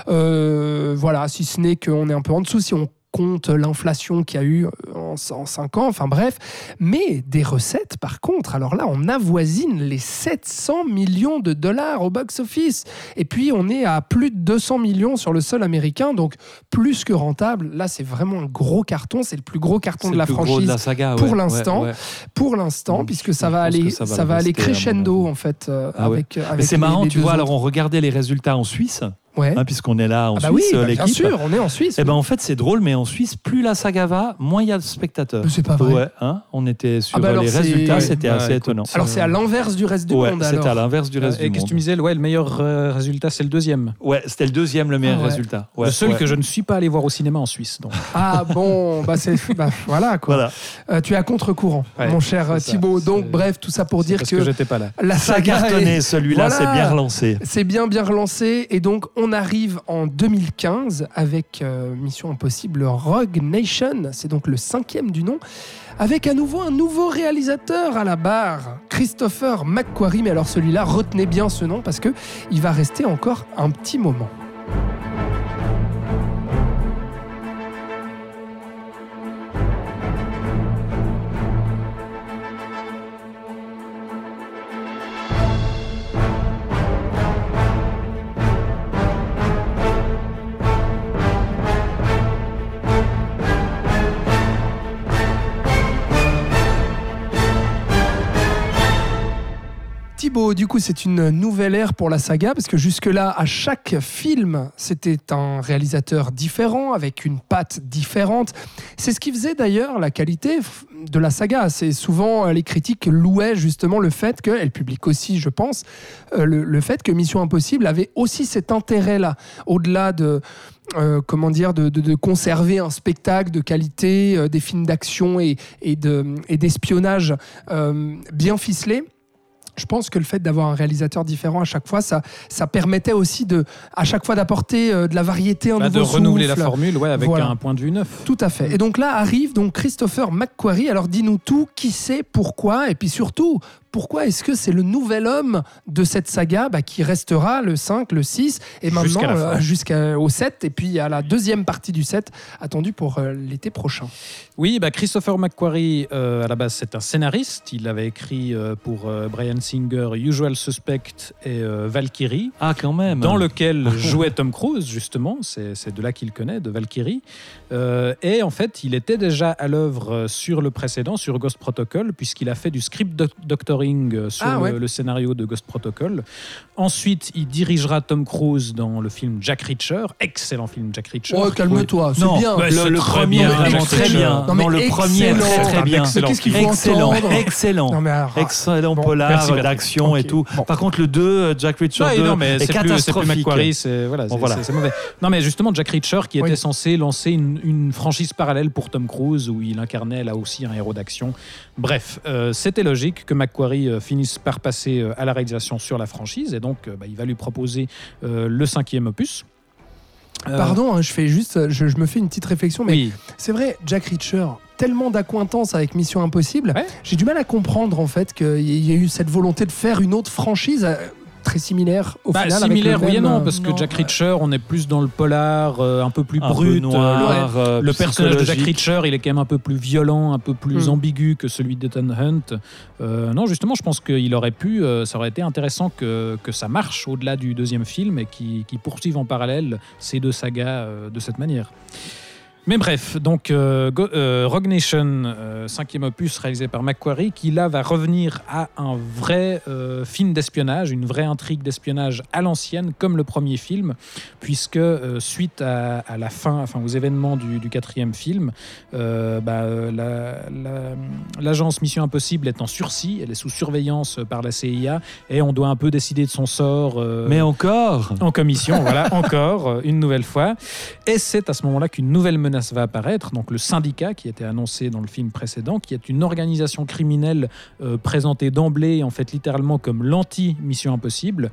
Euh, voilà, si ce n'est qu'on est un peu en dessous, si on compte l'inflation qu'il y a eu en, en cinq ans, enfin bref. Mais des recettes, par contre, alors là, on avoisine les sept cents millions de dollars au box-office. Et puis, on est à plus de deux cents millions sur le sol américain, donc plus que rentable. Là, c'est vraiment un gros carton. C'est le plus gros carton C'est de la le plus franchise gros de la saga, pour ouais, l'instant. ouais, ouais. pour l'instant, Mmh, puisque ça je va pense aller, que ça ça va, va aller rester, à mon crescendo, avis. en fait. euh, Ah ouais. avec, avec Mais c'est les- marrant, les tu deux vois, autres. alors on regardait les résultats en Suisse, Ouais. hein, puisqu'on est là en Ah bah Suisse, oui, euh, bah bien l'équipe. sûr, on est en Suisse. Et ben en fait, c'est drôle, mais en Suisse, plus la saga va, moins il y a de spectateurs. Mais c'est pas vrai. Ouais, hein, on était sur Ah bah euh, alors les c'est- résultats, ouais. c'était Bah, assez écoute, étonnant. Alors, c'est à l'inverse du reste du Ouais, monde, c'était alors. à l'inverse du reste Et du qu'est-ce que tu me monde. disais? Ouais, le meilleur euh, résultat, c'est le deuxième. Ouais, c'était le deuxième, le meilleur Ah ouais. résultat. Ouais, le seul ouais. que je ne suis pas allé voir au cinéma en Suisse. Donc. Ah bon, bah c'est bah, voilà quoi. Voilà. Euh, tu es à contre-courant, Ouais, mon cher c'est ça. Thibaut. Donc C'est- bref, tout ça pour dire Parce que, que, j'étais pas là. la Ça a saga cartonné, est- celui-là, Voilà. c'est bien relancé. c'est bien bien relancé et donc on arrive en deux mille quinze avec euh, Mission Impossible Rogue Nation. C'est donc le cinquième du nom. Avec à nouveau un nouveau réalisateur à la barre, Christopher McQuarrie. Mais alors celui-là, retenez bien ce nom parce que il va rester encore un petit moment. Thibaut, du coup, c'est une nouvelle ère pour la saga, parce que jusque-là, à chaque film, c'était un réalisateur différent, avec une patte différente. C'est ce qui faisait d'ailleurs la qualité de la saga. C'est souvent, les critiques louaient justement le fait que, et le public aussi, je pense, euh, le, le fait que Mission Impossible avait aussi cet intérêt-là, au-delà de... Euh, comment dire, de, de, de conserver un spectacle de qualité, euh, des films d'action et, et, de, et d'espionnage euh, bien ficelés. Je pense que le fait d'avoir un réalisateur différent à chaque fois, ça, ça permettait aussi de, à chaque fois d'apporter euh, de la variété, un Bah, de nouveau renouveler la souffle. formule, ouais, avec Voilà. un point de vue neuf. Tout à fait. Et donc là arrive donc Christopher McQuarrie. Alors dis-nous tout, qui c'est, pourquoi, et puis surtout, pourquoi est-ce que c'est le nouvel homme de cette saga bah, qui restera le cinq, le six, et maintenant Jusqu'à la fin. euh, jusqu'au sept, et puis il y a la deuxième partie du sept attendue pour euh, l'été prochain. Oui, bah Christopher McQuarrie, euh, à la base, c'est un scénariste. Il avait écrit euh, pour euh, Bryan Singer, Usual Suspect et euh, Valkyrie, Ah, quand même. dans lequel jouait Tom Cruise, justement. C'est, c'est de là qu'il connaît, de Valkyrie. Euh, et en fait, il était déjà à l'œuvre sur le précédent, sur Ghost Protocol, puisqu'il a fait du script doc- doctoring sur Ah, ouais. le, le scénario de Ghost Protocol. Ensuite, il dirigera Tom Cruise dans le film Jack Reacher. Excellent film, Jack Reacher. Oh, calme-toi, c'est Non, bien. bah, le, c'est le très premier, bien, vraiment Jack très Reacher. bien. Non, mais Non, le premier, excellent. très très bien. Excellent Qu'est-ce qu'il film. faut Excellent, entendre excellent. Non, mais alors, Excellent Bon, polar merci, Patrick. d'action et Ok, tout. bon. Par contre, le deux, euh, Jack Reacher Ouais, deux, non, mais est c'est plus, c'est plus catastrophique. McQuarrie, c'est voilà, Bon, c'est, voilà. c'est- c'est mauvais. Non, mais justement, Jack Reacher, qui était Oui. censé lancer une, une franchise parallèle pour Tom Cruise, où il incarnait là aussi un héros d'action. Bref, euh, c'était logique que McQuarrie euh, finisse par passer euh, à la réalisation sur la franchise, et donc euh, bah, il va lui proposer euh, le cinquième opus. Euh, Pardon, hein, je fais juste, je, je me fais une petite réflexion, mais Oui. c'est vrai, Jack Reacher, tellement d'acquaintance avec Mission Impossible, Ouais. j'ai du mal à comprendre en fait qu'il y ait eu cette volonté de faire une autre franchise. très similaire au bah, final. Similaire, avec le oui et même, non, euh, parce que non, Jack ouais. Reacher, on est plus dans le polar, euh, un peu plus Un brut. peu noir, le, euh, le personnage de Jack psychologique. Reacher, il est quand même un peu plus violent, un peu plus Mm. ambigu que celui d'Ethan Hunt. Euh, non, justement, je pense qu'il aurait pu, euh, ça aurait été intéressant que, que ça marche au-delà du deuxième film et qu'ils qu'ils poursuivent en parallèle ces deux sagas euh, de cette manière. Mais bref, donc euh, Go- euh, Rogue Nation, euh, cinquième opus réalisé par Macquarie, qui là va revenir à un vrai euh, film d'espionnage, une vraie intrigue d'espionnage à l'ancienne, comme le premier film, puisque euh, suite à, à la fin, enfin aux événements du, du quatrième film, euh, bah, euh, la- la- l'agence Mission Impossible est en sursis, elle est sous surveillance par la C I A, et on doit un peu décider de son sort. euh, Mais encore en commission, voilà, encore euh, une nouvelle fois. Et c'est à ce moment-là qu'une nouvelle menace va apparaître, donc le syndicat qui était annoncé dans le film précédent, qui est une organisation criminelle euh, présentée d'emblée, en fait littéralement comme l'anti-Mission Impossible,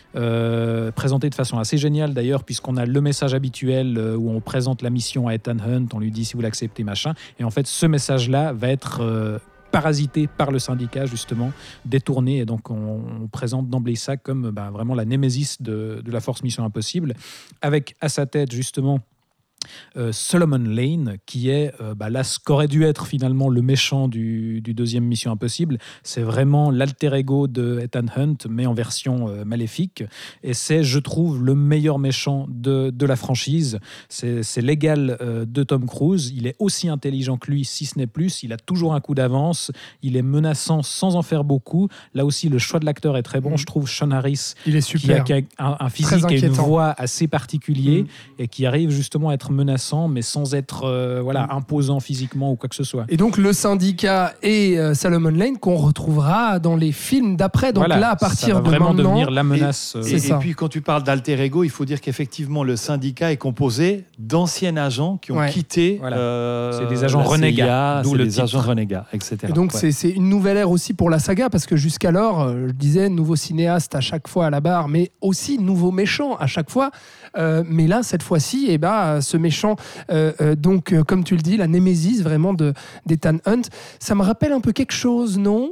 euh, présentée de façon assez géniale d'ailleurs, puisqu'on a le message habituel euh, où on présente la mission à Ethan Hunt, on lui dit si vous l'acceptez, machin, et en fait ce message-là va être... euh, parasité par le syndicat, justement, détourné. Et donc, on, on présente d'emblée ça comme bah, vraiment la némésis de, de la force Mission Impossible, avec à sa tête, justement, Euh, Solomon Lane, qui est euh, bah, là ce qu'aurait dû être finalement le méchant du, du deuxième Mission Impossible. C'est vraiment l'alter ego de Ethan Hunt, mais en version euh, maléfique. Et c'est, je trouve, le meilleur méchant de, de la franchise. C'est, c'est l'égal euh, de Tom Cruise. Il est aussi intelligent que lui, si ce n'est plus. Il a toujours un coup d'avance. Il est menaçant sans en faire beaucoup. Là aussi, le choix de l'acteur est très bon. Mmh. Je trouve Sean Harris, Il est qui a, super. qui a un, un physique et une inquiétant. voix assez particulier, Mmh. et qui arrive justement à être menaçant, mais sans être euh, voilà, Mm. imposant physiquement ou quoi que ce soit. Et donc le syndicat et euh, Solomon Lane qu'on retrouvera dans les films d'après. Donc Voilà, là, à ça partir va de vraiment maintenant, devenir la menace. euh, C'est Et, ça. et puis quand tu parles d'alter ego, il faut dire qu'effectivement le syndicat est composé d'anciens agents qui ont Ouais. quitté. Voilà. euh, C'est des agents la C I A, renégats, d'où c'est le des titre. agents renégats, et cetera. Et donc Ouais. c'est, c'est une nouvelle ère aussi pour la saga, parce que jusqu'alors, euh, je disais, nouveau cinéaste à chaque fois à la barre, mais aussi nouveau méchant à chaque fois. Euh, mais là, cette fois-ci, eh ben, ce méchant, euh, euh, donc euh, comme tu le dis, la némésis vraiment de, d'Ethan Hunt, ça me rappelle un peu quelque chose, non?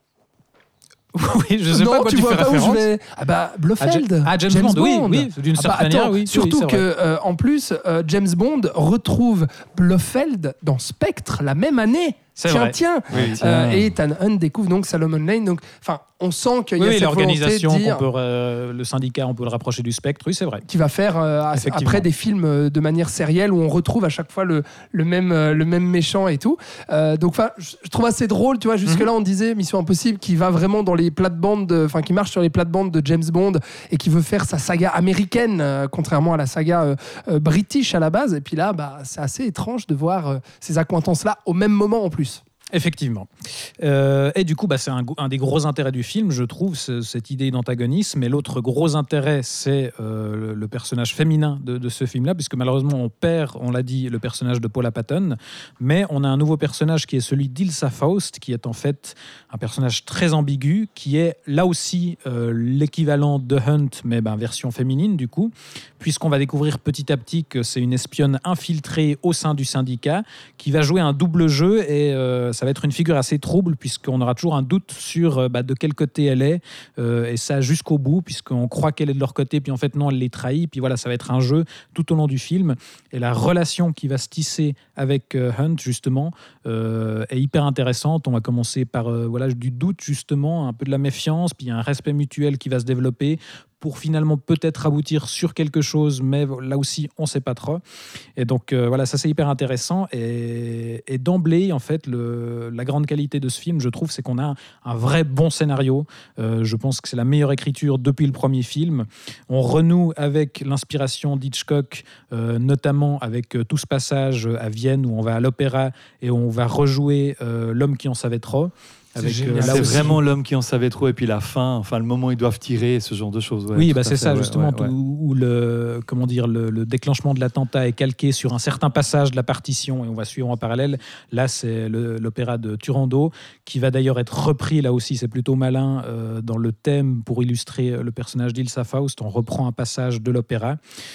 oui, je sais non, pas à quoi tu, tu vois fais pas où je référence. vais. Ah bah Blofeld. Ah, James Bond, oui, oui, d'une Ah bah, certaine manière, attends, oui. Surtout oui, c'est que, vrai. euh, en plus, euh, James Bond retrouve Blofeld dans Spectre la même année. C'est tiens, vrai. tiens. Oui. Euh, et Ethan Hunt découvre donc Solomon Lane. Donc, enfin, on sent qu'il y a Oui, oui, cette volonté l'organisation, de dire qu'on peut, euh, le syndicat, on peut le rapprocher du spectre, oui, c'est vrai. qui va faire euh, as- Effectivement. après des films euh, de manière sérielle où on retrouve à chaque fois le, le, même, euh, le même méchant et tout. Euh, donc, enfin, je je trouve assez drôle, tu vois. Jusque-là, on disait Mission Impossible qui va vraiment dans les plates-bandes, de- enfin, qui marche sur les plates-bandes de James Bond et qui veut faire sa saga américaine, euh, contrairement à la saga euh, euh, british à la base. Et puis là, bah, c'est assez étrange de voir euh, ces accointances-là au même moment en plus. Effectivement. Euh, et du coup, bah, c'est un, go- un des gros intérêts du film, je trouve, ce- cette idée d'antagonisme. Et l'autre gros intérêt, c'est euh, le, le personnage féminin de, de ce film-là, puisque malheureusement, on perd, on l'a dit, le personnage de Paula Patton, mais on a un nouveau personnage qui est celui d'Ilsa Faust, qui est en fait un personnage très ambigu, qui est là aussi euh, l'équivalent de Hunt, mais ben, version féminine, du coup, puisqu'on va découvrir petit à petit que c'est une espionne infiltrée au sein du syndicat, qui va jouer un double jeu, et euh, ça va être une figure assez trouble, puisqu'on aura toujours un doute sur euh, bah, de quel côté elle est, euh, et ça jusqu'au bout, puisqu'on croit qu'elle est de leur côté, puis en fait non, elle les trahit, puis voilà, ça va être un jeu tout au long du film, et la relation qui va se tisser avec euh, Hunt, justement, euh, est hyper intéressante. On va commencer par euh, voilà, du doute, justement, un peu de la méfiance, puis il y a un respect mutuel qui va se développer, pour finalement peut-être aboutir sur quelque chose, mais là aussi, on ne sait pas trop. Et donc, euh, voilà, ça, c'est hyper intéressant. Et, et d'emblée, en fait, le, la grande qualité de ce film, je trouve, c'est qu'on a un, un vrai bon scénario. Euh, je pense que c'est la meilleure écriture depuis le premier film. On renoue avec l'inspiration d'Hitchcock, euh, notamment avec euh, tout ce passage à Vienne où on va à l'opéra et où on va rejouer euh, L'homme qui en savait trop. Avec, génial. euh, là C'est aussi- vraiment l'homme qui en savait trop, et puis la fin, enfin le moment où ils doivent tirer, ce genre de choses. Ouais, oui, tout bah à c'est fait, ça ouais, justement, ouais, ouais. Où, où le, comment dire, le, le déclenchement de l'attentat est calqué sur un certain passage de la partition, et on va suivre en parallèle. Là, c'est le- l'opéra de Turandot, qui va d'ailleurs être repris, là aussi, c'est plutôt malin, euh, dans le thème pour illustrer le personnage d'Ilsa Faust. On reprend un passage de l'opéra,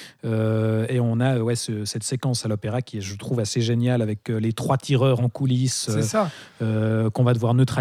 euh, et on a ouais, ce- cette séquence à l'opéra qui est, je trouve, assez géniale, avec euh, les trois tireurs en coulisses, C'est euh, ça. euh, qu'on va devoir neutraliser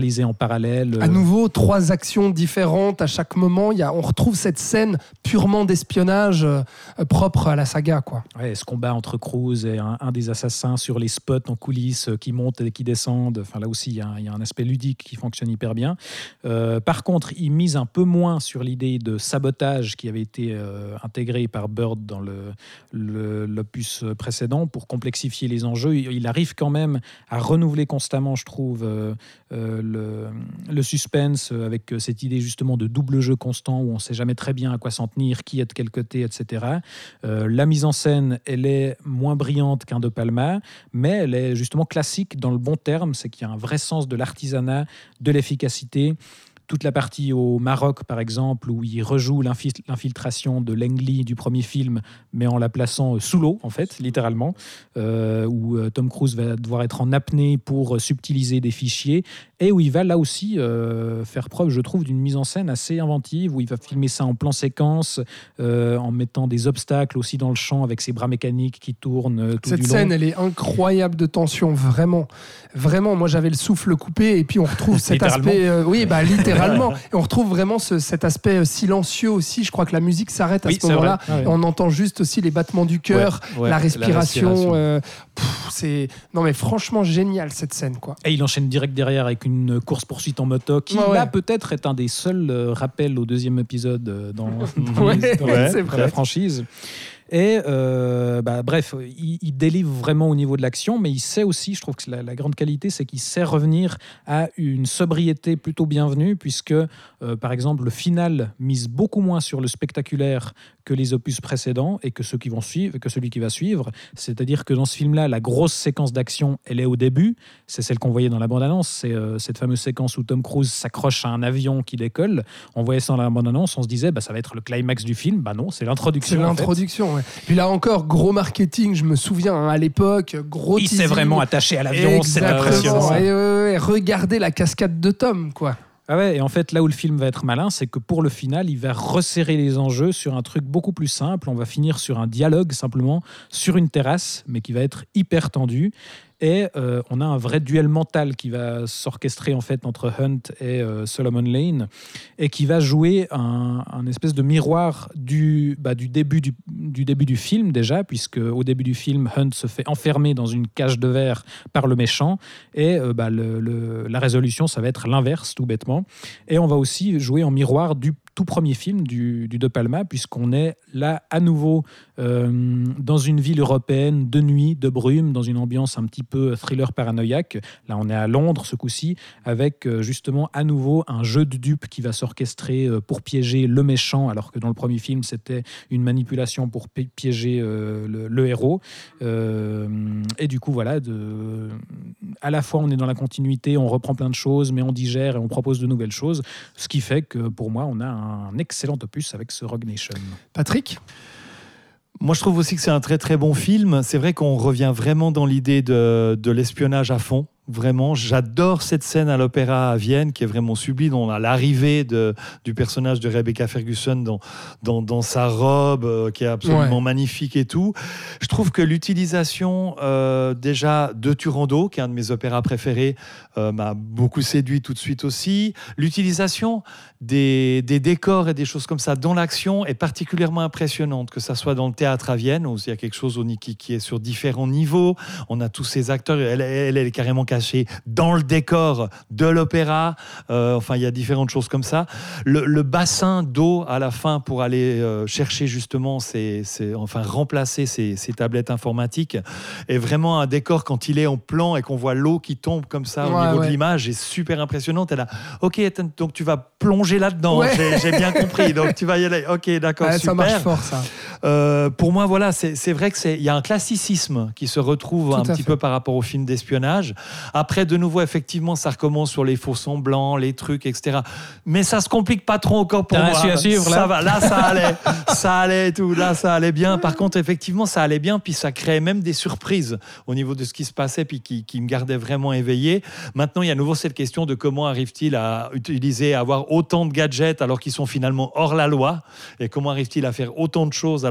réalisées en parallèle. À nouveau, trois actions différentes à chaque moment. Il y a, on retrouve cette scène purement d'espionnage euh, propre à la saga, quoi. Ouais, ce combat entre Cruise et un, un des assassins sur les spots en coulisses euh, qui montent et qui descendent. Enfin, là aussi, il y, a, il y a un aspect ludique qui fonctionne hyper bien. Euh, par contre, il mise un peu moins sur l'idée de sabotage qui avait été euh, intégrée par Bird dans le, le, l'opus précédent pour complexifier les enjeux. Il, il arrive quand même à renouveler constamment, je trouve, euh, euh, le, le suspense avec cette idée justement de double jeu constant où on ne sait jamais très bien à quoi s'en tenir, qui est de quel côté, et cetera. Euh, la mise en scène, elle est moins brillante qu'un De Palma, mais elle est justement classique dans le bon terme, c'est qu'il y a un vrai sens de l'artisanat, de l'efficacité. Toute la partie au Maroc, par exemple, où il rejoue l'infil- l'infiltration de Langley du premier film, mais en la plaçant sous l'eau, en fait, littéralement, euh, où euh, Tom Cruise va devoir être en apnée pour subtiliser des fichiers, et où il va là aussi euh, faire preuve, je trouve, d'une mise en scène assez inventive, où il va filmer ça en plan séquence, euh, en mettant des obstacles aussi dans le champ, avec ses bras mécaniques qui tournent euh, tout Cette du long. scène, elle est incroyable de tension, vraiment. Vraiment, moi j'avais le souffle coupé, et puis on retrouve cet aspect... Euh, oui, bah littéralement. Et on retrouve vraiment ce, cet aspect silencieux aussi. Je crois que la musique s'arrête à oui, ce moment-là. Ah, ouais. On entend juste aussi les battements du cœur, ouais, ouais, la respiration. la respiration. Euh, pff, c'est... Non mais franchement génial cette scène, quoi. Et il enchaîne direct derrière avec une course-poursuite en moto qui, ouais, ouais. là, peut-être est un des seuls euh, rappels au deuxième épisode euh, dans, dans, Ouais, les- dans ouais, la- c'est dans vrai. la franchise. Et euh, bah, bref, il, il délivre vraiment au niveau de l'action, mais il sait aussi, je trouve que la, la grande qualité, c'est qu'il sait revenir à une sobriété plutôt bienvenue, puisque, euh, par exemple, le final mise beaucoup moins sur le spectaculaire que les opus précédents et que ceux qui vont suivre, que celui qui va suivre. C'est-à-dire que dans ce film-là, la grosse séquence d'action, elle est au début. C'est celle qu'on voyait dans la bande-annonce. C'est euh, cette fameuse séquence où Tom Cruise s'accroche à un avion qui décolle. On voyait ça dans la bande-annonce, on se disait, bah, ça va être le climax du film. Bah non, c'est l'introduction. C'est en fait. l'introduction, ouais. Puis là encore, gros marketing, je me souviens hein, à l'époque, gros Il s'est teasing. vraiment attaché à l'avion, c'est Exactement. impressionnant. Et, ouais, ouais, regardez la cascade de Tom, quoi. Ah ouais, et en fait, là où le film va être malin, c'est que pour le final, il va resserrer les enjeux sur un truc beaucoup plus simple. On va finir sur un dialogue, simplement, sur une terrasse, mais qui va être hyper tendu. Et euh, on a un vrai duel mental qui va s'orchestrer en fait entre Hunt et euh, Solomon Lane et qui va jouer un, un espèce de miroir du, bah, du, début du, du début du film déjà, puisque au début du film, Hunt se fait enfermer dans une cage de verre par le méchant et euh, bah, le, le, la résolution, ça va être l'inverse tout bêtement. Et on va aussi jouer en miroir du tout premier film du, du De Palma, puisqu'on est là à nouveau euh, dans une ville européenne de nuit, de brume, dans une ambiance un petit peu thriller paranoïaque. Là, on est à Londres ce coup-ci, avec euh, justement à nouveau un jeu de dupes qui va s'orchestrer euh, pour piéger le méchant, alors que dans le premier film, c'était une manipulation pour pi- piéger euh, le, le héros. Euh, et du coup, voilà, de, à la fois on est dans la continuité, on reprend plein de choses, mais on digère et on propose de nouvelles choses, ce qui fait que pour moi, on a un un excellent opus avec ce Rogue Nation. Patrick ? Moi, je trouve aussi que c'est un très très bon film. C'est vrai qu'on revient vraiment dans l'idée de, de l'espionnage à fond. Vraiment, j'adore cette scène à l'Opéra à Vienne qui est vraiment sublime. On a l'arrivée de, du personnage de Rebecca Ferguson dans, dans, dans sa robe euh, qui est absolument ouais. magnifique et tout. Je trouve que l'utilisation euh, déjà de Turandot, qui est un de mes opéras préférés, euh, m'a beaucoup séduit tout de suite aussi. L'utilisation des, des décors et des choses comme ça dans l'action est particulièrement impressionnante, que ça soit dans le théâtre à Vienne, où il y a quelque chose qui, qui est sur différents niveaux. On a tous ces acteurs, elle, elle, elle est carrément caché dans le décor de l'opéra. Euh, enfin, il y a différentes choses comme ça. Le, le bassin d'eau à la fin pour aller euh, chercher justement, ces, ces, enfin remplacer ces, ces tablettes informatiques est vraiment un décor quand il est en plan et qu'on voit l'eau qui tombe comme ça ouais, au niveau ouais. de l'image, est super impressionnante. Elle a, ok, donc tu vas plonger là-dedans. Ouais. J'ai, j'ai bien compris. Donc tu vas y aller. Ok, d'accord, Ouais, super. ça marche fort, ça. Euh, pour moi, voilà, c'est, c'est vrai que c'est, il y a un classicisme qui se retrouve Tout un à petit fait. peu par rapport au film d'espionnage. Après, de nouveau, effectivement, ça recommence sur les faux semblants, les trucs, et cetera. Mais ça se complique pas trop encore pour T'as moi. réussi à suivre, là ça va, là, ça allait, ça allait et tout. Là, ça allait bien. Par contre, effectivement, ça allait bien, puis ça créait même des surprises au niveau de ce qui se passait, puis qui, qui me gardait vraiment éveillé. Maintenant, il y a à nouveau cette question de comment arrive-t-il à utiliser, à avoir autant de gadgets alors qu'ils sont finalement hors la loi, et comment arrive-t-il à faire autant de choses alors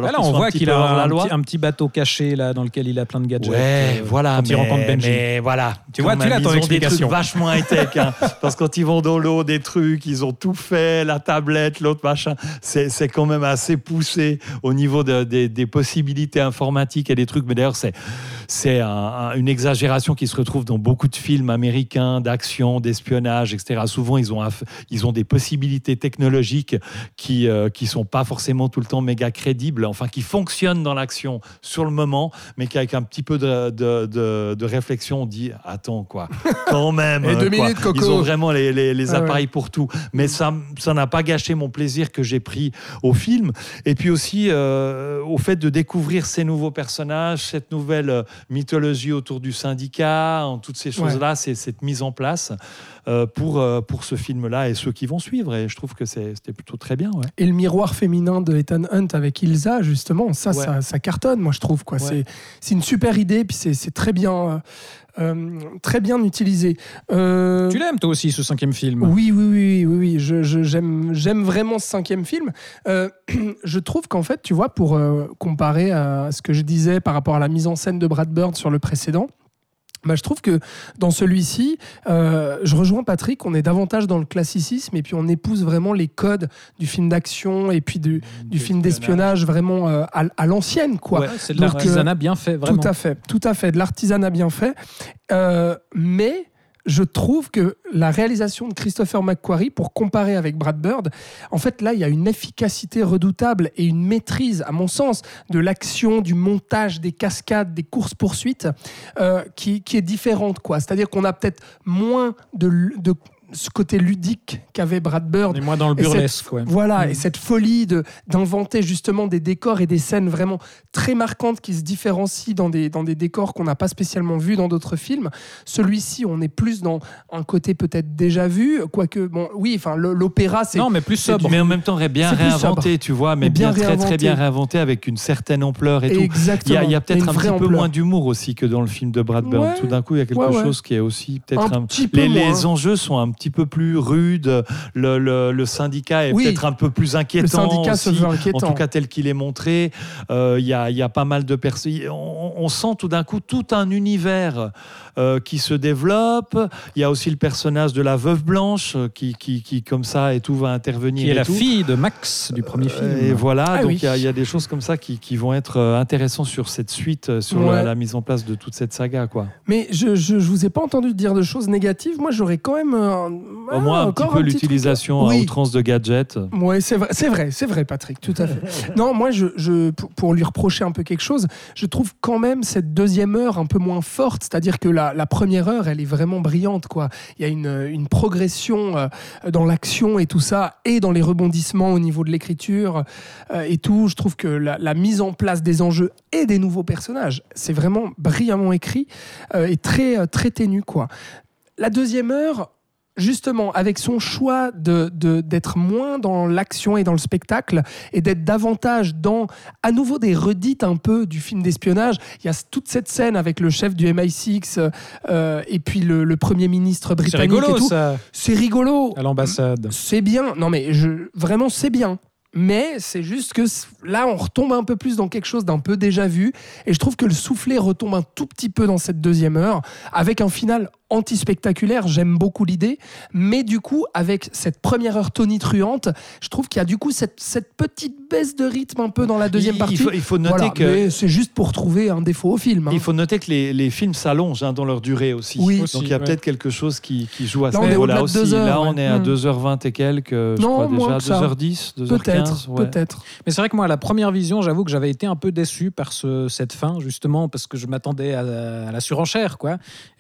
alors là, qu'ils on sont voit un petit qu'il peu a hors la un loi. petit, un petit bateau caché là, dans lequel il a plein de gadgets. Ouais, euh, voilà. Quand il mais, rencontre Benji. mais voilà. Tu Quand vois, tu même, l'as, ton ils ont explication. des trucs vachement high-tech. Hein, parce que quand ils vont dans l'eau, des trucs, ils ont tout fait, la tablette, l'autre machin. C'est, c'est quand même assez poussé au niveau de, de, des possibilités informatiques et des trucs. Mais d'ailleurs, c'est, c'est un, un, une exagération qui se retrouve dans beaucoup de films américains, d'action, d'espionnage, et cetera. Souvent, ils ont, ils ont des possibilités technologiques qui ne euh, sont pas forcément tout le temps méga crédibles, enfin qui fonctionnent dans l'action sur le moment, mais qu'avec un petit peu de, de, de, de réflexion, on dit « Attends, quoi, quand même. » Et deux minutes, Coco. Ils ont vraiment les, les, les appareils ah ouais. pour tout. Mais ça ça n'a pas gâché mon plaisir que j'ai pris au film. Et puis aussi euh, au fait de découvrir ces nouveaux personnages, cette nouvelle mythologie autour du syndicat, en toutes ces choses-là, ouais. c'est cette mise en place euh, pour, euh, pour ce film-là et ceux qui vont suivre. Et je trouve que c'est, c'était plutôt très bien. Ouais. Et le miroir féminin de Ethan Hunt avec Ilsa, justement, ça, ouais. ça, ça cartonne, moi, je trouve. Quoi. Ouais. C'est, c'est une super idée, puis c'est, c'est très bien... Euh, très bien utilisé. Euh... Tu l'aimes toi aussi ce cinquième film ? Oui, oui, oui, oui, oui. Je, je, j'aime, j'aime vraiment ce cinquième film. Euh, je trouve qu'en fait, tu vois, pour euh, comparer à ce que je disais par rapport à la mise en scène de Brad Bird sur le précédent, bah, je trouve que dans celui-ci, euh, je rejoins Patrick, on est davantage dans le classicisme et puis on épouse vraiment les codes du film d'action et puis du, du film d'espionnage vraiment euh, à, à l'ancienne, quoi. Ouais, c'est de Donc, l'artisanat euh, bien fait, vraiment. Tout à fait, tout à fait, de l'artisanat bien fait. Euh, mais je trouve que la réalisation de Christopher McQuarrie, pour comparer avec Brad Bird, en fait, là, il y a une efficacité redoutable et une maîtrise, à mon sens, de l'action, du montage, des cascades, des courses-poursuites, euh, qui, qui est différente, quoi. C'est-à-dire qu'on a peut-être moins de... de ce côté ludique qu'avait Brad Bird. Et moins dans le burlesque. Et cette, ouais. Voilà, mmh. et cette folie de, d'inventer justement des décors et des scènes vraiment très marquantes qui se différencient dans des, dans des décors qu'on n'a pas spécialement vus dans d'autres films. Celui-ci, on est plus dans un côté peut-être déjà vu, quoique, bon, oui, enfin, l'opéra, c'est... Non, mais plus sobre. Mais en même temps, bien réinventé, tu vois, mais bien, bien très, très bien réinventé avec une certaine ampleur et tout. Exactement. Il y a, il y a peut-être un petit ampleur. peu moins d'humour aussi que dans le film de Brad Bird. Ouais, tout d'un coup, il y a quelque ouais, ouais. chose qui est aussi peut-être... Un un... petit peu les, moins. les enjeux sont un petit peu plus rude, le, le, le syndicat est oui, peut-être un peu plus inquiétant. Le syndicat aussi, se veut inquiétant. En tout cas, tel qu'il est montré. Il euh, y, a, y a pas mal de personnes. On, on sent tout d'un coup tout un univers euh, qui se développe. Il y a aussi le personnage de la veuve blanche qui, qui, qui comme ça, et tout va intervenir. Qui est et la tout. fille de Max du premier film. Et voilà, ah, donc il oui. y, a, y a des choses comme ça qui, qui vont être intéressantes sur cette suite, sur ouais. la, la mise en place de toute cette saga, quoi. Mais je, je, je vous ai pas entendu dire de choses négatives. Moi, j'aurais quand même un, au moins un petit peu un l'utilisation petit à outrance de gadgets. Oui, c'est vrai, c'est vrai, c'est vrai, Patrick, tout à fait. Non, moi, je, je, pour lui reprocher un peu quelque chose, je trouve quand même cette deuxième heure un peu moins forte, c'est-à-dire que la, la première heure, elle est vraiment brillante, quoi. Il y a une, une progression euh, dans l'action et tout ça, et dans les rebondissements au niveau de l'écriture euh, et tout. Je trouve que la, la mise en place des enjeux et des nouveaux personnages, c'est vraiment brillamment écrit euh, et très, très ténu, quoi. La deuxième heure, justement, avec son choix de, de, d'être moins dans l'action et dans le spectacle et d'être davantage dans, à nouveau, des redites un peu du film d'espionnage. Il y a toute cette scène avec le chef du M I six euh, et puis le, le Premier ministre britannique. C'est rigolo, et tout. ça. C'est rigolo. À l'ambassade. C'est bien. Non, mais je, vraiment, c'est bien. Mais c'est juste que là, on retombe un peu plus dans quelque chose d'un peu déjà vu. Et je trouve que le soufflet retombe un tout petit peu dans cette deuxième heure, avec un final anti-spectaculaire. J'aime beaucoup l'idée. Mais du coup, avec cette première heure tonitruante, je trouve qu'il y a du coup cette, cette petite baisse de rythme un peu dans la deuxième il, partie. Il faut, il faut noter voilà, que... Mais c'est juste pour trouver un défaut au film. Hein. Il faut noter que les, les films s'allongent hein, dans leur durée aussi. Oui. Donc aussi, il y a ouais. peut-être quelque chose qui, qui joue à là, ce on niveau-là est aussi. deux heures, là, on ouais. est à mmh. deux heures vingt et quelques, je non, crois déjà, deux deux heures dix, deux heures quinze. Peut-être, ouais. peut-être. Mais c'est vrai que moi, à la première vision, j'avoue que j'avais été un peu déçu par ce, cette fin, justement, parce que je m'attendais à, à la surenchère, quoi.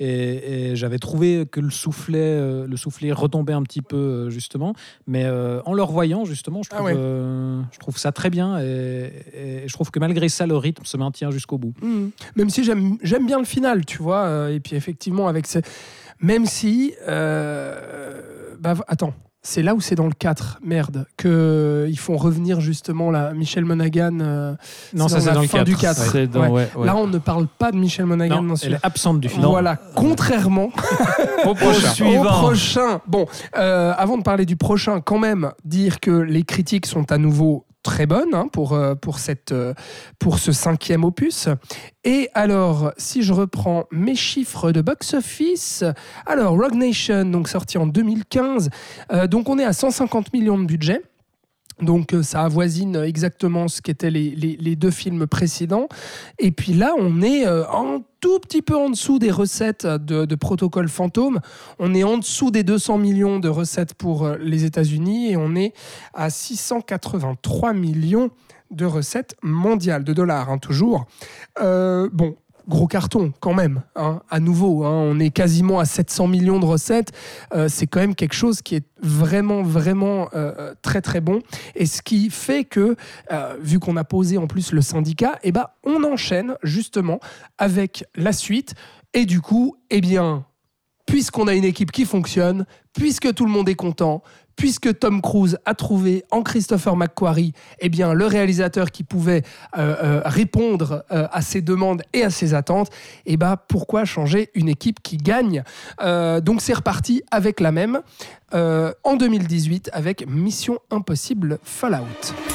Et, et j'avais trouvé que le soufflet, euh, le soufflet retombait un petit peu, euh, justement. Mais euh, en le revoyant, justement, je trouve, ah ouais. euh, je trouve ça très bien. Et, et je trouve que malgré ça, le rythme se maintient jusqu'au bout. Mmh. Même si j'aime, j'aime bien le final, tu vois. Euh, et puis effectivement, avec ces... même si... Euh... Bah, attends. C'est là où c'est dans le quatre, merde, qu'ils font revenir justement la Michelle Monaghan. Euh, non, ça c'est dans, dans le fin quatre. Du quatre. C'est dans, ouais. Ouais, ouais. Là, on ne parle pas de Michelle Monaghan non, dans celui-là. Elle est absente du film. Voilà, contrairement au prochain. Au, suivant. Au prochain. Bon, euh, avant de parler du prochain, quand même, dire que les critiques sont à nouveau très bonne hein, pour, euh, pour, cette, euh, pour ce cinquième opus. Et alors, si je reprends mes chiffres de box-office, alors Rogue Nation, donc sorti en deux mille quinze, euh, donc on est à cent cinquante millions de budget. Donc ça avoisine exactement ce qu'étaient les, les, les deux films précédents. Et puis là, on est euh, un tout petit peu en dessous des recettes de, de Protocole Fantôme. On est en dessous des deux cents millions de recettes pour euh, les États-Unis et on est à six cent quatre-vingt-trois millions de recettes mondiales, de dollars, hein, toujours. Euh, bon. Gros carton quand même, hein, à nouveau, hein, on est quasiment à sept cents millions de recettes, euh, c'est quand même quelque chose qui est vraiment, vraiment euh, très très bon, et ce qui fait que, euh, vu qu'on a posé en plus le syndicat, eh ben, on enchaîne justement avec la suite, et du coup, eh bien, puisqu'on a une équipe qui fonctionne, puisque tout le monde est content, puisque Tom Cruise a trouvé en Christopher McQuarrie eh bien, le réalisateur qui pouvait euh, euh, répondre euh, à ses demandes et à ses attentes, eh ben, pourquoi changer une équipe qui gagne euh, Donc c'est reparti avec la même euh, en deux mille dix-huit avec Mission Impossible Fallout.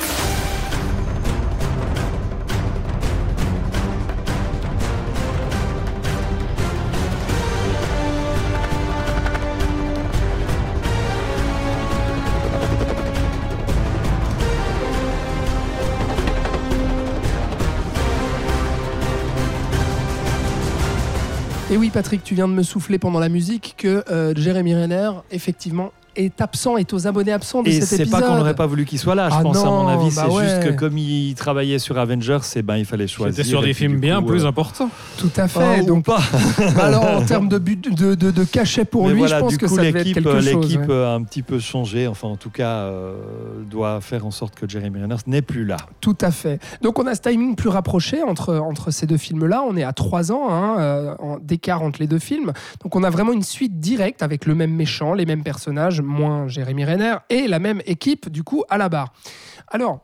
Et oui, Patrick, tu viens de me souffler pendant la musique que euh, Jeremy Renner, effectivement, est absent, est aux abonnés absents de et cet épisode. Et c'est pas qu'on n'aurait pas voulu qu'il soit là, je ah pense, non, à mon avis. bah c'est ouais. juste que comme il travaillait sur Avengers, eh ben, il fallait choisir. C'était sur des films bien coup, plus euh... importants. Tout à fait. Oh, donc, pas. bah alors, en termes de, but, de, de, de cachet pour Mais lui, voilà, je pense du que coup, ça devait être quelque chose. L'équipe ouais. a un petit peu changé. Enfin, en tout cas, euh, doit faire en sorte que Jeremy Renner n'est plus là. Tout à fait. Donc, on a ce timing plus rapproché entre, entre ces deux films-là. On est à trois ans hein, euh, d'écart entre les deux films. Donc, on a vraiment une suite directe avec le même méchant, les mêmes personnages, moins Jeremy Renner, et la même équipe, du coup, à la barre. Alors,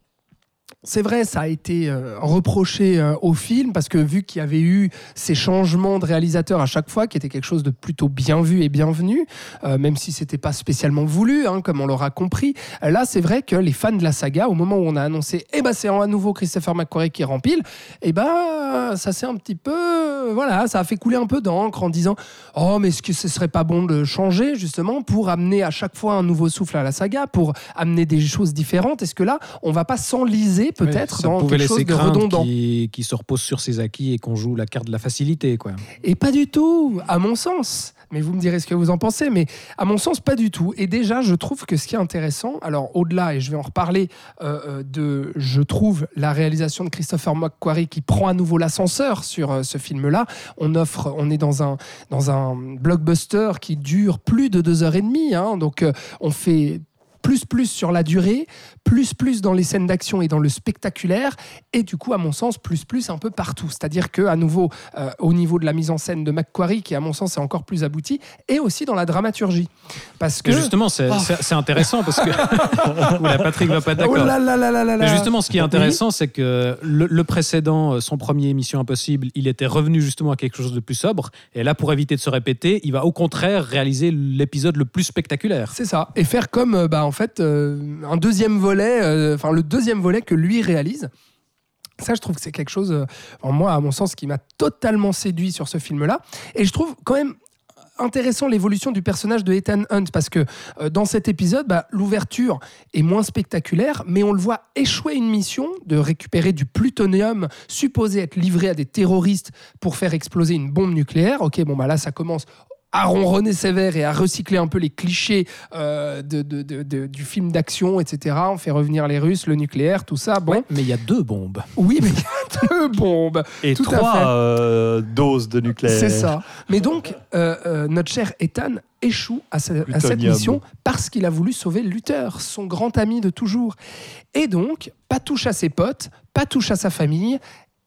c'est vrai, ça a été euh, reproché euh, au film parce que vu qu'il y avait eu ces changements de réalisateur à chaque fois, qui était quelque chose de plutôt bien vu et bienvenu, euh, même si c'était pas spécialement voulu, hein, comme on l'aura compris. Là, c'est vrai que les fans de la saga, au moment où on a annoncé, eh ben c'est à nouveau Christopher McQuarrie qui rempile, eh ben ça s'est un petit peu, voilà, ça a fait couler un peu d'encre en disant, oh mais est-ce que ce serait pas bon de changer justement pour amener à chaque fois un nouveau souffle à la saga, pour amener des choses différentes. Est-ce que là, on va pas s'enliser peut-être oui, dans quelque chose de redondant qui, qui se repose sur ses acquis et qu'on joue la carte de la facilité, quoi. Et pas du tout, à mon sens. Mais vous me direz ce que vous en pensez, mais à mon sens, pas du tout. Et déjà, je trouve que ce qui est intéressant, alors au-delà, et je vais en reparler, euh, de, je trouve, la réalisation de Christopher McQuarrie qui prend à nouveau l'ascenseur sur euh, ce film-là. On offre, on est dans un, dans un blockbuster qui dure plus de deux heures et demie, hein, donc euh, on fait plus plus sur la durée, plus plus dans les scènes d'action et dans le spectaculaire, et du coup, à mon sens, plus plus un peu partout. C'est-à-dire qu'à nouveau, euh, au niveau de la mise en scène de McQuarrie, qui à mon sens est encore plus abouti, et aussi dans la dramaturgie. Parce que... Et justement, c'est, oh. c'est, c'est intéressant parce que... Oula, Patrick va pas être d'accord. Oh là là là là là là. Mais justement, ce qui est intéressant, c'est que le, le précédent, son premier Mission Impossible, il était revenu justement à quelque chose de plus sobre, et là, pour éviter de se répéter, il va au contraire réaliser l'épisode le plus spectaculaire. C'est ça, et faire comme, bah, en fait, euh, un deuxième volet, euh, enfin le deuxième volet que lui réalise. Ça, je trouve que c'est quelque chose, euh, en moi, à mon sens, qui m'a totalement séduit sur ce film-là. Et je trouve quand même intéressant l'évolution du personnage de Ethan Hunt, parce que euh, dans cet épisode, bah, l'ouverture est moins spectaculaire, mais on le voit échouer une mission de récupérer du plutonium supposé être livré à des terroristes pour faire exploser une bombe nucléaire. Ok, bon, bah là, ça commence à ronronner sévère et à recycler un peu les clichés euh, de, de, de, de, du film d'action, et cetera. On fait revenir les Russes, le nucléaire, tout ça. Bon. Ouais, mais il y a deux bombes. Oui, mais il y a deux bombes. Et tout trois euh, doses de nucléaire. C'est ça. Mais donc, euh, euh, notre cher Ethan échoue à, ce, à cette mission parce qu'il a voulu sauver Luther, son grand ami de toujours. Et donc, pas touche à ses potes, pas touche à sa famille.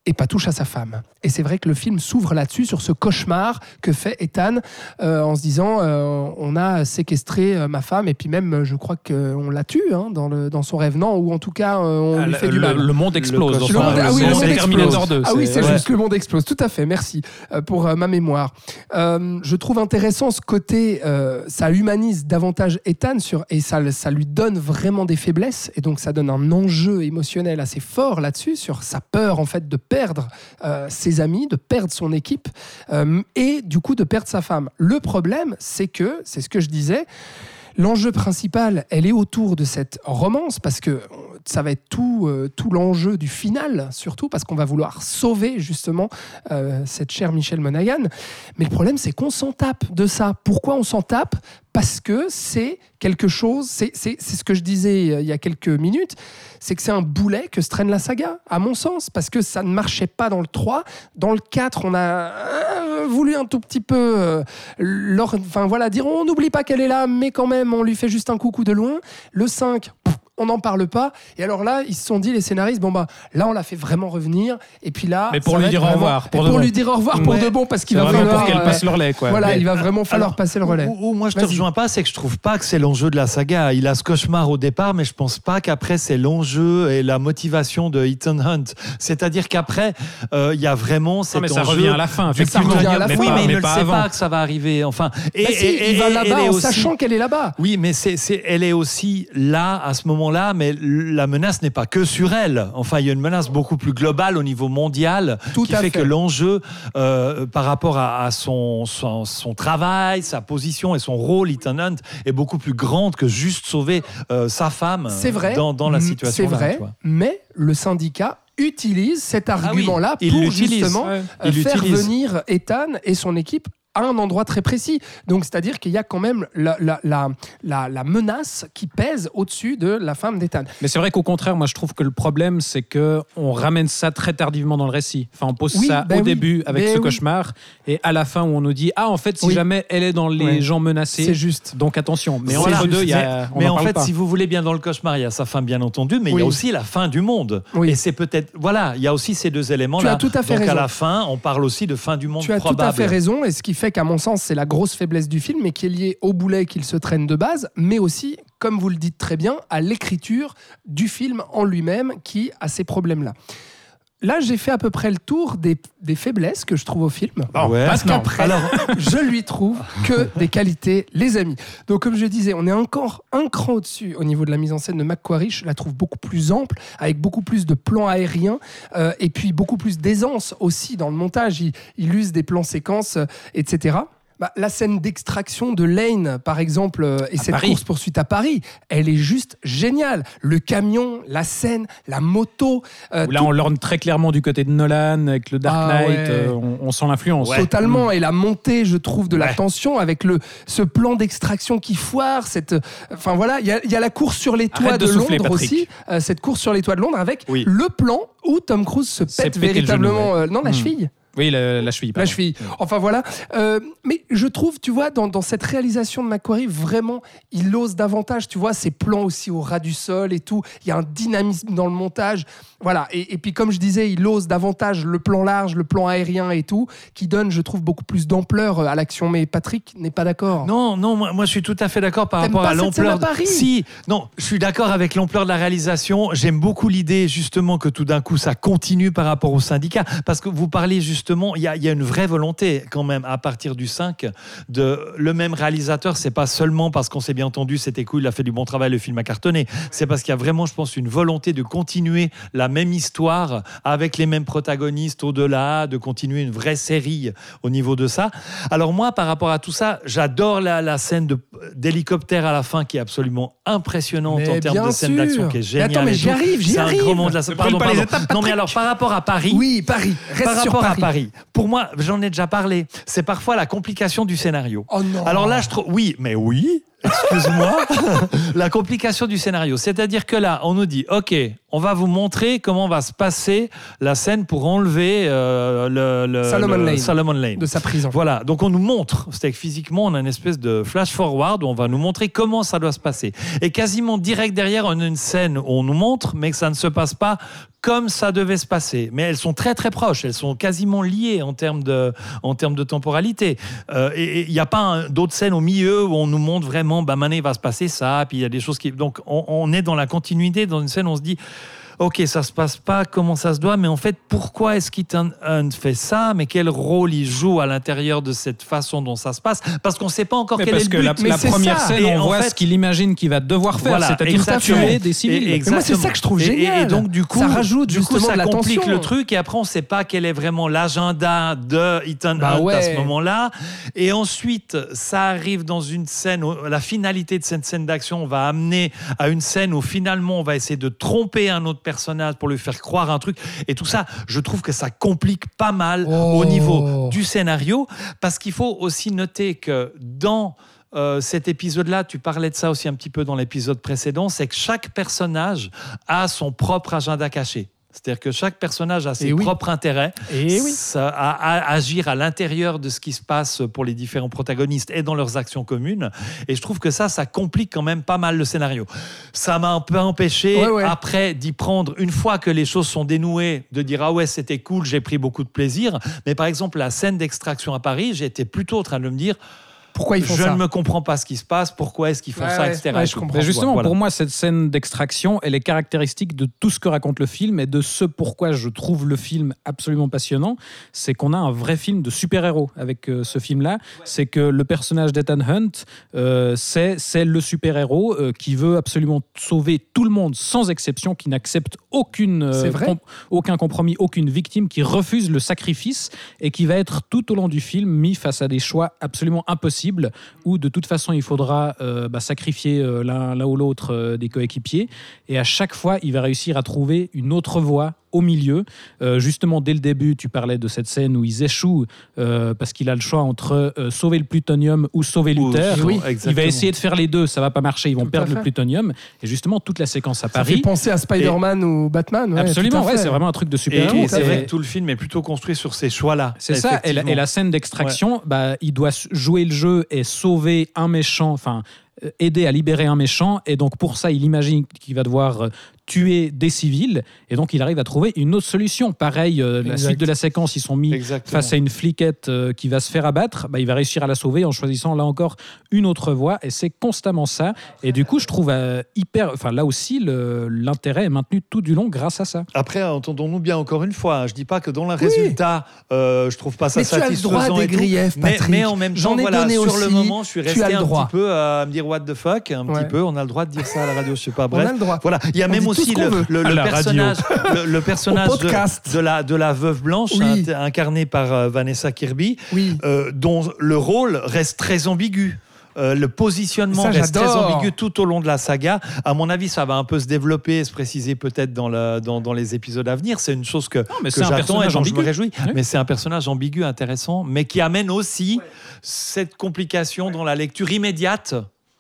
et pas touche à sa femme. Et c'est vrai que le film s'ouvre là-dessus, sur ce cauchemar que fait Ethan euh, en se disant euh, on a séquestré euh, ma femme et puis même je crois qu'on la tue hein, dans, le, dans son rêve, non, ou en tout cas euh, on Ah, lui le, fait du mal. Le monde explose. Le monde, ah oui, le monde c'est Terminator explose. deux. Ah oui, c'est ouais. juste, le monde explose. Tout à fait, merci euh, pour euh, ma mémoire. Euh, je trouve intéressant ce côté, euh, ça humanise davantage Ethan sur, et ça, ça lui donne vraiment des faiblesses et donc ça donne un enjeu émotionnel assez fort là-dessus, sur sa peur en fait de perdre euh, ses amis, de perdre son équipe euh, et du coup de perdre sa femme. Le problème, c'est que, c'est ce que je disais, l'enjeu principal, elle est autour de cette romance, parce que ça va être tout, euh, tout l'enjeu du final, surtout parce qu'on va vouloir sauver justement euh, cette chère Michelle Monaghan. Mais le problème, c'est qu'on s'en tape de ça. Pourquoi on s'en tape ? Parce que c'est quelque chose, c'est, c'est, c'est ce que je disais euh, il y a quelques minutes, c'est que c'est un boulet que se traîne la saga, à mon sens, parce que ça ne marchait pas dans le trois. Dans le quatre, on a euh, voulu un tout petit peu euh, leur, enfin, voilà, dire on n'oublie pas qu'elle est là, mais quand même, on lui fait juste un coucou de loin. Le cinq, pff, on n'en parle pas. Et alors là, ils se sont dit, les scénaristes, bon bah là, on l'a fait vraiment revenir. Et puis là, mais pour ça lui va dire être au vraiment- revoir, pour et de pour bon. lui dire au revoir pour Ouais. de bon, parce qu'il C'est va vraiment falloir pour qu'elle euh, passe le relais, quoi. Voilà, Mais- il va vraiment falloir Alors, passer le relais. Où, où moi je te Vas-y. rejoins pas, c'est que je trouve pas que c'est l'enjeu de la saga. Il a ce cauchemar au départ, mais je pense pas qu'après c'est l'enjeu et la motivation de Ethan Hunt. C'est-à-dire qu'après euh, il y a vraiment cet Non, mais ça enjeu. revient à la fin, Mais ça effectivement. revient à la mais fin. Oui, pas- mais il mais ne le pas sait avant. pas que ça va arriver. Enfin, et, Bah si, et- il va et- là-bas elle est en aussi- sachant qu'elle est là-bas. Oui, mais c'est, c'est, elle est aussi là à ce moment-là, mais la menace n'est pas que sur elle. Enfin, il y a une menace beaucoup plus globale au niveau mondial Tout qui à fait, fait. que l'enjeu euh, par rapport à, à son, son, son travail, sa position et son rôle, Ethan Hunt, est beaucoup plus grande que juste sauver euh, sa femme C'est vrai. dans, dans la Mm, situation. C'est vrai, mais le syndicat utilise cet argument-là il pour l'utilise. justement Ouais. euh, Il faire l'utilise. venir Ethan et son équipe à un endroit très précis. Donc, c'est-à-dire qu'il y a quand même la, la, la, la, la menace qui pèse au-dessus de la femme d'Ethan. Mais c'est vrai qu'au contraire, moi je trouve que le problème, c'est que on ramène ça très tardivement dans le récit. Enfin, on pose Oui, ça ben au oui, début avec ben ce oui. cauchemar, et à la fin où on nous dit ah en fait si Oui. jamais elle est dans les Ouais. gens menacés, C'est juste. donc attention. Mais Voilà. entre deux, il y a, on mais en en parle fait, pas. si vous voulez bien, dans le cauchemar, il y a sa fin, bien entendu, mais il Oui. y a aussi la fin du monde. Oui. Et c'est peut-être, voilà, il y a aussi ces deux éléments-là. Tu as tout à fait Donc raison. à la fin, on parle aussi de fin du monde Tu as probable. tout à fait raison, et ce qui fait qu'à mon sens, c'est la grosse faiblesse du film, mais qui est liée au boulet qu'il se traîne de base, mais aussi, comme vous le dites très bien, à l'écriture du film en lui-même qui a ces problèmes-là. Là, j'ai fait à peu près le tour des, des faiblesses que je trouve au film. Bon, Ouais. Parce maintenant, qu'après, je lui trouve que des qualités, les amis. Donc, comme je disais, on est encore un cran au-dessus au niveau de la mise en scène de McQuarrie. Je la trouve beaucoup plus ample, avec beaucoup plus de plans aériens, euh, et puis beaucoup plus d'aisance aussi dans le montage. Il, il use des plans séquences, euh, et cetera. Bah, la scène d'extraction de Lane, par exemple, euh, et À cette Paris. course-poursuite à Paris, elle est juste géniale. Le camion, la scène, la moto. euh, Où là, tout- on lorne très clairement du côté de Nolan avec le Dark Ah Knight. ouais. euh, on, on sent l'influence. Totalement, et la montée, je trouve, de la Ouais. tension avec le, ce plan d'extraction qui foire. Cette, enfin voilà, il y, a- il y a la course sur les toits Arrête de, de souffler, Londres Patrick. aussi, euh, cette course sur les toits de Londres avec Oui. le plan où Tom Cruise se C'est pète pété le véritablement. genou, ouais. euh, non, la Hmm. cheville. Oui, la, la cheville. La pardon. cheville. Enfin voilà. Euh, mais je trouve, tu vois, dans, dans cette réalisation de McQuarrie, vraiment, il ose davantage. Tu vois, ces plans aussi au ras du sol et tout. Il y a un dynamisme dans le montage. Voilà. Et, et puis, comme je disais, il ose davantage le plan large, le plan aérien et tout, qui donne, je trouve, beaucoup plus d'ampleur à l'action. Mais Patrick n'est pas d'accord. Non, non, moi, moi je suis tout à fait d'accord par T'aimes rapport pas à cette scène l'ampleur. à Paris ? Si, non, je suis d'accord avec l'ampleur de la réalisation. J'aime beaucoup l'idée justement que tout d'un coup ça continue par rapport au syndicat, parce que vous parlez justement, il y a, il y a une vraie volonté quand même à partir du cinq de le même réalisateur. C'est pas seulement parce qu'on s'est bien entendu, c'était cool, il a fait du bon travail, le film a cartonné. C'est parce qu'il y a vraiment, je pense, une volonté de continuer la même histoire avec les mêmes protagonistes au-delà, de continuer une vraie série au niveau de ça. Alors moi, par rapport à tout ça, j'adore la, la scène de, d'hélicoptère à la fin qui est absolument impressionnante Mais en termes bien de scène sûr. d'action, qui est Mais géniale. attends, mais et j'y tout. arrive, j'y C'est arrive. un grand monde de la Ne Pardon, brûle pas pardon. les étapes, Non, mais alors par rapport à Paris. Oui, Paris. Reste Par sur rapport Paris. à Paris, pour moi, j'en ai déjà parlé, c'est parfois la complication du scénario. Oh non. Alors là, je trouve. Oui, mais oui, excuse-moi. La complication du scénario. C'est-à-dire que là, on nous dit OK, on va vous montrer comment va se passer la scène pour enlever euh, le, le- Salomon le- Lane. Salomon Lane. de sa prison. Voilà, donc on nous montre, c'est-à-dire que physiquement, on a une espèce de flash-forward où on va nous montrer comment ça doit se passer. Et quasiment direct derrière, on a une scène où on nous montre, mais que ça ne se passe pas comme ça devait se passer. Mais elles sont très très proches, elles sont quasiment liées en termes de, en termes de temporalité. Euh, et il n'y a pas un, d'autres scènes au milieu où on nous montre vraiment, bah, maintenant il va se passer ça, puis il y a des choses qui... Donc on, on est dans la continuité, dans une scène où on se dit... Ok, ça se passe pas comment ça se doit, mais en fait, pourquoi est-ce qu'Ethan Hunt fait ça? Mais quel rôle il joue à l'intérieur de cette façon dont ça se passe? Parce qu'on ne sait pas encore mais quel est le but. Parce que la, la première ça. scène, et on voit fait, ce qu'il imagine qu'il va devoir faire, voilà, c'est-à-dire tuer des civils. Et moi, c'est ça que je trouve génial. Et, et donc, du coup, ça rajoute du coup, justement ça de la complique tension. le truc. Et après, on ne sait pas quel est vraiment l'agenda de Ethan bah Hunt ouais. à ce moment-là. Et ensuite, ça arrive dans une scène, où, la finalité de cette scène d'action, on va amener à une scène où finalement, on va essayer de tromper un autre personnage pour lui faire croire un truc. Et tout ça, je trouve que ça complique pas mal oh. au niveau du scénario, parce qu'il faut aussi noter que dans euh, cet épisode-là, tu parlais de ça aussi un petit peu dans l'épisode précédent, c'est que chaque personnage a son propre agenda caché. C'est-à-dire que chaque personnage a ses oui. propres intérêts, Et oui. ça, à, à agir à l'intérieur de ce qui se passe pour les différents protagonistes et dans leurs actions communes. Et je trouve que ça, ça complique quand même pas mal le scénario. Ça m'a un peu empêché, ouais, ouais. après, d'y prendre, une fois que les choses sont dénouées, de dire « Ah ouais, c'était cool, j'ai pris beaucoup de plaisir ». Mais par exemple, la scène d'extraction à Paris, j'étais plutôt en train de me dire... Pourquoi ils font je ça ? ne me comprends pas ce qui se passe, pourquoi est-ce qu'ils font ouais, ça, ouais, et cetera. Ouais, je comprends. Mais justement, voilà. pour moi, cette scène d'extraction, elle est caractéristique de tout ce que raconte le film et de ce pourquoi je trouve le film absolument passionnant. C'est qu'on a un vrai film de super-héros avec euh, ce film-là. C'est que le personnage d'Ethan Hunt, euh, c'est, c'est le super-héros euh, qui veut absolument sauver tout le monde sans exception, qui n'accepte aucune, euh, com- aucun compromis, aucune victime, qui refuse le sacrifice et qui va être tout au long du film mis face à des choix absolument impossibles, où de toute façon il faudra euh, bah, sacrifier euh, l'un, l'un ou l'autre euh, des coéquipiers, et à chaque fois il va réussir à trouver une autre voie au milieu. Euh, justement, dès le début, tu parlais de cette scène où ils échouent euh, parce qu'il a le choix entre euh, sauver le plutonium ou sauver Luther. Oui, il va essayer de faire les deux, ça va pas marcher, ils vont tout perdre le plutonium. Et justement, toute la séquence à ça Paris... fait penser à Spider-Man et... ou Batman. Ouais, absolument, ouais, c'est vraiment un truc de super-héros. Et, et c'est vrai que tout le film est plutôt construit sur ces choix-là. C'est ça, et la, et la scène d'extraction, ouais. bah, il doit jouer le jeu et sauver un méchant, enfin... aider à libérer un méchant, et donc pour ça il imagine qu'il va devoir tuer des civils, et donc il arrive à trouver une autre solution. Pareil, euh, la suite de la séquence, ils sont mis Exactement. face à une fliquette euh, qui va se faire abattre, bah, il va réussir à la sauver en choisissant là encore une autre voie, et c'est constamment ça. Et du coup, je trouve euh, hyper, enfin là aussi, le, l'intérêt est maintenu tout du long grâce à ça. Après, entendons-nous bien encore une fois, hein, je dis pas que dans le résultat, oui. euh, je trouve pas ça mais satisfaisant. Mais tu as le droit des griefs, Patrick. Mais, mais en même temps, J'en ai voilà, donné sur aussi, le moment, je suis resté un droit. petit peu à me dire what the fuck, un ouais. petit peu. On a le droit de dire ça à la radio, je sais pas. Bref, on a le droit. Voilà, il y a on même aussi le, le, le personnage, le, le personnage de, de la de la veuve blanche, oui. incarné par euh, Vanessa Kirby, oui. euh, dont le rôle reste très ambigu. Euh, le positionnement ça, reste j'adore. très ambigu tout au long de la saga. À mon avis, ça va un peu se développer, se préciser peut-être dans, le, dans, dans les épisodes à venir. C'est une chose que, non, que j'attends et dont je me réjouis. Oui. Mais c'est un personnage ambigu, intéressant, mais qui amène aussi ouais. cette complication ouais. dans la lecture immédiate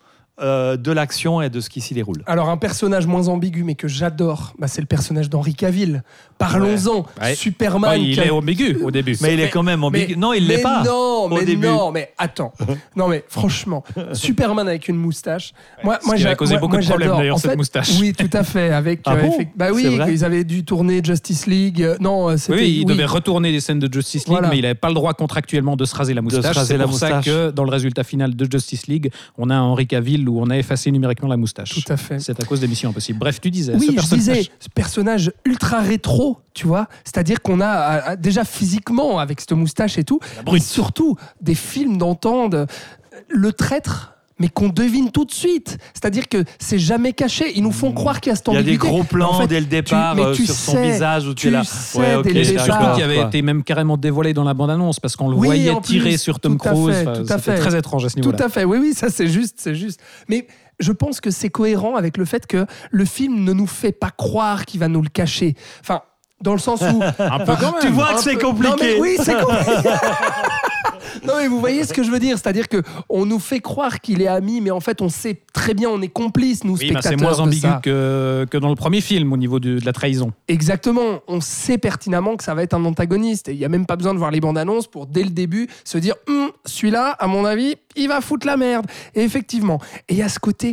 Euh, de l'action et de ce qui s'y déroule. Alors un personnage moins ambigu mais que j'adore, bah, c'est le personnage d'Henry Cavill. Parlons-en. Ouais. Superman. Ouais, il est ambigu au début. Mais il est quand même ambigu. Mais, non, il l'est pas. Non, mais au début. non, mais attends. Non mais franchement, Superman avec une moustache. Moi, ce moi, qui j'ai a causé moi, beaucoup moi, de problèmes j'adore. d'ailleurs en cette fait, moustache. Oui, tout à fait. Avec. Ah euh, bon effect... Bah oui, ils avaient dû tourner Justice League. Non, c'était. Oui, il oui. devait retourner les scènes de Justice League, voilà. mais il n'avait pas le droit contractuellement de se raser la moustache. Se raser c'est la pour moustache. ça que dans le résultat final de Justice League, on a un Henry Cavill où on a effacé numériquement la moustache. Tout à fait. C'est à cause des Missions Impossibles. Bref, tu disais. Oui, ce je personnage... disais, ce personnage ultra rétro, tu vois. C'est-à-dire qu'on a, a déjà physiquement, avec cette moustache et tout, et surtout des films d'entendre le traître. Mais qu'on devine tout de suite. C'est-à-dire que c'est jamais caché. Ils nous font croire qu'il y a cette ambiguïté. Il y a des gros plans en fait, dès le départ tu, tu sur sais, son visage où tu es là. Sais ouais, okay, dès le et surtout départ, qui avait quoi. été même carrément dévoilé dans la bande-annonce parce qu'on le oui, voyait plus, tirer sur Tom Cruise. Fait, enfin, tout à c'était fait. très étrange à ce niveau-là. Tout à fait. Oui, oui, ça c'est juste, c'est juste. Mais je pense que c'est cohérent avec le fait que le film ne nous fait pas croire qu'il va nous le cacher. Enfin, dans le sens où un peu quand même. Tu vois que c'est compliqué. Non, mais oui, c'est compliqué. Non mais vous voyez ce que je veux dire, c'est-à-dire que on nous fait croire qu'il est ami, mais en fait on sait très bien, on est complices nous oui, spectateurs. C'est moins ambigu ça. que que dans le premier film au niveau de, de la trahison. Exactement, on sait pertinemment que ça va être un antagoniste et il y a même pas besoin de voir les bandes annonces pour dès le début se dire hm, celui-là, à mon avis, il va foutre la merde. Et effectivement, et il y a ce côté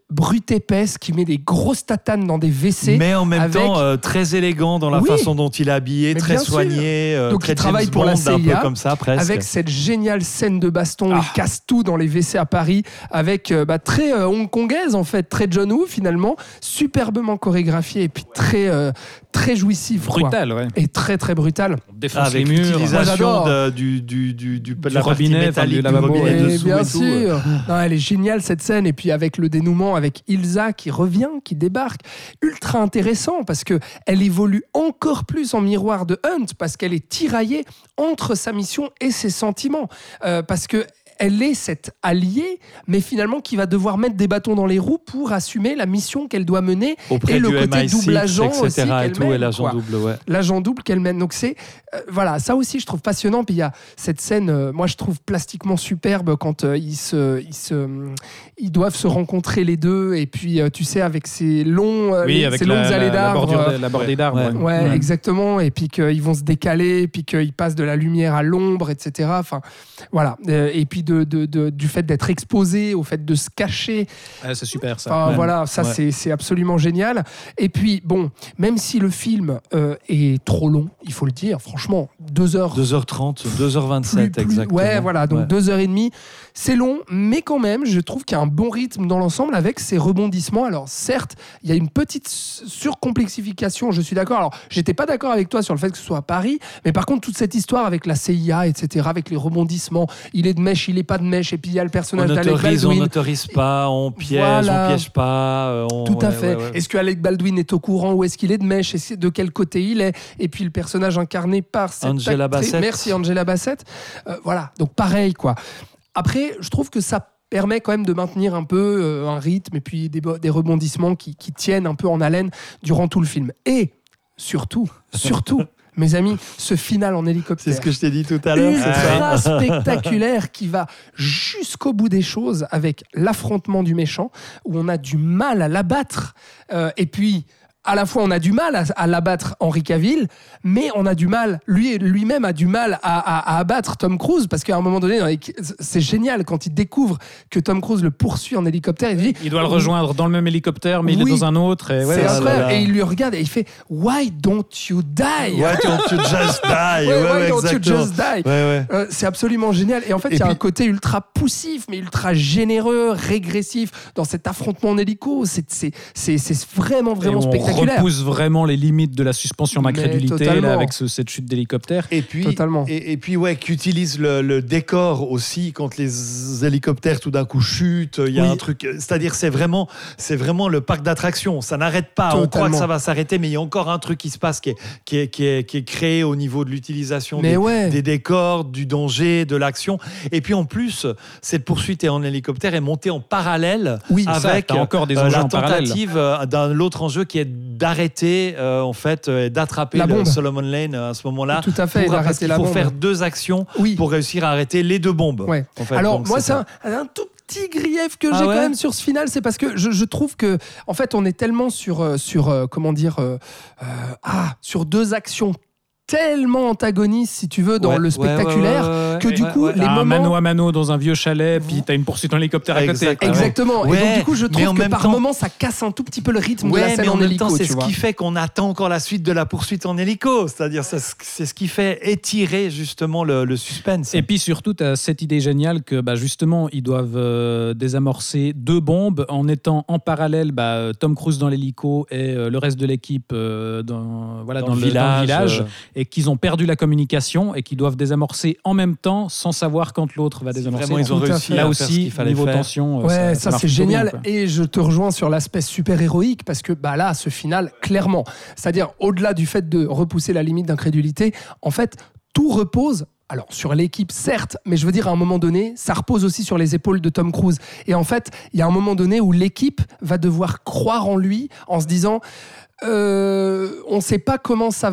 brute épaisse qui met des grosses tatanes dans des W C. Mais en même avec... temps, euh, très élégant dans la Oui. façon dont il est habillé, Mais très bien sûr. soigné, euh, Donc, très il travaille James pour la Bond, C I A, un peu comme ça, presque. avec cette géniale scène de baston, Ah. il casse tout dans les W C à Paris, avec euh, bah, très euh, hongkongaise en fait, très John Woo finalement, superbement chorégraphié et puis très, euh, très jouissif. quoi. Brutal, ouais. Et très très brutal. On défonce Avec les murs. Moi, l'utilisation j'adore. de- du, du, du, du, de Du la partie robinet, enfin, métallique du du lavabo, robinet ouais. dessous Et bien et tout. sûr. Non, elle est géniale cette scène. Et puis avec le dénouement, avec Ilsa qui revient, qui débarque, ultra intéressant parce que elle évolue encore plus en miroir de Hunt parce qu'elle est tiraillée entre sa mission et ses sentiments. Euh, parce que elle est cette alliée, mais finalement qui va devoir mettre des bâtons dans les roues pour assumer la mission qu'elle doit mener Auprès et le du côté M I six, double agent et cetera aussi et qu'elle tout, et mène, l'agent quoi. double, ouais. L'agent double qu'elle mène. Donc c'est euh, voilà, ça aussi je trouve passionnant. Puis il y a cette scène, euh, moi je trouve plastiquement superbe quand euh, ils se, ils se, ils doivent se rencontrer les deux. Et puis euh, tu sais avec ces longs, euh, Oui, les- avec ces la, longues la, allées la d'arbres. bordure, euh, de- la bordée d'arbres. Ouais. ouais. Ouais, Ouais. exactement. Et puis qu'ils vont se décaler, puis qu'ils passent de la lumière à l'ombre, et cetera. Enfin, voilà. Euh, Et puis de, de, de- du fait d'être exposé, au fait de se cacher. Ouais, c'est super ça. Enfin, Ouais. voilà, ça Ouais. c'est, c'est absolument génial. Et puis, bon, même si le film euh, est trop long, il faut le dire, franchement, deux heures. deux heures trente, deux heures plus- vingt-sept plus- exactement. Ouais, voilà, donc Ouais. deux heures et demie. C'est long, mais quand même, je trouve qu'il y a un bon rythme dans l'ensemble avec ces rebondissements. Alors, certes, il y a une petite surcomplexification, je suis d'accord. Alors, j'étais pas d'accord avec toi sur le fait que ce soit à Paris, mais par contre, toute cette histoire avec la C I A, et cetera, avec les rebondissements, il est de mèche, il est pas de mèche, et puis il y a le On personnage d'Alec autorise, on Baldwin. n'autorise pas, on piège, Voilà. on piège pas. euh, on- Tout à ouais, fait. ouais, ouais. Est-ce que Alec Baldwin est au courant où est-ce qu'il est de mèche et de quel côté il est? Et puis le personnage incarné par cette Angela actrice- Bassett. Merci Angela Bassett. Euh, voilà, donc pareil quoi. Après, je trouve que ça permet quand même de maintenir un peu euh, un rythme et puis des, bo- des rebondissements qui, qui tiennent un peu en haleine durant tout le film. Et surtout, surtout, mes amis, ce final en hélicoptère. C'est ce que je t'ai dit tout à l'heure, c'est ça. Ultra spectaculaire qui va jusqu'au bout des choses avec l'affrontement du méchant où on a du mal à l'abattre euh, et puis à la fois on a du mal à, à l'abattre Henry Cavill, mais on a du mal, lui lui-même a du mal à, à- à abattre Tom Cruise parce qu'à un moment donné, dans les- c'est génial quand il découvre que Tom Cruise le poursuit en hélicoptère, il dit Il doit le rejoindre dans le même hélicoptère, mais il Oui. est dans un autre. Et ouais, c'est ouais, incroyable. là là. Et il lui regarde et il fait Why don't you die? Why don't you just die? Ouais, Ouais, why ouais, don't you exactement. just die? Ouais, ouais. Euh, c'est absolument génial. Et en fait, Et il y a puis- un côté ultra poussif, mais ultra généreux, régressif dans cet affrontement en hélico. C'est, c'est, c'est, c'est vraiment, Et vraiment on spectaculaire. repousse vraiment les limites de la suspension Mais d'incrédulité totalement. là, avec ce- cette chute d'hélicoptère. Et puis, Totalement. Et, et puis ouais, qui utilise le, le décor aussi quand les hélicoptères tout d'un coup chutent. Il y a Oui. un truc, c'est-à-dire c'est vraiment, c'est vraiment le parc d'attractions. Ça n'arrête pas. On croit Totalement. que ça va s'arrêter, mais il y a encore un truc qui se passe qui est, qui est, qui est, qui est créé au niveau de l'utilisation Mais des, ouais. des décors, du danger, de l'action. Et puis en plus, cette poursuite en hélicoptère est montée en parallèle Oui, c'est ça, avec t'as encore des euh, enjeux la en parallèle. tentative euh, d'un autre enjeu qui est d'arrêter euh, en fait euh, et d'attraper La le bombe. Solomon Lane euh, à ce moment-là. Tout à fait, Pour, d'arrêter parce qu'il la faut bombe. faire deux actions Oui. pour réussir à arrêter les deux bombes. Ouais. en fait. Alors, Donc, moi, c'est c'est un, un tout petit grief que Ah j'ai ouais quand même sur ce final, c'est parce que je, je trouve que, en fait, on est tellement sur, euh, sur euh, comment dire, euh, euh, ah, sur deux actions tellement antagonistes, si tu veux, dans Ouais, le ouais, spectaculaire, ouais, ouais, ouais, que ouais, du ouais, coup, ouais. les T'as un moments... mano à mano dans un vieux chalet, puis t'as une poursuite en hélicoptère à côté. Exact. quoi. Exactement. Et Ouais, donc, du coup, je mais trouve en que même par temps- moment, ça casse un tout petit peu le rythme de la Ouais, scène mais en en même hélico. temps, c'est tu ce vois. qui fait qu'on attend encore la suite de la poursuite en hélico. C'est-à-dire, c'est ce- c'est ce qui fait étirer justement le, le suspense. Et puis surtout, tu as cette idée géniale que bah, justement, ils doivent euh, désamorcer deux bombes en étant en parallèle bah, Tom Cruise dans l'hélico et euh, le reste de l'équipe euh, dans, voilà, dans, Dans le, le dans le village, village, euh. et qu'ils ont perdu la communication et qu'ils doivent désamorcer en même temps sans savoir quand l'autre va Si désamorcer. vraiment ils ont Tout à réussi fait. à Là faire ce aussi, qu'il fallait niveau faire. tension, euh, Ouais, ça, ça, marche c'est plutôt bien, génial. quoi. Et je te rejoins sur l'aspect super héroïque parce que bah là, ce final, clairement, c'est-à-dire au-delà du fait de repousser la limite d'incrédulité, en fait, tout repose. Alors, sur l'équipe, certes, mais je veux dire, à un moment donné, ça repose aussi sur les épaules de Tom Cruise. Et en fait, il y a un moment donné où l'équipe va devoir croire en lui en se disant euh, on ne sait pas comment ça va être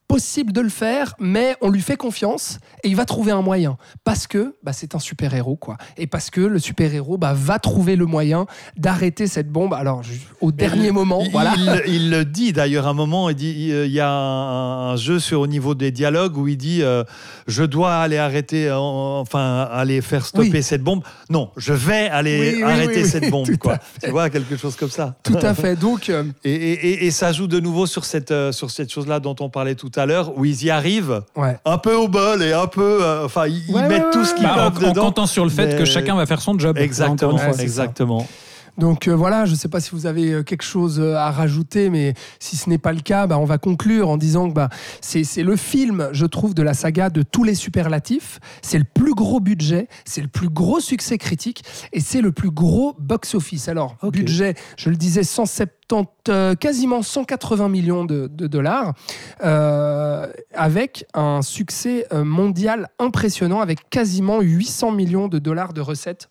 possible de le faire, mais on lui fait confiance et il va trouver un moyen parce que bah, c'est un super-héros quoi. Et parce que le super-héros bah, va trouver le moyen d'arrêter cette bombe. Alors au dernier il, moment, il, voilà. Il, il le dit d'ailleurs à un moment. Il dit il y a un, un jeu sur au niveau des dialogues où il dit euh, je dois aller arrêter, enfin aller faire stopper oui. cette bombe. Non, je vais aller oui, oui, arrêter oui, oui, cette bombe quoi. Tu vois quelque chose comme ça. Tout à fait. Donc euh... et, et, et ça joue de nouveau sur cette euh, sur cette chose-là dont on parlait tout à l'heure, où ils y arrivent ouais. un peu au bol et un peu... Enfin, euh, ils ouais, mettent ouais, tout ce qu'ils bah, peuvent en, dedans. En comptant sur le fait mais... que chacun va faire son job. Exactement, ouais, exactement. Ça. Donc euh, voilà, je ne sais pas si vous avez quelque chose à rajouter, mais si ce n'est pas le cas, bah, on va conclure en disant que bah, c'est, c'est le film, je trouve, de la saga de tous les superlatifs. C'est le plus gros budget, c'est le plus gros succès critique et c'est le plus gros box-office. Alors, okay. budget, je le disais, cent soixante-dix, euh, quasiment cent quatre-vingts millions de, de dollars, euh, avec un succès mondial impressionnant, avec quasiment huit cents millions de dollars de recettes.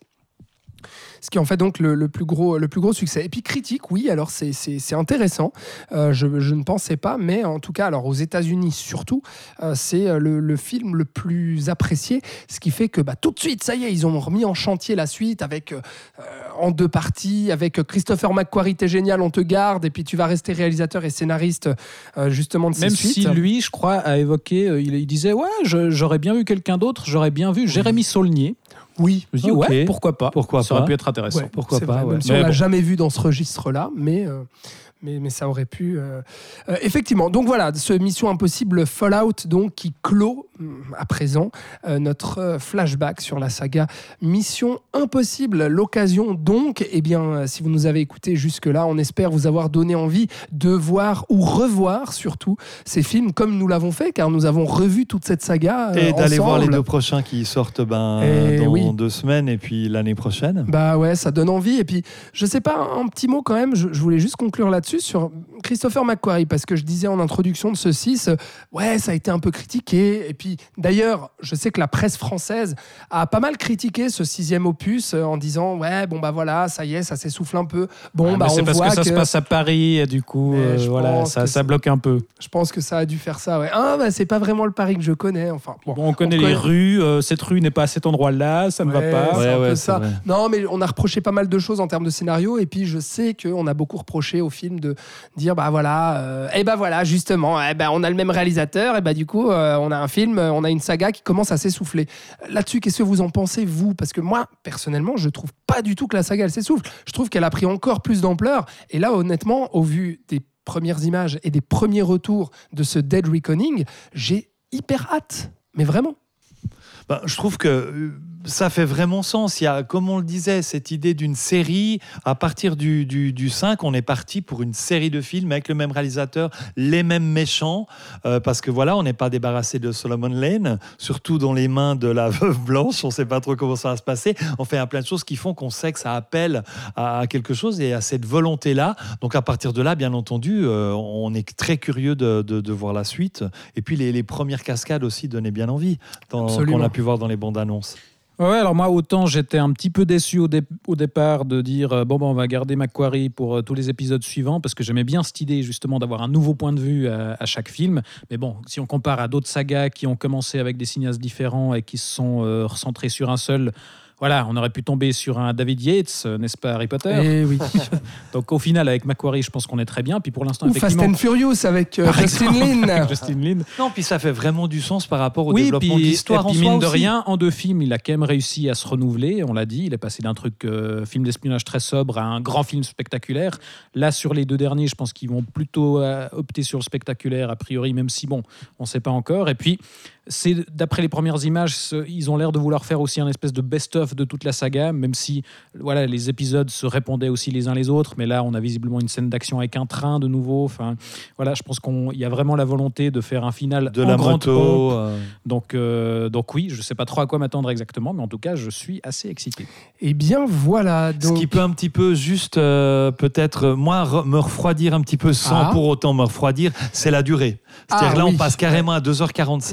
Ce qui en fait donc le, le, plus, gros, le plus gros succès. Et puis critique, oui, alors c'est, c'est, c'est intéressant. Euh, je, je ne pensais pas, mais en tout cas, alors aux États-Unis surtout, euh, c'est le, le film le plus apprécié. Ce qui fait que bah, tout de suite, ça y est, ils ont remis en chantier la suite avec euh, en deux parties, avec Christopher McQuarrie, t'es génial, on te garde, et puis tu vas rester réalisateur et scénariste euh, justement de ces Même suites. Même si lui, je crois, a évoqué, euh, il, il disait ouais, je, j'aurais bien vu quelqu'un d'autre, j'aurais bien vu Jérémy Saulnier. Oui, je me dis okay. ouais, pourquoi pas, pourquoi ça pas. aurait pu être intéressant. Ouais, pourquoi pas, vrai, ouais. Même si mais on l'a bon. jamais vu dans ce registre-là, mais euh, mais mais ça aurait pu. Euh... Euh, effectivement. Donc voilà, ce Mission Impossible Fallout donc qui clôt à présent euh, notre flashback sur la saga Mission Impossible. L'occasion donc, eh bien, si vous nous avez écoutés jusque-là, on espère vous avoir donné envie de voir ou revoir surtout ces films comme nous l'avons fait, car nous avons revu toute cette saga euh, et d'aller ensemble. voir les deux prochains qui sortent ben, et dans oui. deux semaines et puis l'année prochaine. Bah ouais, ça donne envie. Et puis, je sais pas, un petit mot quand même, je, je voulais juste conclure là-dessus sur Christopher McQuarrie, parce que je disais en introduction de ce six, ouais, ça a été un peu critiqué. Et puis, d'ailleurs, je sais que la presse française a pas mal critiqué ce sixième opus en disant, ouais, bon bah voilà, ça y est, ça s'essouffle un peu. Bon, ouais, bah c'est on parce voit que ça que... se passe à Paris, et du coup, euh, voilà, ça, ça bloque un peu. Je pense que ça a dû faire ça, ouais. Ah, bah c'est pas vraiment le Paris que je connais. Enfin, bon, bon, on connaît on les connaît... rues, euh, cette rue n'est pas à cet endroit-là, ça ne ouais, va pas. Ouais, ouais, ouais, c'est ça. Vrai. Non, mais on a reproché pas mal de choses en termes de scénario, et puis je sais qu'on a beaucoup reproché au film de dire, bah voilà, euh, et bah voilà, justement, eh ben, on a le même réalisateur, et bah du coup, euh, on a un film, on a une saga qui commence à s'essouffler. Là-dessus, qu'est-ce que vous en pensez, vous ? Parce que moi, personnellement, je trouve pas du tout que la saga, elle s'essouffle. Je trouve qu'elle a pris encore plus d'ampleur, et là, honnêtement, au vu des premières images et des premiers retours de ce Dead Reckoning, j'ai hyper hâte, mais vraiment. Ben, je trouve que ça fait vraiment sens. Il y a, comme on le disait, cette idée d'une série. À partir du, du, du cinq, on est parti pour une série de films avec le même réalisateur, les mêmes méchants, euh, parce que voilà, on n'est pas débarrassé de Solomon Lane, surtout dans les mains de la veuve blanche. On ne sait pas trop comment ça va se passer. On fait un plein de choses qui font qu'on sait que ça appelle à quelque chose et à cette volonté-là. Donc à partir de là, bien entendu, euh, on est très curieux de, de, de voir la suite. Et puis les, les premières cascades aussi donnaient bien envie, dans, qu'on a pu voir dans les bandes annonces. Ouais, alors moi, autant j'étais un petit peu déçu au, dé- au départ de dire euh, bon, bon, on va garder McQuarrie pour euh, tous les épisodes suivants, parce que j'aimais bien cette idée justement d'avoir un nouveau point de vue à, à chaque film. Mais bon, si on compare à d'autres sagas qui ont commencé avec des cinéastes différents et qui se sont euh, recentrés sur un seul, voilà, on aurait pu tomber sur un David Yates, euh, n'est-ce pas, Harry Potter ? Eh oui. Donc au final, avec McQuarrie, je pense qu'on est très bien. Puis pour l'instant, ou effectivement... Fast and Furious avec euh, Justin Lin. Avec Justin Lin. Non, puis ça fait vraiment du sens par rapport au oui, développement puis, de l'histoire et puis, en soi mine de aussi. rien, en deux films, il a quand même réussi à se renouveler. On l'a dit, il est passé d'un truc euh, film d'espionnage très sobre à un grand film spectaculaire. Là, sur les deux derniers, je pense qu'ils vont plutôt euh, opter sur le spectaculaire, a priori, même si, bon, on ne sait pas encore. Et puis, c'est, d'après les premières images, ils ont l'air de vouloir faire aussi un espèce de best-of de toute la saga, même si voilà, les épisodes se répondaient aussi les uns les autres. Mais là, on a visiblement une scène d'action avec un train de nouveau. Enfin, voilà, je pense qu'il y a vraiment la volonté de faire un final de en la grande moto. pompe. Euh... Donc, euh, donc oui, je ne sais pas trop à quoi m'attendre exactement, mais en tout cas, je suis assez excité. Eh bien, voilà. Donc... Ce qui peut un petit peu juste, euh, peut-être, moi, re- me refroidir un petit peu sans ah. pour autant me refroidir, c'est la durée. C'est-à-dire ah, là, oui. on passe carrément à deux heures quarante-sept. Ouais,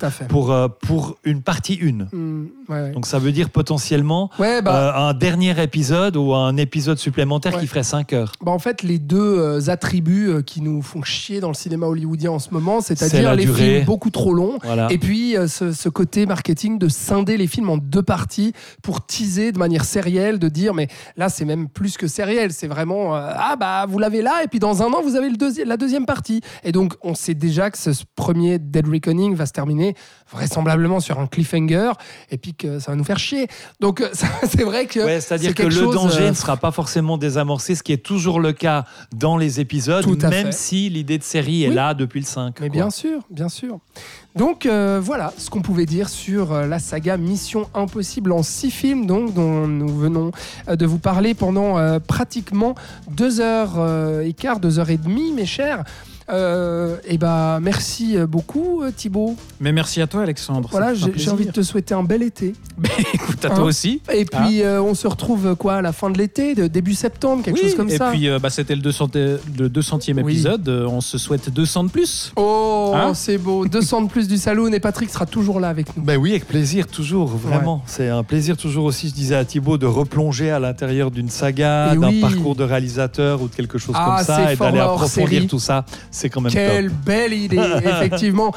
à fait. pour, euh, pour une partie une. Mmh, ouais, ouais. Donc ça veut dire potentiellement Ouais, bah, euh, un dernier épisode ou un épisode supplémentaire Ouais. qui ferait cinq heures. bah, en fait, les deux euh, attributs euh, qui nous font chier dans le cinéma hollywoodien en ce moment, C'est c'est-à-dire la les durée. films beaucoup trop longs, Voilà. et puis euh, ce, ce côté marketing de scinder les films en deux parties pour teaser de manière sérielle, de dire, mais là, c'est même plus que sériel, c'est vraiment, euh, ah bah, vous l'avez là, et puis dans un an, vous avez le deuxi- la deuxième partie. Et donc, on sait déjà que ce premier Dead Reckoning va se terminer vraisemblablement sur un cliffhanger, et puis que ça va nous faire chier. Donc, euh, ça, c'est vrai que Ouais, c'est-à-dire c'est que quelque le chose, danger euh, ne sera pas forcément désamorcé, ce qui est toujours le cas dans les épisodes, Tout à même fait. si l'idée de série est Oui. là depuis le cinq. Mais quoi. bien sûr, bien sûr. Donc euh, voilà ce qu'on pouvait dire sur euh, la saga Mission Impossible en six films, donc, dont nous venons euh, de vous parler pendant euh, pratiquement deux heures euh, et quart, deux heures et demie, mes chers. Euh, et bah merci beaucoup euh, Thibaut. Mais merci à toi, Alexandre. Voilà, Ça fait un j'ai j'ai plaisir. envie de te souhaiter un bel été. Écoute, à Hein toi aussi. Et puis euh, on se retrouve euh, quoi à la fin de l'été, de début septembre, quelque Oui, chose comme et ça. puis euh, bah, c'était le deux centième, le deux centième Oui. épisode. Euh, on se souhaite deux cents de plus. Oh, Hein c'est beau. deux cents de plus du Saloon et Patrick sera toujours là avec nous. Ben oui, avec plaisir, toujours, vraiment. C'est un plaisir toujours aussi, je disais à Thibaut, de replonger à l'intérieur d'une saga, Et d'un oui. parcours de réalisateur ou de quelque chose Ah, comme ça, c'est et fort d'aller hors approfondir série. tout ça. C'est quand même Quelle top. belle idée, effectivement.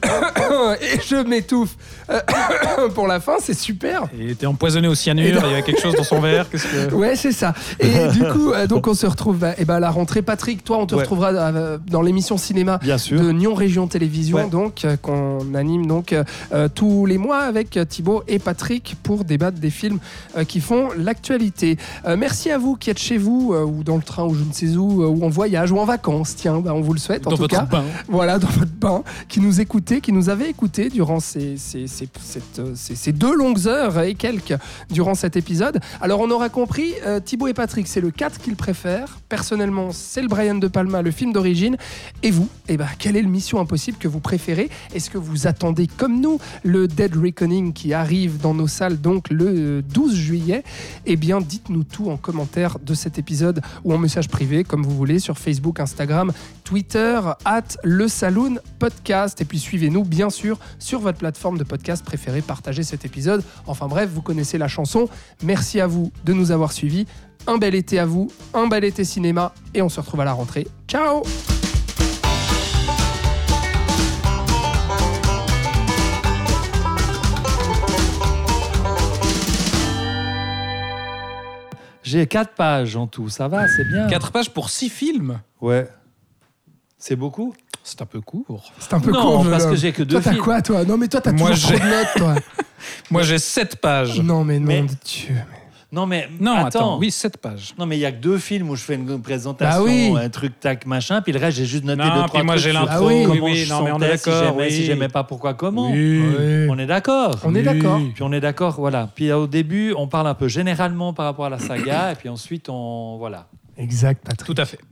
Et je m'étouffe pour la fin, c'est super. Il était empoisonné au cyanure, Et non. il y avait quelque chose dans son verre. Qu'est-ce que... Ouais, c'est ça. Et du coup, euh, donc on se retrouve bah, eh ben, à la rentrée. Patrick, toi, on te Ouais. retrouvera euh, dans l'émission cinéma Bien sûr. de Nyon Région Télévision, Ouais. donc euh, qu'on anime donc euh, euh, tous les mois avec euh, Thibaut et Patrick pour débattre des films euh, qui font l'actualité. Euh, merci à vous qui êtes chez vous euh, ou dans le train ou je ne sais où, euh, ou en voyage ou en vacances. Tiens, bah, on vous le souhaite en Dans tout votre cas. bain. Voilà, dans votre bain, qui nous écoutait, qui nous avait écouté durant ces, ces, ces, cette, euh, ces, ces deux longues heures et quelques durant cet épisode. Alors, on aura compris, euh, Thibaut et Patrick, c'est le quatre qu'ils préfèrent. Personnellement, c'est le Brian De Palma, le film d'origine. Et vous, eh ben, quelle est le Mission Impossible que vous préférez? Est-ce que vous attendez, comme nous, le Dead Reckoning qui arrive dans nos salles donc le douze juillet? Eh bien, dites-nous tout en commentaire de cet épisode ou en message privé, comme vous voulez, sur Facebook, Instagram, Twitter, at Le Saloon Podcast. Et puis suivez-nous, bien sûr, sur votre plateforme de podcast préférée. Partagez cet épisode. Enfin bref, vous connaissez la chanson. Merci à vous de nous avoir suivis. Un bel été à vous, un bel été cinéma. Et on se retrouve à la rentrée. Ciao! J'ai quatre pages en tout, ça va, c'est bien. Quatre pages pour six films. Ouais. C'est beaucoup? C'est un peu court. C'est un peu Non, court. parce jeune que homme. j'ai que deux Toi, t'as films. quoi, toi? Non, mais toi, t'as Moi, toujours trop j'ai- de notes, toi. Moi, j'ai sept pages. Non, mais non, Mais- de Dieu. Non, mais Non, attends. attends. Oui, sept pages. Non, mais il y a que deux films où je fais une présentation, Bah oui. un truc, tac, machin, puis le reste, j'ai juste noté Non, deux, trois puis moi, trucs j'ai sur l'intro. Ah oui. comment Oui, oui, je non, mais on est sentais, si d'accord, j'aimais, oui. si j'aimais pas, pourquoi, comment. Oui. On est d'accord. On est Oui. d'accord. Puis on est d'accord, voilà. Puis au début, on parle un peu généralement par rapport à la saga, et puis ensuite, on... Voilà. Exact, Patrick. Tout à fait.